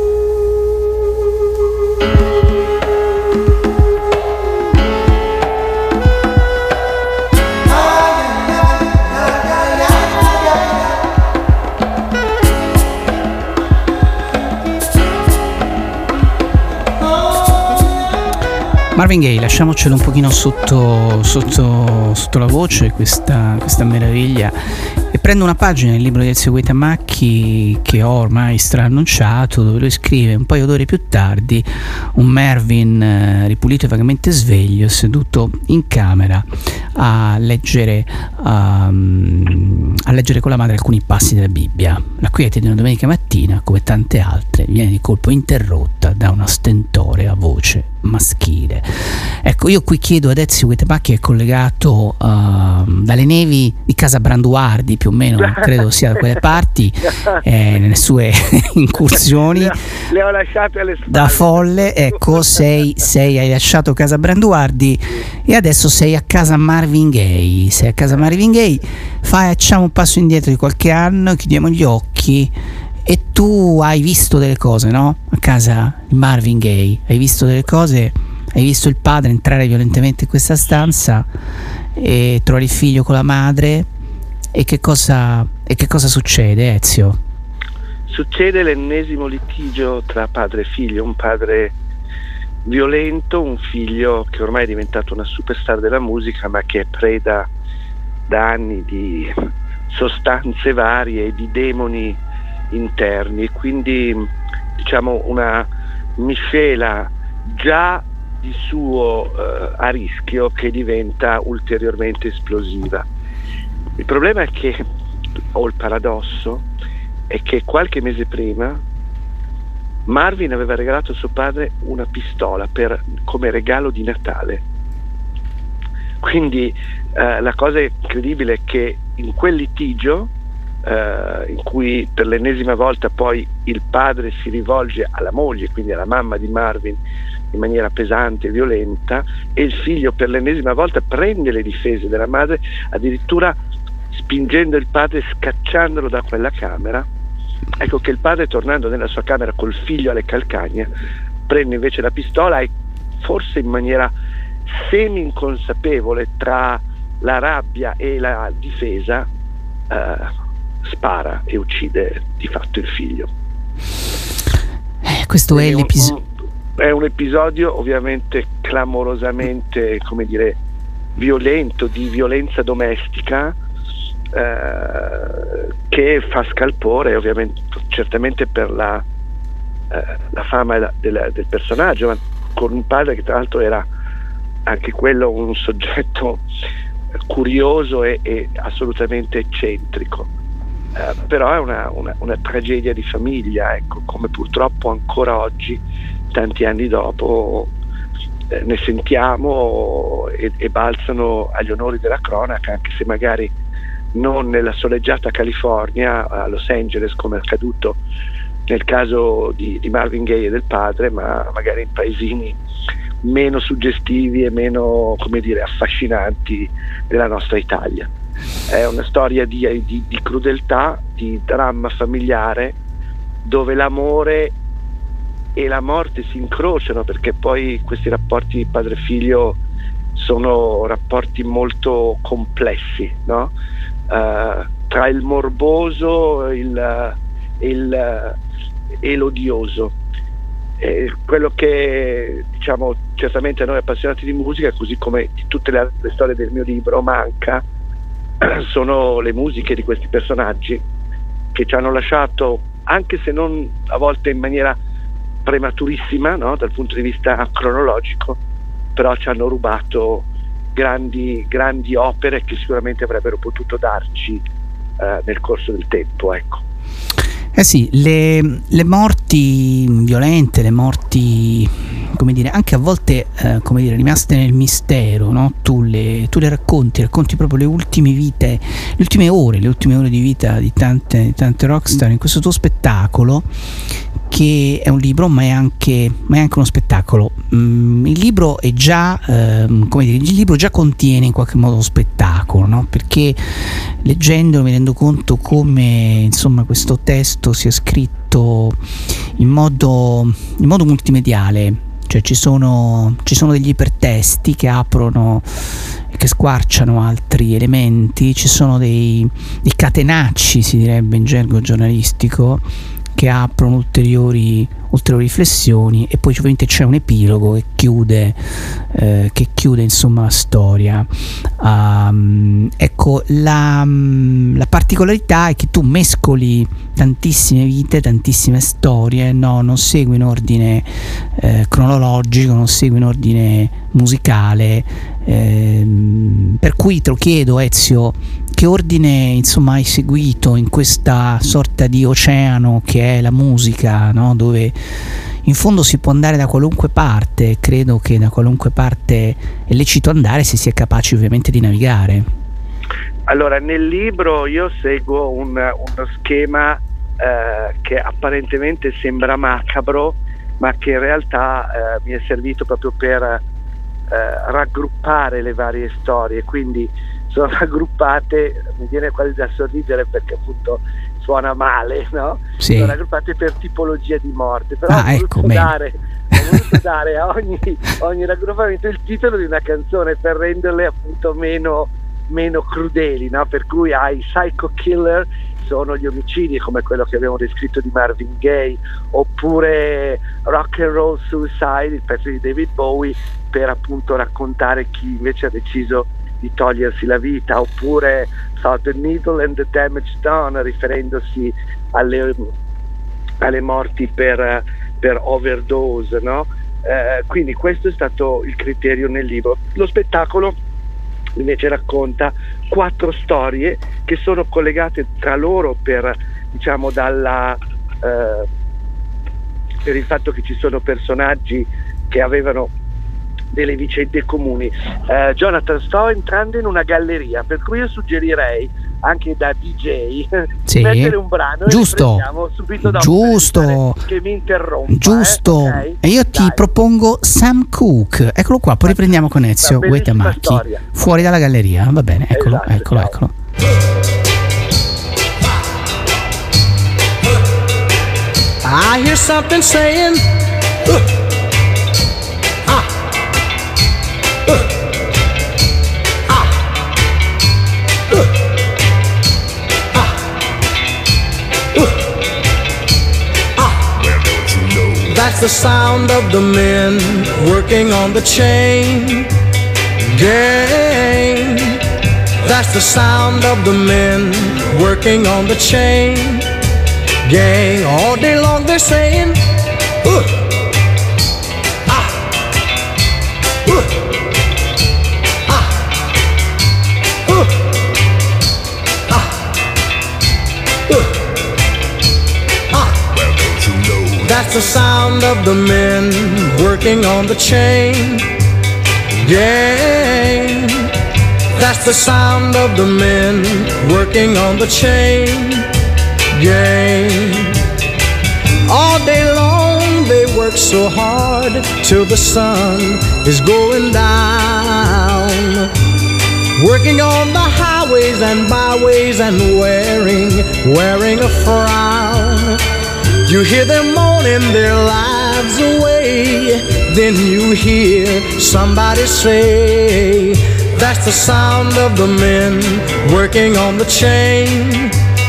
Marvin Gaye, lasciamocelo un pochino sotto, sotto, sotto la voce, questa, questa meraviglia, e prendo una pagina nel libro di Ezio Guaitamacchi che ho ormai straannunciato, dove lui scrive: un paio d'ore più tardi un Marvin eh, ripulito e vagamente sveglio, seduto in camera a leggere, um, a leggere con la madre alcuni passi della Bibbia. La quiete di una domenica mattina, come tante altre, viene di colpo interrotta da una stentorea voce maschile. Ecco, io qui chiedo ad Ezio Guaitamacchi, che è collegato uh, dalle nevi di Casa Branduardi, più o meno, credo sia da quelle parti, eh, nelle sue incursioni. Le, le ho lasciate alle spalle. Da folle, ecco, sei, sei, hai lasciato Casa Branduardi e adesso sei a casa Marvin Gaye. Sei a casa Marvin Gaye, facciamo un passo indietro di qualche anno, chiudiamo gli occhi. E tu hai visto delle cose, no? A casa di Marvin Gaye, hai visto delle cose, hai visto il padre entrare violentemente in questa stanza e trovare il figlio con la madre. E che cosa, e che cosa succede, Ezio? Succede l'ennesimo litigio tra padre e figlio, un padre violento, un figlio che ormai è diventato una superstar della musica, ma che è preda da anni di sostanze varie e di demoni interni, quindi diciamo una miscela già di suo eh, a rischio che diventa ulteriormente esplosiva. Il problema è che, o il paradosso, è che qualche mese prima Marvin aveva regalato a suo padre una pistola per, come regalo di Natale. Quindi eh, la cosa incredibile è che in quel litigio, Uh, in cui per l'ennesima volta poi il padre si rivolge alla moglie, quindi alla mamma di Marvin, in maniera pesante e violenta, e il figlio per l'ennesima volta prende le difese della madre, addirittura spingendo il padre, scacciandolo da quella camera. Ecco che il padre, tornando nella sua camera col figlio alle calcagna, prende invece la pistola e, forse in maniera semi inconsapevole, tra la rabbia e la difesa, uh, spara e uccide di fatto il figlio. Eh, questo è, è l'episodio. È un episodio ovviamente clamorosamente, come dire, violento, di violenza domestica, eh, che fa scalpore, ovviamente, certamente per la, eh, la fama del, del personaggio, ma con un padre che tra l'altro era anche quello un soggetto curioso e, e assolutamente eccentrico. eh, però è una, una, una tragedia di famiglia, ecco, come purtroppo ancora oggi, tanti anni dopo, eh, ne sentiamo e, e balzano agli onori della cronaca, anche se magari non nella soleggiata California, a Los Angeles, come è accaduto nel caso di, di Marvin Gaye e del padre, ma magari in paesini meno suggestivi e meno, come dire, affascinanti della nostra Italia. È una storia di, di, di crudeltà, di dramma familiare, dove l'amore e la morte si incrociano, perché poi questi rapporti padre-figlio sono rapporti molto complessi, no? Uh, tra il morboso il, il, e l'odioso. E quello che, diciamo, certamente a noi appassionati di musica, così come di tutte le altre storie del mio libro, manca sono le musiche di questi personaggi che ci hanno lasciato, anche se non a volte in maniera prematurissima, no? Dal punto di vista cronologico, però ci hanno rubato grandi, grandi opere che sicuramente avrebbero potuto darci eh, nel corso del tempo, ecco. Eh sì, le, le morti violente, le morti, come dire, anche a volte eh, come dire, rimaste nel mistero, no? Tu le, tu le racconti, racconti proprio le ultime vite, le ultime ore, le ultime ore di vita di tante, di tante rockstar in questo tuo spettacolo, che è un libro ma è anche, ma è anche uno spettacolo. Mm, il libro è già, ehm, come dire, il libro già contiene in qualche modo lo spettacolo, no? Perché leggendolo mi rendo conto come, insomma, questo testo sia scritto in modo, in modo multimediale, cioè ci sono, ci sono degli ipertesti che aprono e che squarciano altri elementi, ci sono dei, dei catenacci, si direbbe in gergo giornalistico, che aprono ulteriori, ulteriori riflessioni, e poi ovviamente c'è un epilogo che chiude, eh, che chiude insomma la storia. Um, ecco, la, la particolarità è che tu mescoli tantissime vite, tantissime storie, no? Non segui in ordine eh, cronologico, non segui in ordine musicale, eh, per cui te lo chiedo, Ezio, che ordine insomma hai seguito in questa sorta di oceano che è la musica, no? Dove in fondo si può andare da qualunque parte, credo che da qualunque parte è lecito andare se si è capaci ovviamente di navigare. Allora, nel libro io seguo un, uno schema eh, che apparentemente sembra macabro, ma che in realtà eh, mi è servito proprio per eh, raggruppare le varie storie, quindi sono raggruppate, mi viene quasi da sorridere perché appunto suona male, no? Sì. Sono raggruppate per tipologia di morte, però ah, ho voluto ecco, dare, ho voluto dare a ogni, ogni raggruppamento il titolo di una canzone per renderle appunto meno, meno crudeli, no? Per cui hai Psycho Killer, sono gli omicidi come quello che abbiamo descritto di Marvin Gaye, oppure Rock and Roll Suicide, il pezzo di David Bowie, per appunto raccontare chi invece ha deciso di togliersi la vita, oppure so, The Needle and the Damage Done, riferendosi alle, alle morti per, per overdose, no? Eh, quindi questo è stato il criterio nel libro. Lo spettacolo invece racconta quattro storie che sono collegate tra loro per, diciamo, dalla eh, per il fatto che ci sono personaggi che avevano delle vicende comuni. Eh, Jonathan, sto entrando in una galleria, per cui io suggerirei anche da D J sì. mettere un brano giusto. e subito dopo giusto che mi interrompa. Giusto. Eh? Okay? E io ti Dai. propongo Sam Cooke. Eccolo qua, poi riprendiamo con Ezio Guaitamacchi. Fuori dalla galleria, va bene, eccolo, Esatto, eccolo, ciao. eccolo. I hear something saying uh, ah, uh, ah, uh, ah, uh, ah. Well, don't you know? That's the sound of the men working on the chain gang. That's the sound of the men working on the chain gang. All day long they're saying uh, ah, uh, ah, uh, ah. That's the sound of the men working on the chain gang. That's the sound of the men working on the chain gang. All day long they work so hard till the sun is going down, working on the highways and byways and wearing, wearing a frown. You hear them moaning their lives away, then you hear somebody say, that's the sound of the men working on the chain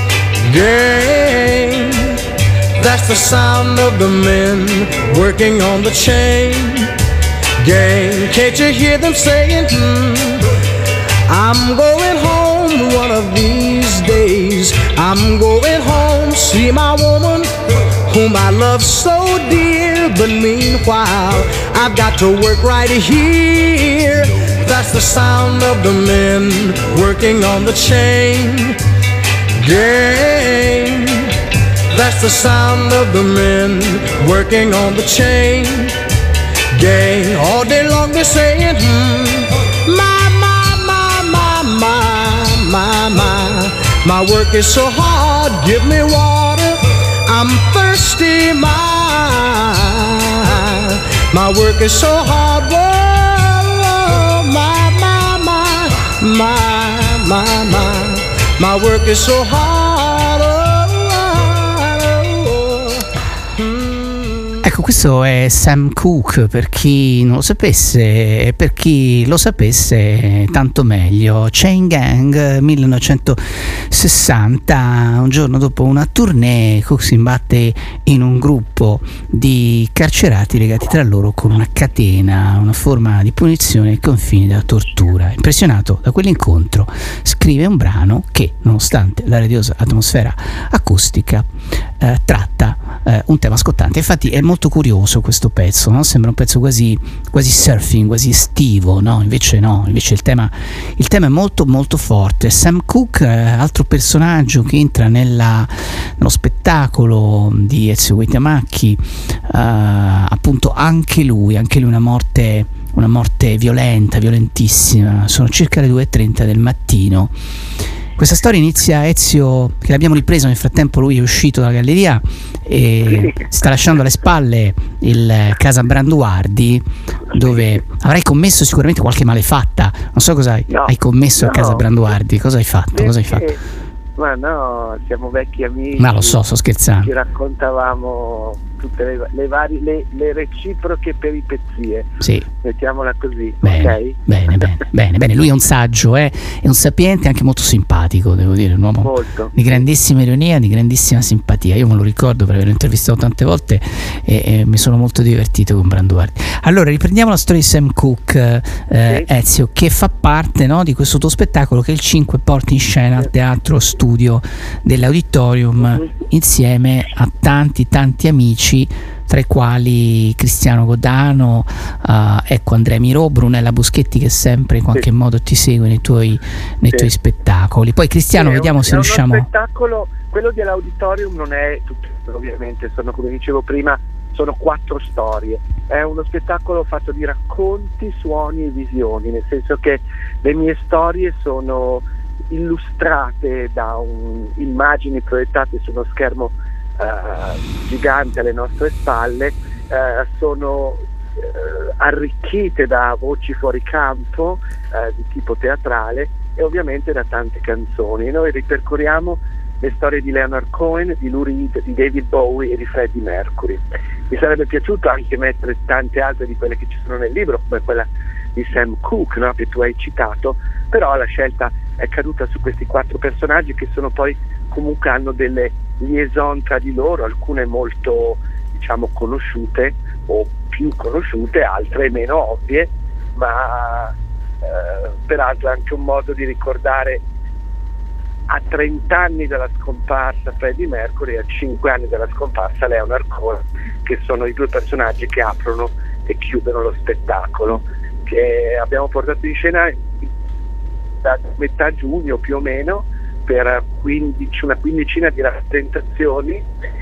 gang. That's the sound of the men working on the chain gang. Can't you hear them saying, hmm, I'm going home one of these days. I'm going home, see my woman whom I love so dear. But meanwhile, I've got to work right here. That's the sound of the men working on the chain gang. That's the sound of the men working on the chain gang. All day long they're saying, hmm, my, my, my, my, my, my, my, my work is so hard, give me water, I'm thirsty, my, my work is so hard, whoa, my, my, my, my, my, my, my work is so hard, oh. Ecco, questo è Sam Cooke, per chi non lo sapesse, e per chi lo sapesse tanto meglio. Chain Gang, millenovecentosessanta, un giorno dopo una tournée, Cooke si imbatte in un gruppo di carcerati legati tra loro con una catena, una forma di punizione ai confini della tortura. Impressionato da quell'incontro, scrive un brano che, nonostante la radiosa atmosfera acustica, eh, tratta eh, un tema scottante. Infatti è molto curioso questo pezzo, no? Sembra un pezzo quasi, quasi surfing, quasi estivo, no? Invece no, invece il tema, il tema è molto molto forte. Sam Cooke, eh, altro personaggio che entra nella, nello spettacolo di Ezio Guitamacchi, eh, appunto anche lui, anche lui una morte, una morte violenta, violentissima. Sono circa le due e trenta del mattino. Questa storia inizia Ezio, che l'abbiamo ripreso nel frattempo, lui è uscito dalla galleria e sta lasciando alle spalle il Casa Branduardi, dove avrai commesso sicuramente qualche malefatta. Non so cosa hai, no, hai commesso no. a Casa Branduardi, cosa hai fatto? Cosa hai fatto? Ma no, siamo vecchi amici. Ma lo so, sto scherzando. Ci raccontavamo tutte le, le varie, le, le reciproche peripezie. Sì. Mettiamola così, bene, ok? Bene, bene, bene, bene. Lui è un saggio, eh? È un sapiente, anche molto simpatico, devo dire, un uomo molto. Di grandissima ironia, di grandissima simpatia. Io me lo ricordo per averlo intervistato tante volte e, e mi sono molto divertito con Branduardi. Allora, riprendiamo la storia di Sam Cooke, eh, sì. Ezio, che fa parte, no, di questo tuo spettacolo che il cinque porta in scena al Teatro Studio dell'Auditorium, mm-hmm. insieme a tanti tanti amici, tra i quali Cristiano Godano, uh, ecco Andrea Miro, Brunella Buschetti, che sempre in qualche sì. modo ti segue nei tuoi, nei sì. tuoi spettacoli. Poi Cristiano, sì, vediamo un, se riusciamo. Lo spettacolo, quello dell'Auditorium non è tutto, ovviamente, sono, come dicevo prima, sono quattro storie. È uno spettacolo fatto di racconti, suoni e visioni, nel senso che le mie storie sono illustrate da un, immagini proiettate su uno schermo Uh, gigante alle nostre spalle, uh, sono uh, arricchite da voci fuori campo uh, di tipo teatrale e ovviamente da tante canzoni. Noi ripercorriamo le storie di Leonard Cohen, di Lou Reed, di David Bowie e di Freddie Mercury. Mi sarebbe piaciuto anche mettere tante altre di quelle che ci sono nel libro, come quella di Sam Cooke, no? Che tu hai citato, però la scelta è caduta su questi quattro personaggi che sono poi comunque hanno delle liaison tra di loro, alcune molto, diciamo, conosciute o più conosciute, altre meno ovvie, ma eh, peraltro è anche un modo di ricordare a trenta anni dalla scomparsa Freddie Mercury e a cinque anni dalla scomparsa Leonard Cohen, che sono i due personaggi che aprono e chiudono lo spettacolo, che abbiamo portato in scena da metà giugno più o meno, per quindici, una quindicina di rappresentazioni,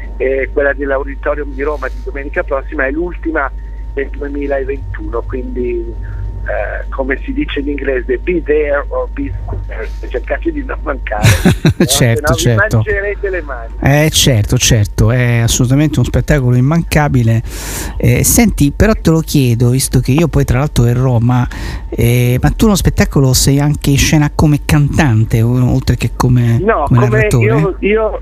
e quella dell'Auditorium di Roma di domenica prossima è l'ultima del duemilaventuno, quindi Uh, come si dice in inglese, be there or be square, cercate di non mancare. Certo, no, certo. Vi mangerete le mani. Eh certo, certo, è assolutamente uno spettacolo immancabile. Eh, senti, però te lo chiedo, visto che io poi tra l'altro verrò, ma, eh, ma tu uno spettacolo sei anche in scena come cantante, oltre che come, no, come come narratore? Io, io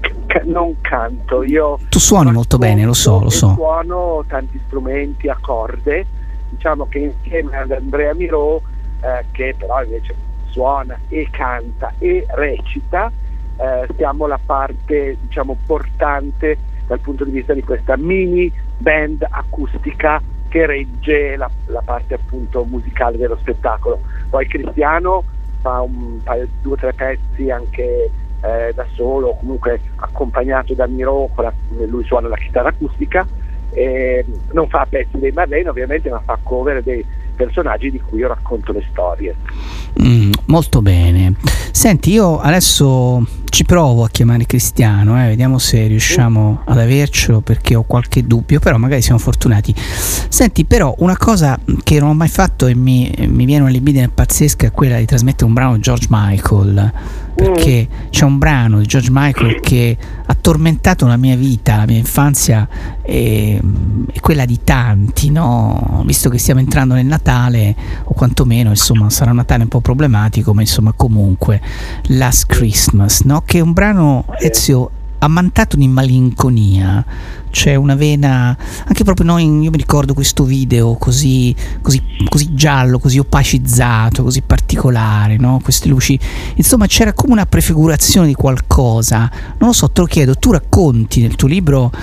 non canto, io tu suoni molto bene, lo so, lo so. Suono tanti strumenti a corde. Diciamo che insieme ad Andrea Mirò, eh, che però invece suona e canta e recita, eh, siamo la parte, diciamo, portante dal punto di vista di questa mini band acustica che regge la, la parte appunto musicale dello spettacolo. Poi Cristiano fa un paio, due o tre pezzi anche eh, da solo, comunque accompagnato da Mirò, con la, lui suona la chitarra acustica. Eh, non fa pezzi dei Marlene ovviamente, ma fa cover dei personaggi di cui io racconto le storie. Mm, molto bene. Senti, io adesso ci provo a chiamare Cristiano, eh, vediamo se riusciamo ad avercelo, perché ho qualche dubbio, però magari siamo fortunati. Senti, però una cosa che non ho mai fatto e mi, mi viene una libidine pazzesca è quella di trasmettere un brano di George Michael, perché mm. c'è un brano di George Michael che ha tormentato la mia vita, la mia infanzia e, e quella di tanti, no? Visto che stiamo entrando nel Natale, o quantomeno insomma sarà un Natale un po' problematico, ma insomma comunque Last Christmas, no? Che è un brano, Ezio, ammantato di malinconia, c'è una vena anche proprio, no, in, io mi ricordo questo video così, così, così giallo, così opacizzato, così particolare, no? Queste luci, insomma c'era come una prefigurazione di qualcosa, non lo so, te lo chiedo, tu racconti nel tuo libro uh,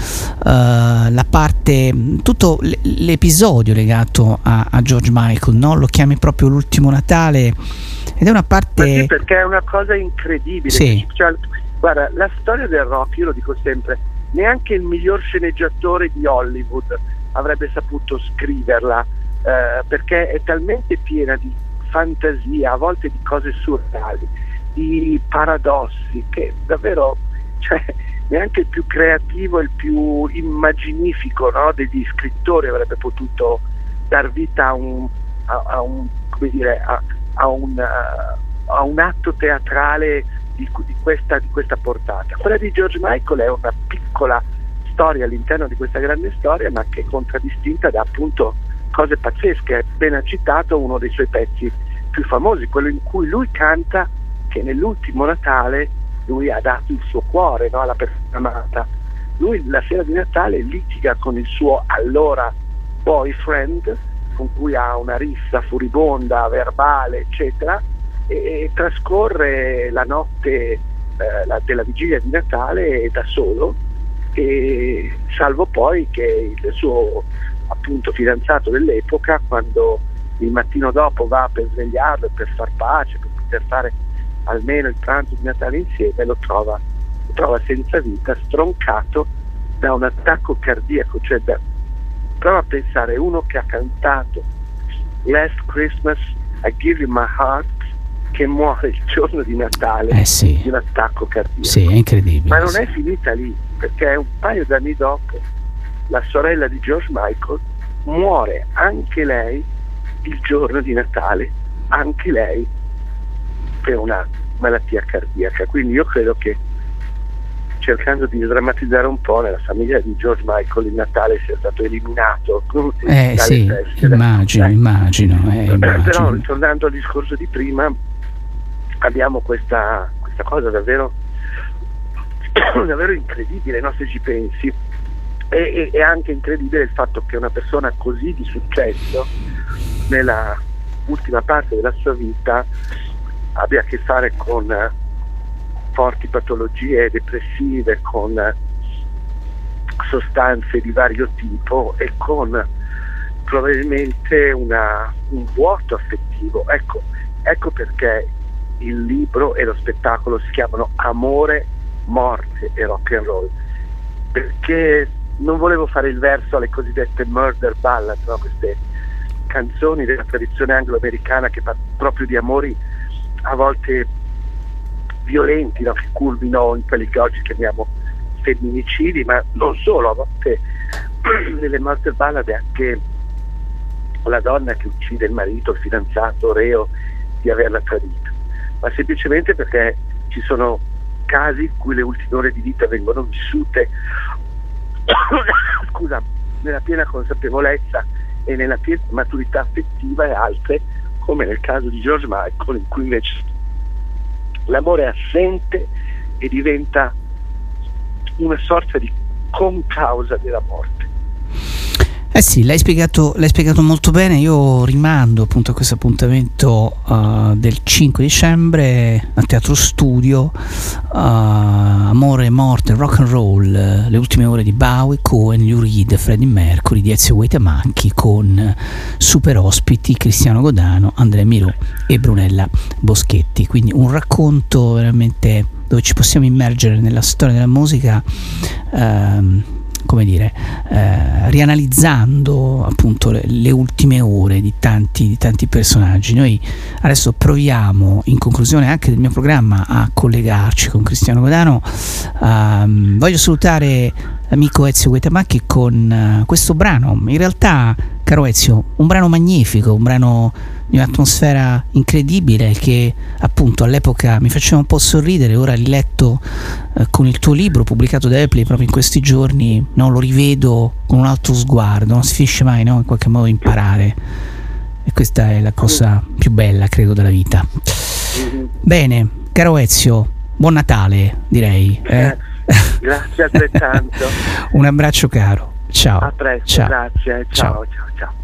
la parte, tutto l'episodio legato a, a George Michael, no? Lo chiami proprio l'ultimo Natale ed è una parte... Ma sì, perché è una cosa incredibile. Sì. Cioè, guarda, la storia del rock, io lo dico sempre, neanche il miglior sceneggiatore di Hollywood avrebbe saputo scriverla, eh, perché è talmente piena di fantasia, a volte di cose surreali, di paradossi, che davvero, cioè, neanche il più creativo, il più immaginifico, no, degli scrittori avrebbe potuto dar vita a un, a, a un come dire, a, a, un, a un atto teatrale Di, di, questa, di questa portata. Quella di George Michael è una piccola storia all'interno di questa grande storia, ma che è contraddistinta da appunto cose pazzesche. Hai appena citato uno dei suoi pezzi più famosi, quello in cui lui canta che nell'ultimo Natale lui ha dato il suo cuore, no, alla persona amata. Lui la sera di Natale litiga con il suo allora boyfriend, con cui ha una rissa furibonda, verbale, eccetera, e trascorre la notte eh, la, della vigilia di Natale da solo, e salvo poi che il suo appunto fidanzato dell'epoca, quando il mattino dopo va per svegliarlo e per far pace, per poter fare almeno il pranzo di Natale insieme, lo trova, lo trova senza vita, stroncato da un attacco cardiaco. Cioè da, prova a pensare, uno che ha cantato Last Christmas I Give You My Heart, che muore il giorno di Natale eh sì. di un attacco cardiaco. Sì, è incredibile. Ma non sì. è finita lì, perché un paio d'anni dopo la sorella di George Michael muore anche lei il giorno di Natale, anche lei per una malattia cardiaca. Quindi io credo che, cercando di drammatizzare un po', nella famiglia di George Michael il Natale sia stato eliminato eh dalle sì, feste. immagino, eh. immagino, eh, immagino. Però ritornando al discorso di prima, abbiamo questa, questa cosa davvero davvero incredibile, no, se ci pensi. E, è anche incredibile il fatto che una persona così di successo nella ultima parte della sua vita abbia a che fare con forti patologie depressive, con sostanze di vario tipo e con probabilmente una, un vuoto affettivo. Ecco, ecco perché il libro e lo spettacolo si chiamano Amore, Morte e Rock and Roll, perché non volevo fare il verso alle cosiddette murder ballad, no? Queste canzoni della tradizione anglo-americana che parla proprio di amori a volte violenti, no? Che culminano in quelli che oggi chiamiamo femminicidi, ma non solo, a volte nelle master ballad è anche la donna che uccide il marito, il fidanzato, reo di averla tradita, ma semplicemente perché ci sono casi in cui le ultime ore di vita vengono vissute scusa, nella piena consapevolezza e nella piena maturità affettiva, e altre, come nel caso di George Michael, in cui invece l'amore è assente e diventa una sorta di concausa della morte. Eh sì, l'hai spiegato, l'hai spiegato molto bene. Io rimando appunto a questo appuntamento uh, del cinque dicembre al Teatro Studio, uh, Amore, Morte, Rock and Roll, uh, le ultime ore di Bowie, Cohen, Lou Reed, Freddie Mercury, di Ezio Guaitamacchi, con super ospiti Cristiano Godano, Andrea Miró e Brunella Boschetti. Quindi un racconto veramente dove ci possiamo immergere nella storia della musica, um, come dire, eh, rianalizzando appunto le, le ultime ore di tanti, di tanti personaggi. Noi adesso proviamo, in conclusione anche del mio programma, a collegarci con Cristiano Godano. Um, voglio salutare l'amico Ezio Guaitamacchi con uh, questo brano, in realtà, caro Ezio, un brano magnifico, un brano di un'atmosfera incredibile che appunto all'epoca mi faceva un po' sorridere. Ora riletto eh, con il tuo libro pubblicato da Airplay proprio in questi giorni, no, lo rivedo con un altro sguardo, non si finisce mai, no, in qualche modo imparare, e questa è la cosa più bella, credo, della vita. Bene, caro Ezio, buon Natale, direi, eh? Grazie altrettanto. Un abbraccio caro, ciao. A presto, ciao. grazie, ciao, ciao, ciao, ciao.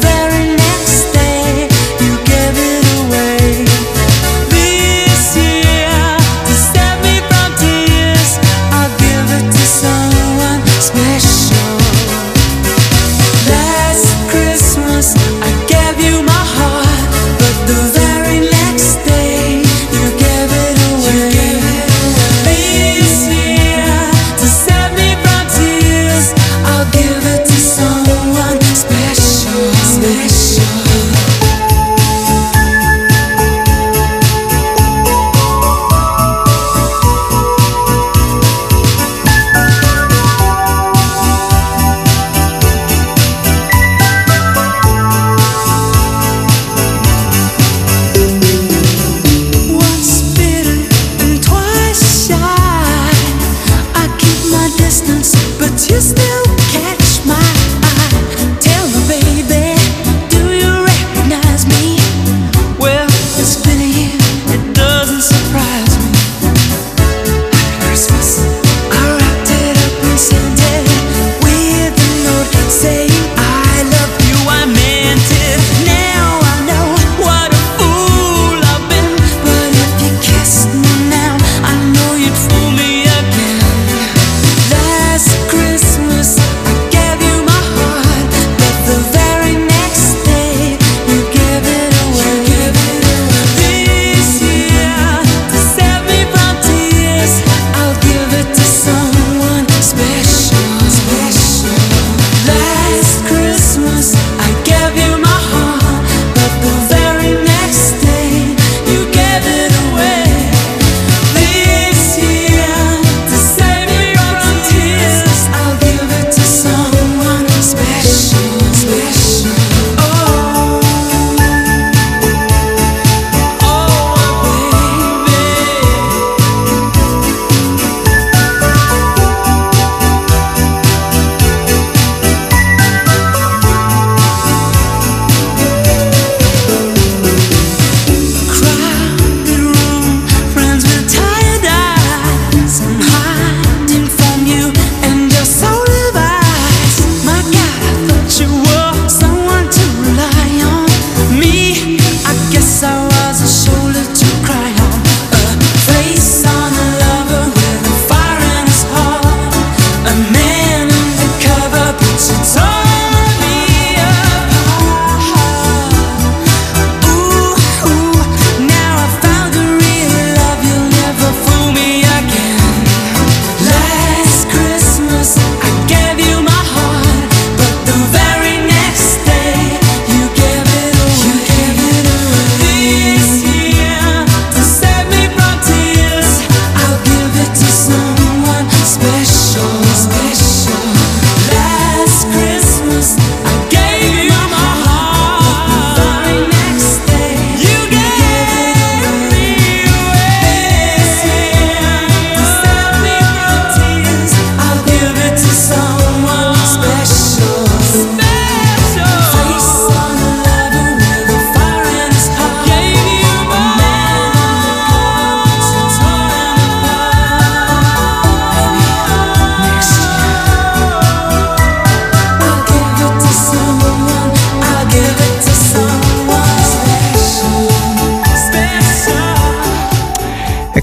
This year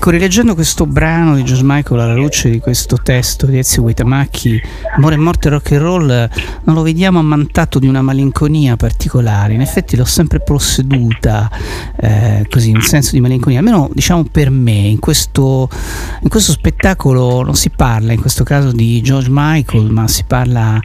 Ecco, rileggendo questo brano di George Michael alla luce di questo testo di Ezio Guitamacchi, Amore e morte rock and roll, non lo vediamo ammantato di una malinconia particolare. In effetti l'ho sempre posseduta, eh, così, un senso di malinconia, almeno diciamo per me. In questo, in questo spettacolo non si parla in questo caso di George Michael, ma si parla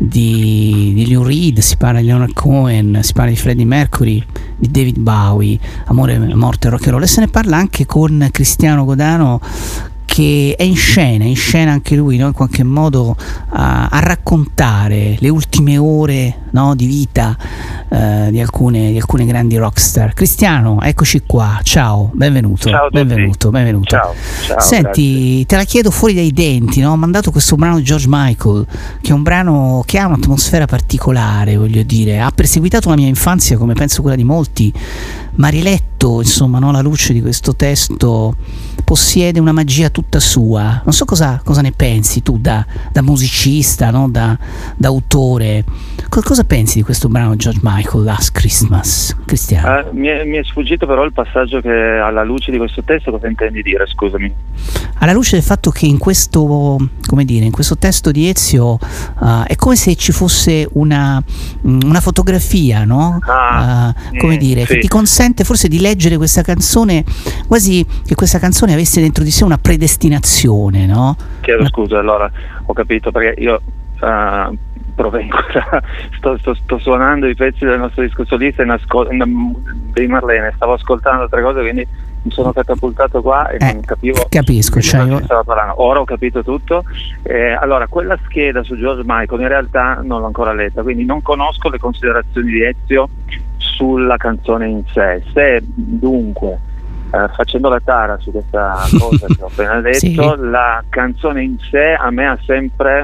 di, di Lou Reed, si parla di Leonard Cohen, si parla di Freddie Mercury, di David Bowie, Amore, morte, rock and roll, e se ne parla anche con Cristiano Godano, che è in scena, in scena anche lui, no? In qualche modo a, a raccontare le ultime ore, no? Di vita eh, di, alcune, di alcune grandi rockstar. Cristiano, eccoci qua, ciao, benvenuto, ciao benvenuto, benvenuto. Ciao, ciao, Senti, grazie. Te la chiedo fuori dai denti, no? Ho mandato questo brano di George Michael, che è un brano che ha un'atmosfera particolare, voglio dire, ha perseguitato la mia infanzia come penso quella di molti, ma riletto, insomma, no? La luce di questo testo possiede una magia tutta sua. Non so cosa, cosa ne pensi tu da, da musicista, no? da, da autore. Co- cosa pensi di questo brano George Michael, Last Christmas, Cristiano? Uh, mi, è, mi è sfuggito però il passaggio che alla luce di questo testo cosa intendi dire, scusami? Alla luce del fatto che in questo, come dire, in questo testo di Ezio uh, è come se ci fosse una, una fotografia, no? Ah, uh, come mm, dire, sì. che ti consente forse di leggere questa canzone, quasi che questa canzone avesse dentro di sé una predestinazione, no? Chiedo scusa, allora ho capito, perché io uh, provengo da, sto, sto, sto suonando i pezzi del nostro disco solista in ascol- in, di Marlene, stavo ascoltando altre cose, quindi mi sono catapultato qua e eh, non capivo capisco, di cioè cosa io... si stava parlando. Ora ho capito tutto. Eh, allora, quella scheda su George Michael in realtà non l'ho ancora letta, quindi non conosco le considerazioni di Ezio sulla canzone in sé. Se dunque, eh, facendo la tara su questa cosa che ho appena detto, sì. La canzone in sé a me ha sempre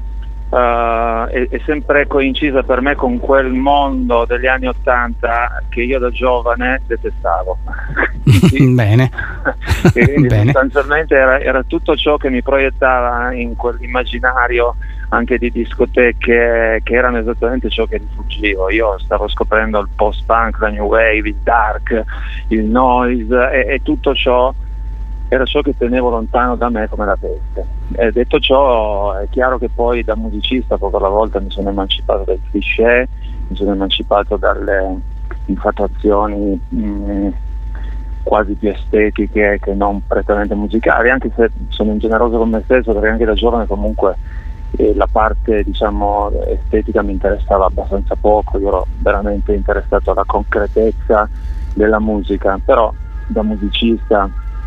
Uh, è, è sempre coincisa per me con quel mondo degli anni Ottanta che io da giovane detestavo. Bene. E quindi Bene. sostanzialmente era, era tutto ciò che mi proiettava in quell'immaginario anche di discoteche che erano esattamente ciò che rifuggivo. Io stavo scoprendo il post-punk, la new wave, il dark, il noise e, e tutto ciò era ciò che tenevo lontano da me come la peste. E detto ciò, è chiaro che poi da musicista poco alla volta mi sono emancipato dai cliché, mi sono emancipato dalle infatuazioni mh, quasi più estetiche che non prettamente musicali, anche se sono ingeneroso con me stesso, perché anche da giovane comunque eh, la parte, diciamo, estetica mi interessava abbastanza poco. Io ero veramente interessato alla concretezza della musica, però da musicista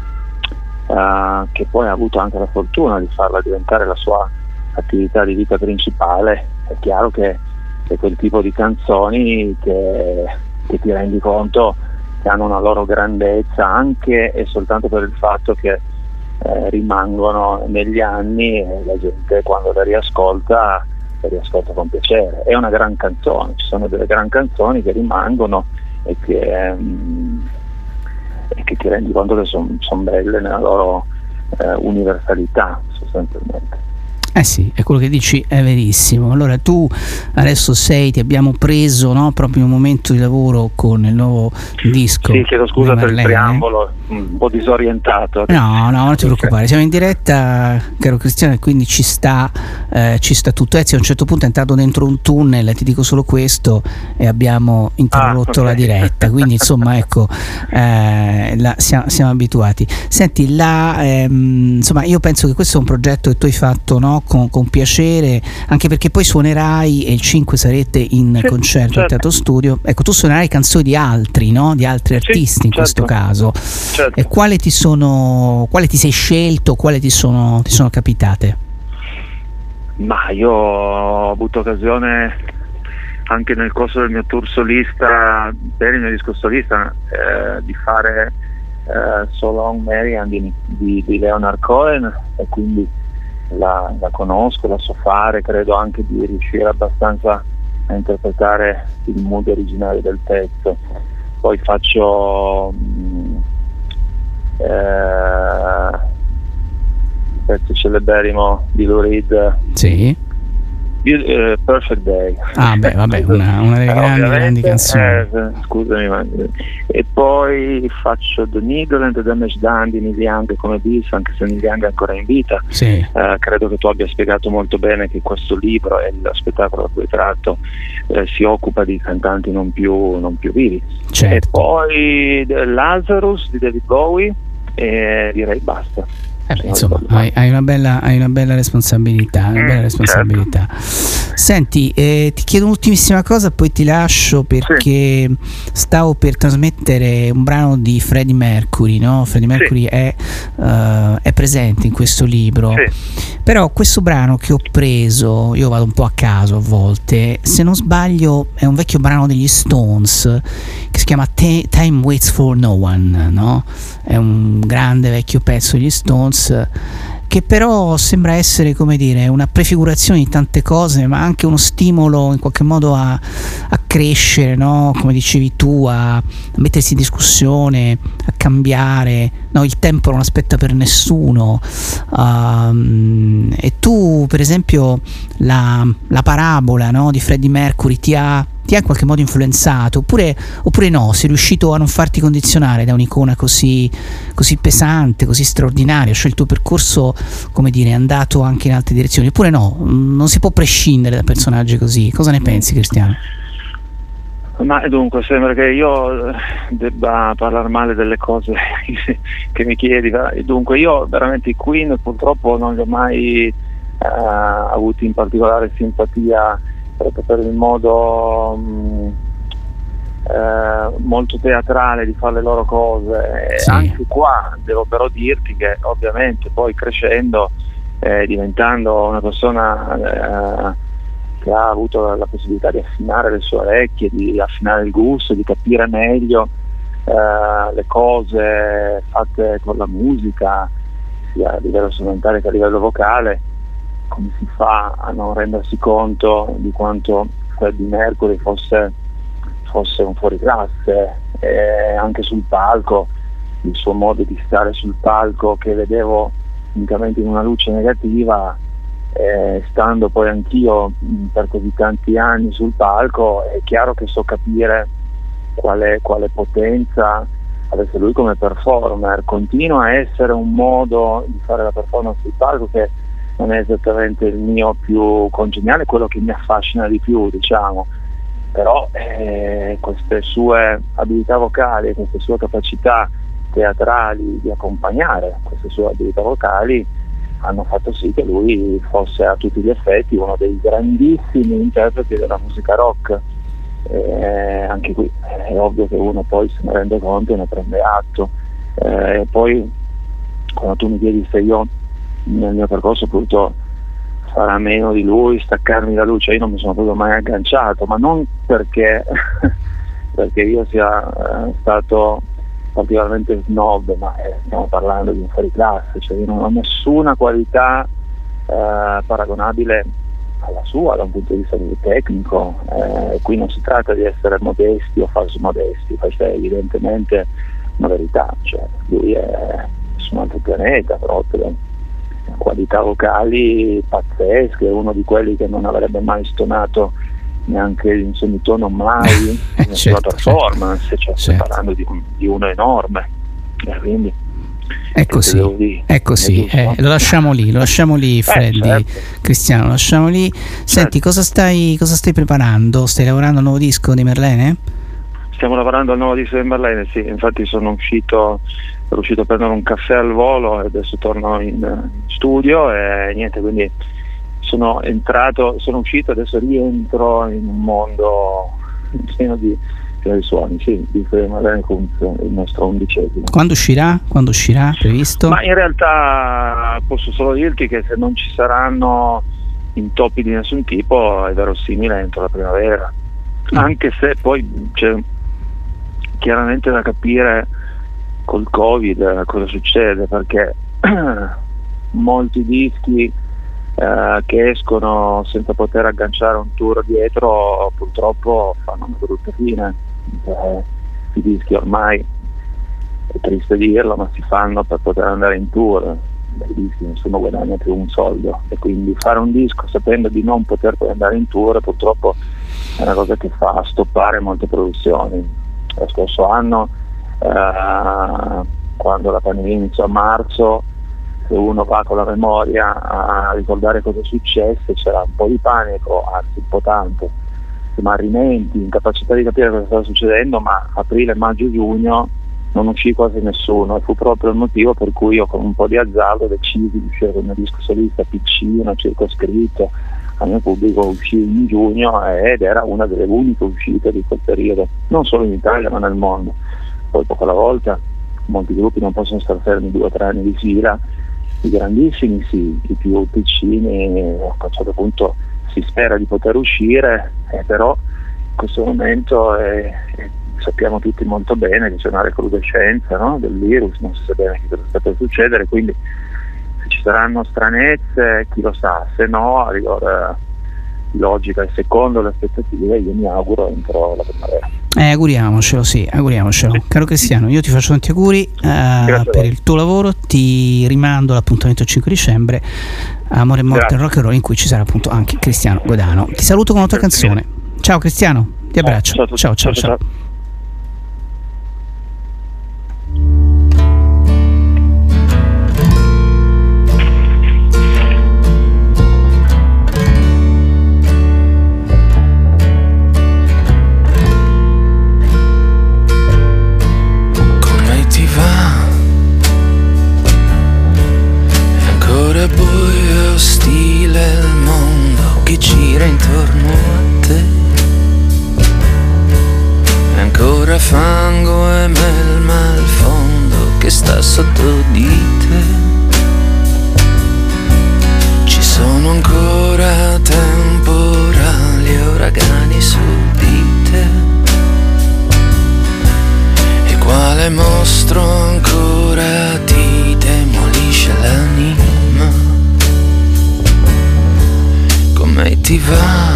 Uh, che poi ha avuto anche la fortuna di farla diventare la sua attività di vita principale, è chiaro che è quel tipo di canzoni che, che ti rendi conto che hanno una loro grandezza anche e soltanto per il fatto che eh, rimangono negli anni e la gente quando le riascolta le riascolta con piacere. È una gran canzone, ci sono delle gran canzoni che rimangono e che um, e che ti rendi conto che sono son belle nella loro eh, universalità sostanzialmente. Eh sì, è quello che dici, è verissimo. Allora tu adesso sei, ti abbiamo preso, no, proprio in un momento di lavoro con il nuovo disco. Sì, chiedo scusa per Marlene. il preambolo, un po' disorientato. No, no, non ti preoccupare, siamo in diretta, caro Cristiano, e quindi ci sta, eh, ci sta tutto. Ezio a un certo punto è entrato dentro un tunnel, ti dico solo questo, e abbiamo interrotto ah, okay. la diretta, quindi insomma ecco, eh, la, siamo, siamo abituati. Senti, la, ehm, insomma io penso che questo è un progetto che tu hai fatto, no? Con, con piacere, anche perché poi suonerai e il cinque sarete in sì, concerto certo. al Teatro Studio. Ecco, tu suonerai canzoni di altri, no? Di altri artisti sì, in certo. questo caso. Certo. E quale ti sono, quale ti sei scelto, quale ti sono, ti sono capitate? Ma io ho avuto occasione anche nel corso del mio tour solista, per il mio disco solista, eh, di fare eh, So Long Marian di, di, di Leonard Cohen, e quindi La, la conosco, la so fare, credo anche di riuscire abbastanza a interpretare il mood originale del pezzo. Poi faccio mh, eh, il pezzo celeberrimo di Lou Reed, sì. Uh, Perfect Day. Ah beh, vabbè, una, una delle grandi, grandi canzoni. Eh, scusami, ma... e poi faccio The Needle and the Damage Done di Neil Young come bis, anche se Neil Young è ancora in vita. Sì. Uh, credo che tu abbia spiegato molto bene che questo libro e lo spettacolo da cui è tratto eh, si occupa di cantanti non più, non più vivi. Certo. E poi The Lazarus di David Bowie e direi basta. Eh beh, insomma, hai, hai, una bella, hai una bella responsabilità, una bella responsabilità. Senti, eh, ti chiedo un'ultimissima cosa, poi ti lascio perché sì. stavo per trasmettere un brano di Freddie Mercury, no? Freddie Mercury sì. è, uh, è presente in questo libro, sì. però questo brano che ho preso, io vado un po' a caso a volte, se non sbaglio è un vecchio brano degli Stones che si chiama Time Waits for No One, no? È un grande vecchio pezzo degli Stones che però sembra essere, come dire, una prefigurazione di tante cose, ma anche uno stimolo in qualche modo a, a crescere, no? Come dicevi tu, a, a mettersi in discussione, a cambiare, no? Il tempo non aspetta per nessuno. Um, e tu, per esempio, la, la parabola, no? di Freddie Mercury ti ha ti ha in qualche modo influenzato, oppure, oppure no, sei riuscito a non farti condizionare da un'icona così, così pesante, così straordinaria, cioè il tuo percorso, come dire, è andato anche in altre direzioni, oppure no, non si può prescindere da personaggi così. Cosa ne pensi, Cristiano? Ma dunque sembra che io debba parlare male delle cose che mi chiedi. Dunque io veramente i Queen purtroppo non li ho mai uh, avuti in particolare simpatia, proprio per il modo mh, eh, molto teatrale di fare le loro cose. Sì. Anche qua devo però dirti che ovviamente poi crescendo, eh, diventando una persona eh, che ha avuto la possibilità di affinare le sue orecchie, di affinare il gusto, di capire meglio eh, le cose fatte con la musica, sia a livello strumentale che a livello vocale, come si fa a non rendersi conto di quanto Freddie Mercury fosse, fosse un fuoriclasse, e anche sul palco, il suo modo di stare sul palco che vedevo unicamente in una luce negativa, eh, stando poi anch'io per così tanti anni sul palco, è chiaro che so capire quale, quale potenza avesse lui come performer. Continua a essere un modo di fare la performance sul palco che non è esattamente il mio più congeniale, quello che mi affascina di più, diciamo, però eh, queste sue abilità vocali, queste sue capacità teatrali di accompagnare queste sue abilità vocali hanno fatto sì che lui fosse a tutti gli effetti uno dei grandissimi interpreti della musica rock. Eh, anche qui è ovvio che uno poi se ne rende conto e ne prende atto. Eh, poi quando tu mi chiedi se io nel mio percorso ho potuto fare a meno di lui, staccarmi da lui, cioè io non mi sono proprio mai agganciato, ma non perché perché io sia eh, stato particolarmente snob, ma eh, stiamo parlando di un fuoriclasse, cioè io non ho nessuna qualità eh, paragonabile alla sua da un punto di vista tecnico. Eh, qui non si tratta di essere modesti o falso modesti, questa è evidentemente una verità, cioè lui è su un altro pianeta proprio, qualità vocali pazzesche, uno di quelli che non avrebbe mai stonato neanche in semitono mai nella sua certo, performance, certo. Cioè, stiamo certo. parlando di, di uno enorme, e quindi è così, è così. Eh, lo lasciamo lì, lo lasciamo lì, Freddy, eh, certo. Cristiano, lo lasciamo lì. Senti, certo. cosa stai cosa stai preparando? Stai lavorando al nuovo disco di Marlene? Stiamo lavorando al nuovo disco di Marlene, sì, infatti sono uscito sono riuscito a prendere un caffè al volo e adesso torno in, in studio e niente, quindi sono entrato, sono uscito, adesso rientro in un mondo pieno di, pieno di suoni, sì, di Marlene Kunz, il nostro undicesimo. Quando uscirà? Quando uscirà? Previsto? Ma in realtà posso solo dirti che se non ci saranno intoppi di nessun tipo è verosimile entro la primavera, mm. anche se poi c'è chiaramente da capire col Covid cosa succede, perché molti dischi eh, che escono senza poter agganciare un tour dietro purtroppo fanno una brutta fine. Eh, i dischi ormai, è triste dirlo, ma si fanno per poter andare in tour, dai dischi nessuno guadagna più un soldo, e quindi fare un disco sapendo di non poter poi andare in tour purtroppo è una cosa che fa stoppare molte produzioni. Lo scorso anno, eh, quando la pandemia iniziò a marzo, se uno va con la memoria a ricordare cosa è successo, c'era un po' di panico, anzi un po' tanto, smarrimenti, incapacità di capire cosa stava succedendo, ma aprile, maggio, giugno non uscì quasi nessuno, e fu proprio il motivo per cui io con un po' di azzardo decisi di uscire con il mio disco solista piccino, circoscritto al mio pubblico. Uscì in giugno ed era una delle uniche uscite di quel periodo, non solo in Italia ma nel mondo. Poi poco alla volta molti gruppi non possono stare fermi due o tre anni di fila, i grandissimi sì, i più piccini a un certo punto si spera di poter uscire, eh, però in questo momento è, è, sappiamo tutti molto bene che c'è una recrudescenza, no, del virus, non si sa bene che cosa sta per succedere, quindi se ci saranno stranezze chi lo sa, se no a rigore logica e secondo le aspettative io mi auguro entro la primavera. Eh, auguriamocelo, sì, auguriamocelo. Sì. Caro Cristiano, io ti faccio tanti auguri eh, per il tuo lavoro, ti rimando all'appuntamento il cinque dicembre a Amore e Morte in Rock and Roll, in cui ci sarà appunto anche Cristiano Godano. Ti saluto con una tua Grazie canzone. Mille. Ciao Cristiano, ti abbraccio. Ciao, ciao, ciao. ciao, ciao. ciao. Intorno a te è ancora fango e melma al fondo che sta sotto di te. Ci sono ancora temporali e uragani su di te. E quale mostro ancora ti demolisce l'anima? Come ti va?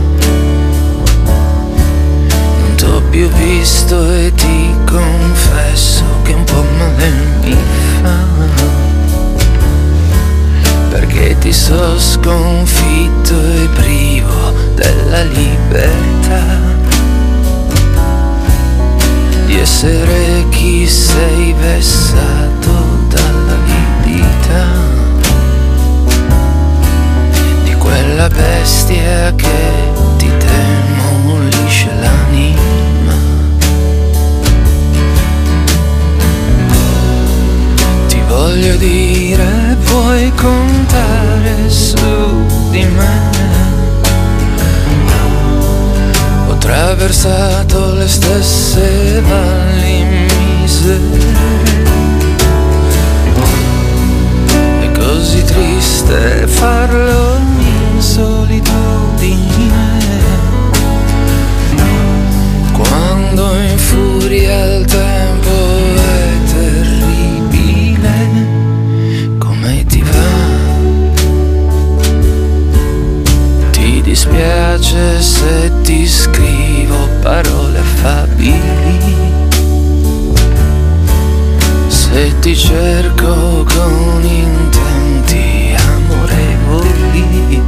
Non t'ho più visto e ti confesso che un po' male mi fa, perché ti so sconfitto e privo della libertà di essere chi sei, vessato dall'avidità quella bestia che ti demolisce l'anima. Ti voglio dire, puoi contare su di me. Ho attraversato le stesse valli misere. È così triste farlo in solitudine, quando infuria il tempo è terribile. Come ti va? Ti dispiace se ti scrivo parole affabili, se ti cerco con intenti amorevoli?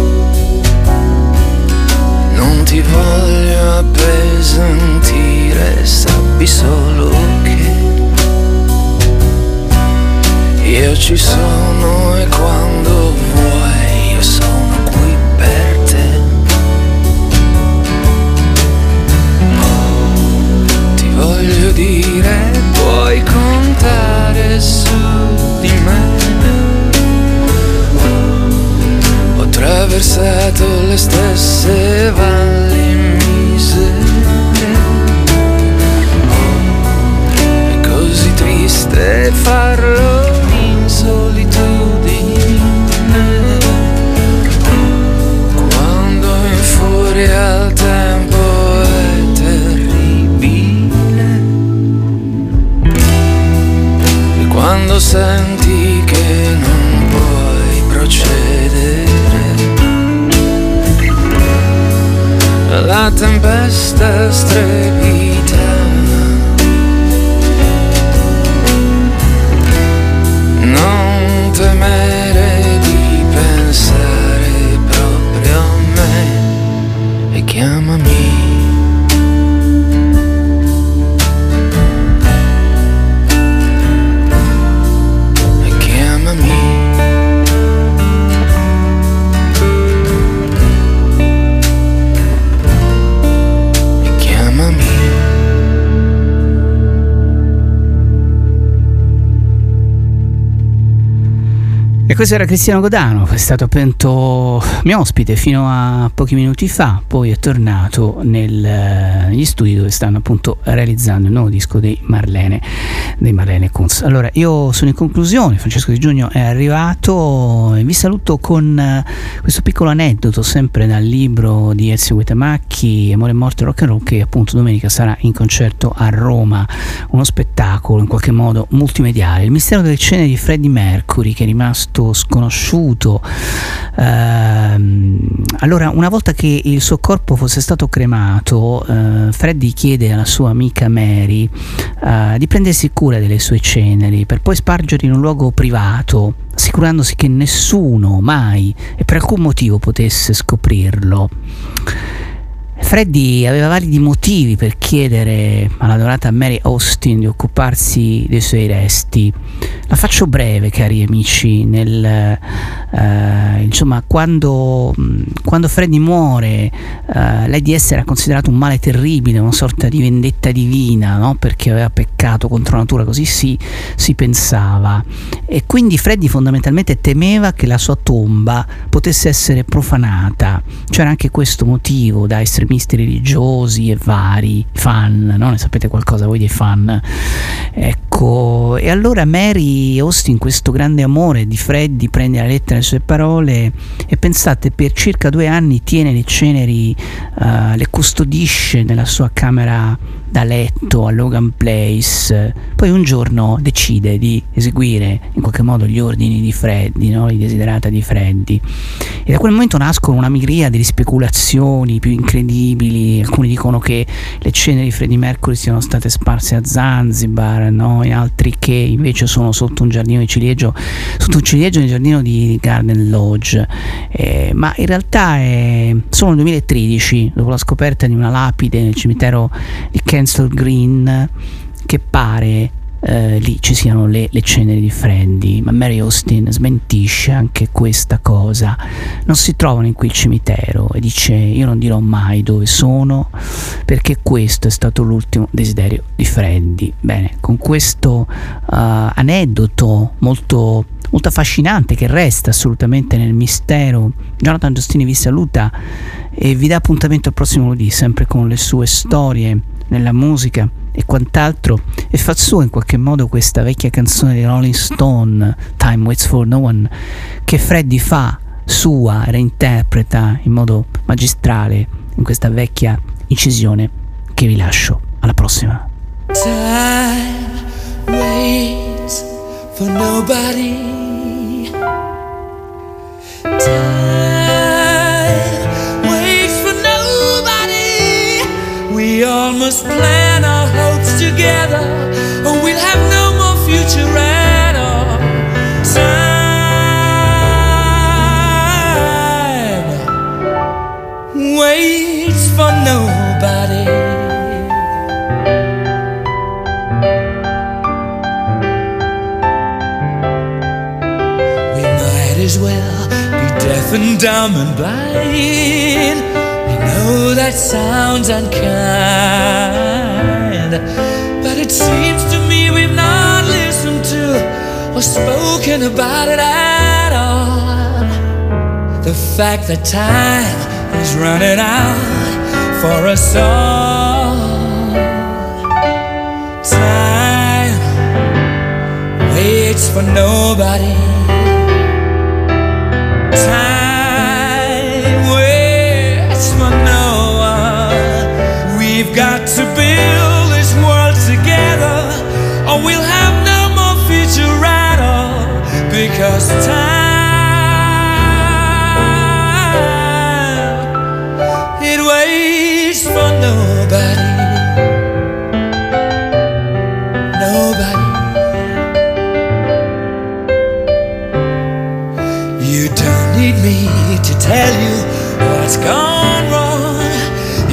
Non ti voglio appesantire, sappi solo che io ci sono e quando vuoi io sono qui per te. Ti voglio dire, puoi contare su di me. Ho attraversato le stesse valli misere. È così triste farlo in solitudine, quando infuria il tempo è terribile. E quando senti che non puoi procedere, la tempesta strepita, non te chiamami. E questo era Cristiano Godano, è stato appunto mio ospite fino a pochi minuti fa, poi è tornato nel, negli studi dove stanno appunto realizzando il nuovo disco dei Marlene, dei Marlene Kunz. Allora, io sono in conclusione, Francesco Di Giugno è arrivato e vi saluto con questo piccolo aneddoto sempre dal libro di Ezio Guetamacchi, Amore e Morte Rock and Roll, che appunto domenica sarà in concerto a Roma, uno spettacolo in qualche modo multimediale, il mistero delle ceneri di Freddie Mercury, che è rimasto sconosciuto. Ehm, allora, una volta che il suo corpo fosse stato cremato, eh, Freddie chiede alla sua amica Mary eh, di prendersi cura delle sue ceneri per poi spargerli in un luogo privato, assicurandosi che nessuno mai e per alcun motivo potesse scoprirlo. Freddie aveva validi motivi per chiedere all'adorata Mary Austin di occuparsi dei suoi resti. La faccio breve, cari amici, nel, eh, insomma, quando, quando Freddie muore, eh, l'AIDS era considerato un male terribile, una sorta di vendetta divina, no? Perché aveva peccato contro natura, così si, si pensava. E quindi Freddie fondamentalmente temeva che la sua tomba potesse essere profanata. C'era anche questo motivo da estremisti religiosi e vari fan, no? Ne sapete qualcosa voi dei fan? Ecco, e allora Mary Austin, questo grande amore di Freddie, prende la lettera alle sue parole e pensate, per circa due anni tiene le ceneri, uh, le custodisce nella sua camera da letto a Logan Place. Poi un giorno decide di eseguire in qualche modo gli ordini di Freddie, no? I desiderata di Freddie, e da quel momento nascono una miriade di speculazioni più incredibili. Alcuni dicono che le ceneri di Freddie Mercury siano state sparse a Zanzibar, no? E altri che invece sono sotto un giardino di ciliegio, sotto un ciliegio nel giardino di Garden Lodge. Eh, ma in realtà è solo nel duemilatredici, dopo la scoperta di una lapide nel cimitero di Kensal Green, che pare eh, lì ci siano le, le ceneri di Freddie, ma Mary Austin smentisce anche questa cosa. Non si trovano in quel cimitero e dice: io non dirò mai dove sono, perché questo è stato l'ultimo desiderio di Freddie. Bene, con questo uh, aneddoto molto molto affascinante, che resta assolutamente nel mistero, Jonathan Giustini vi saluta e vi dà appuntamento al prossimo lunedì, sempre con le sue storie nella musica e quant'altro, e fa sua in qualche modo questa vecchia canzone di Rolling Stone, Time Waits for No One, che Freddie fa sua, reinterpreta in modo magistrale in questa vecchia incisione che vi lascio. Alla prossima. Time waits for nobody. Time waits for nobody. We all must plan our hopes together, or we'll have no more future at all. Time waits for nobody. As well be deaf and dumb and blind. We know that sounds unkind, but it seems to me we've not listened to or spoken about it at all. The fact that time is running out for us all. Time waits for nobody. Time waits for no one. We've got to build this world together, or we'll have no more future at all. Because time, it waits for nobody.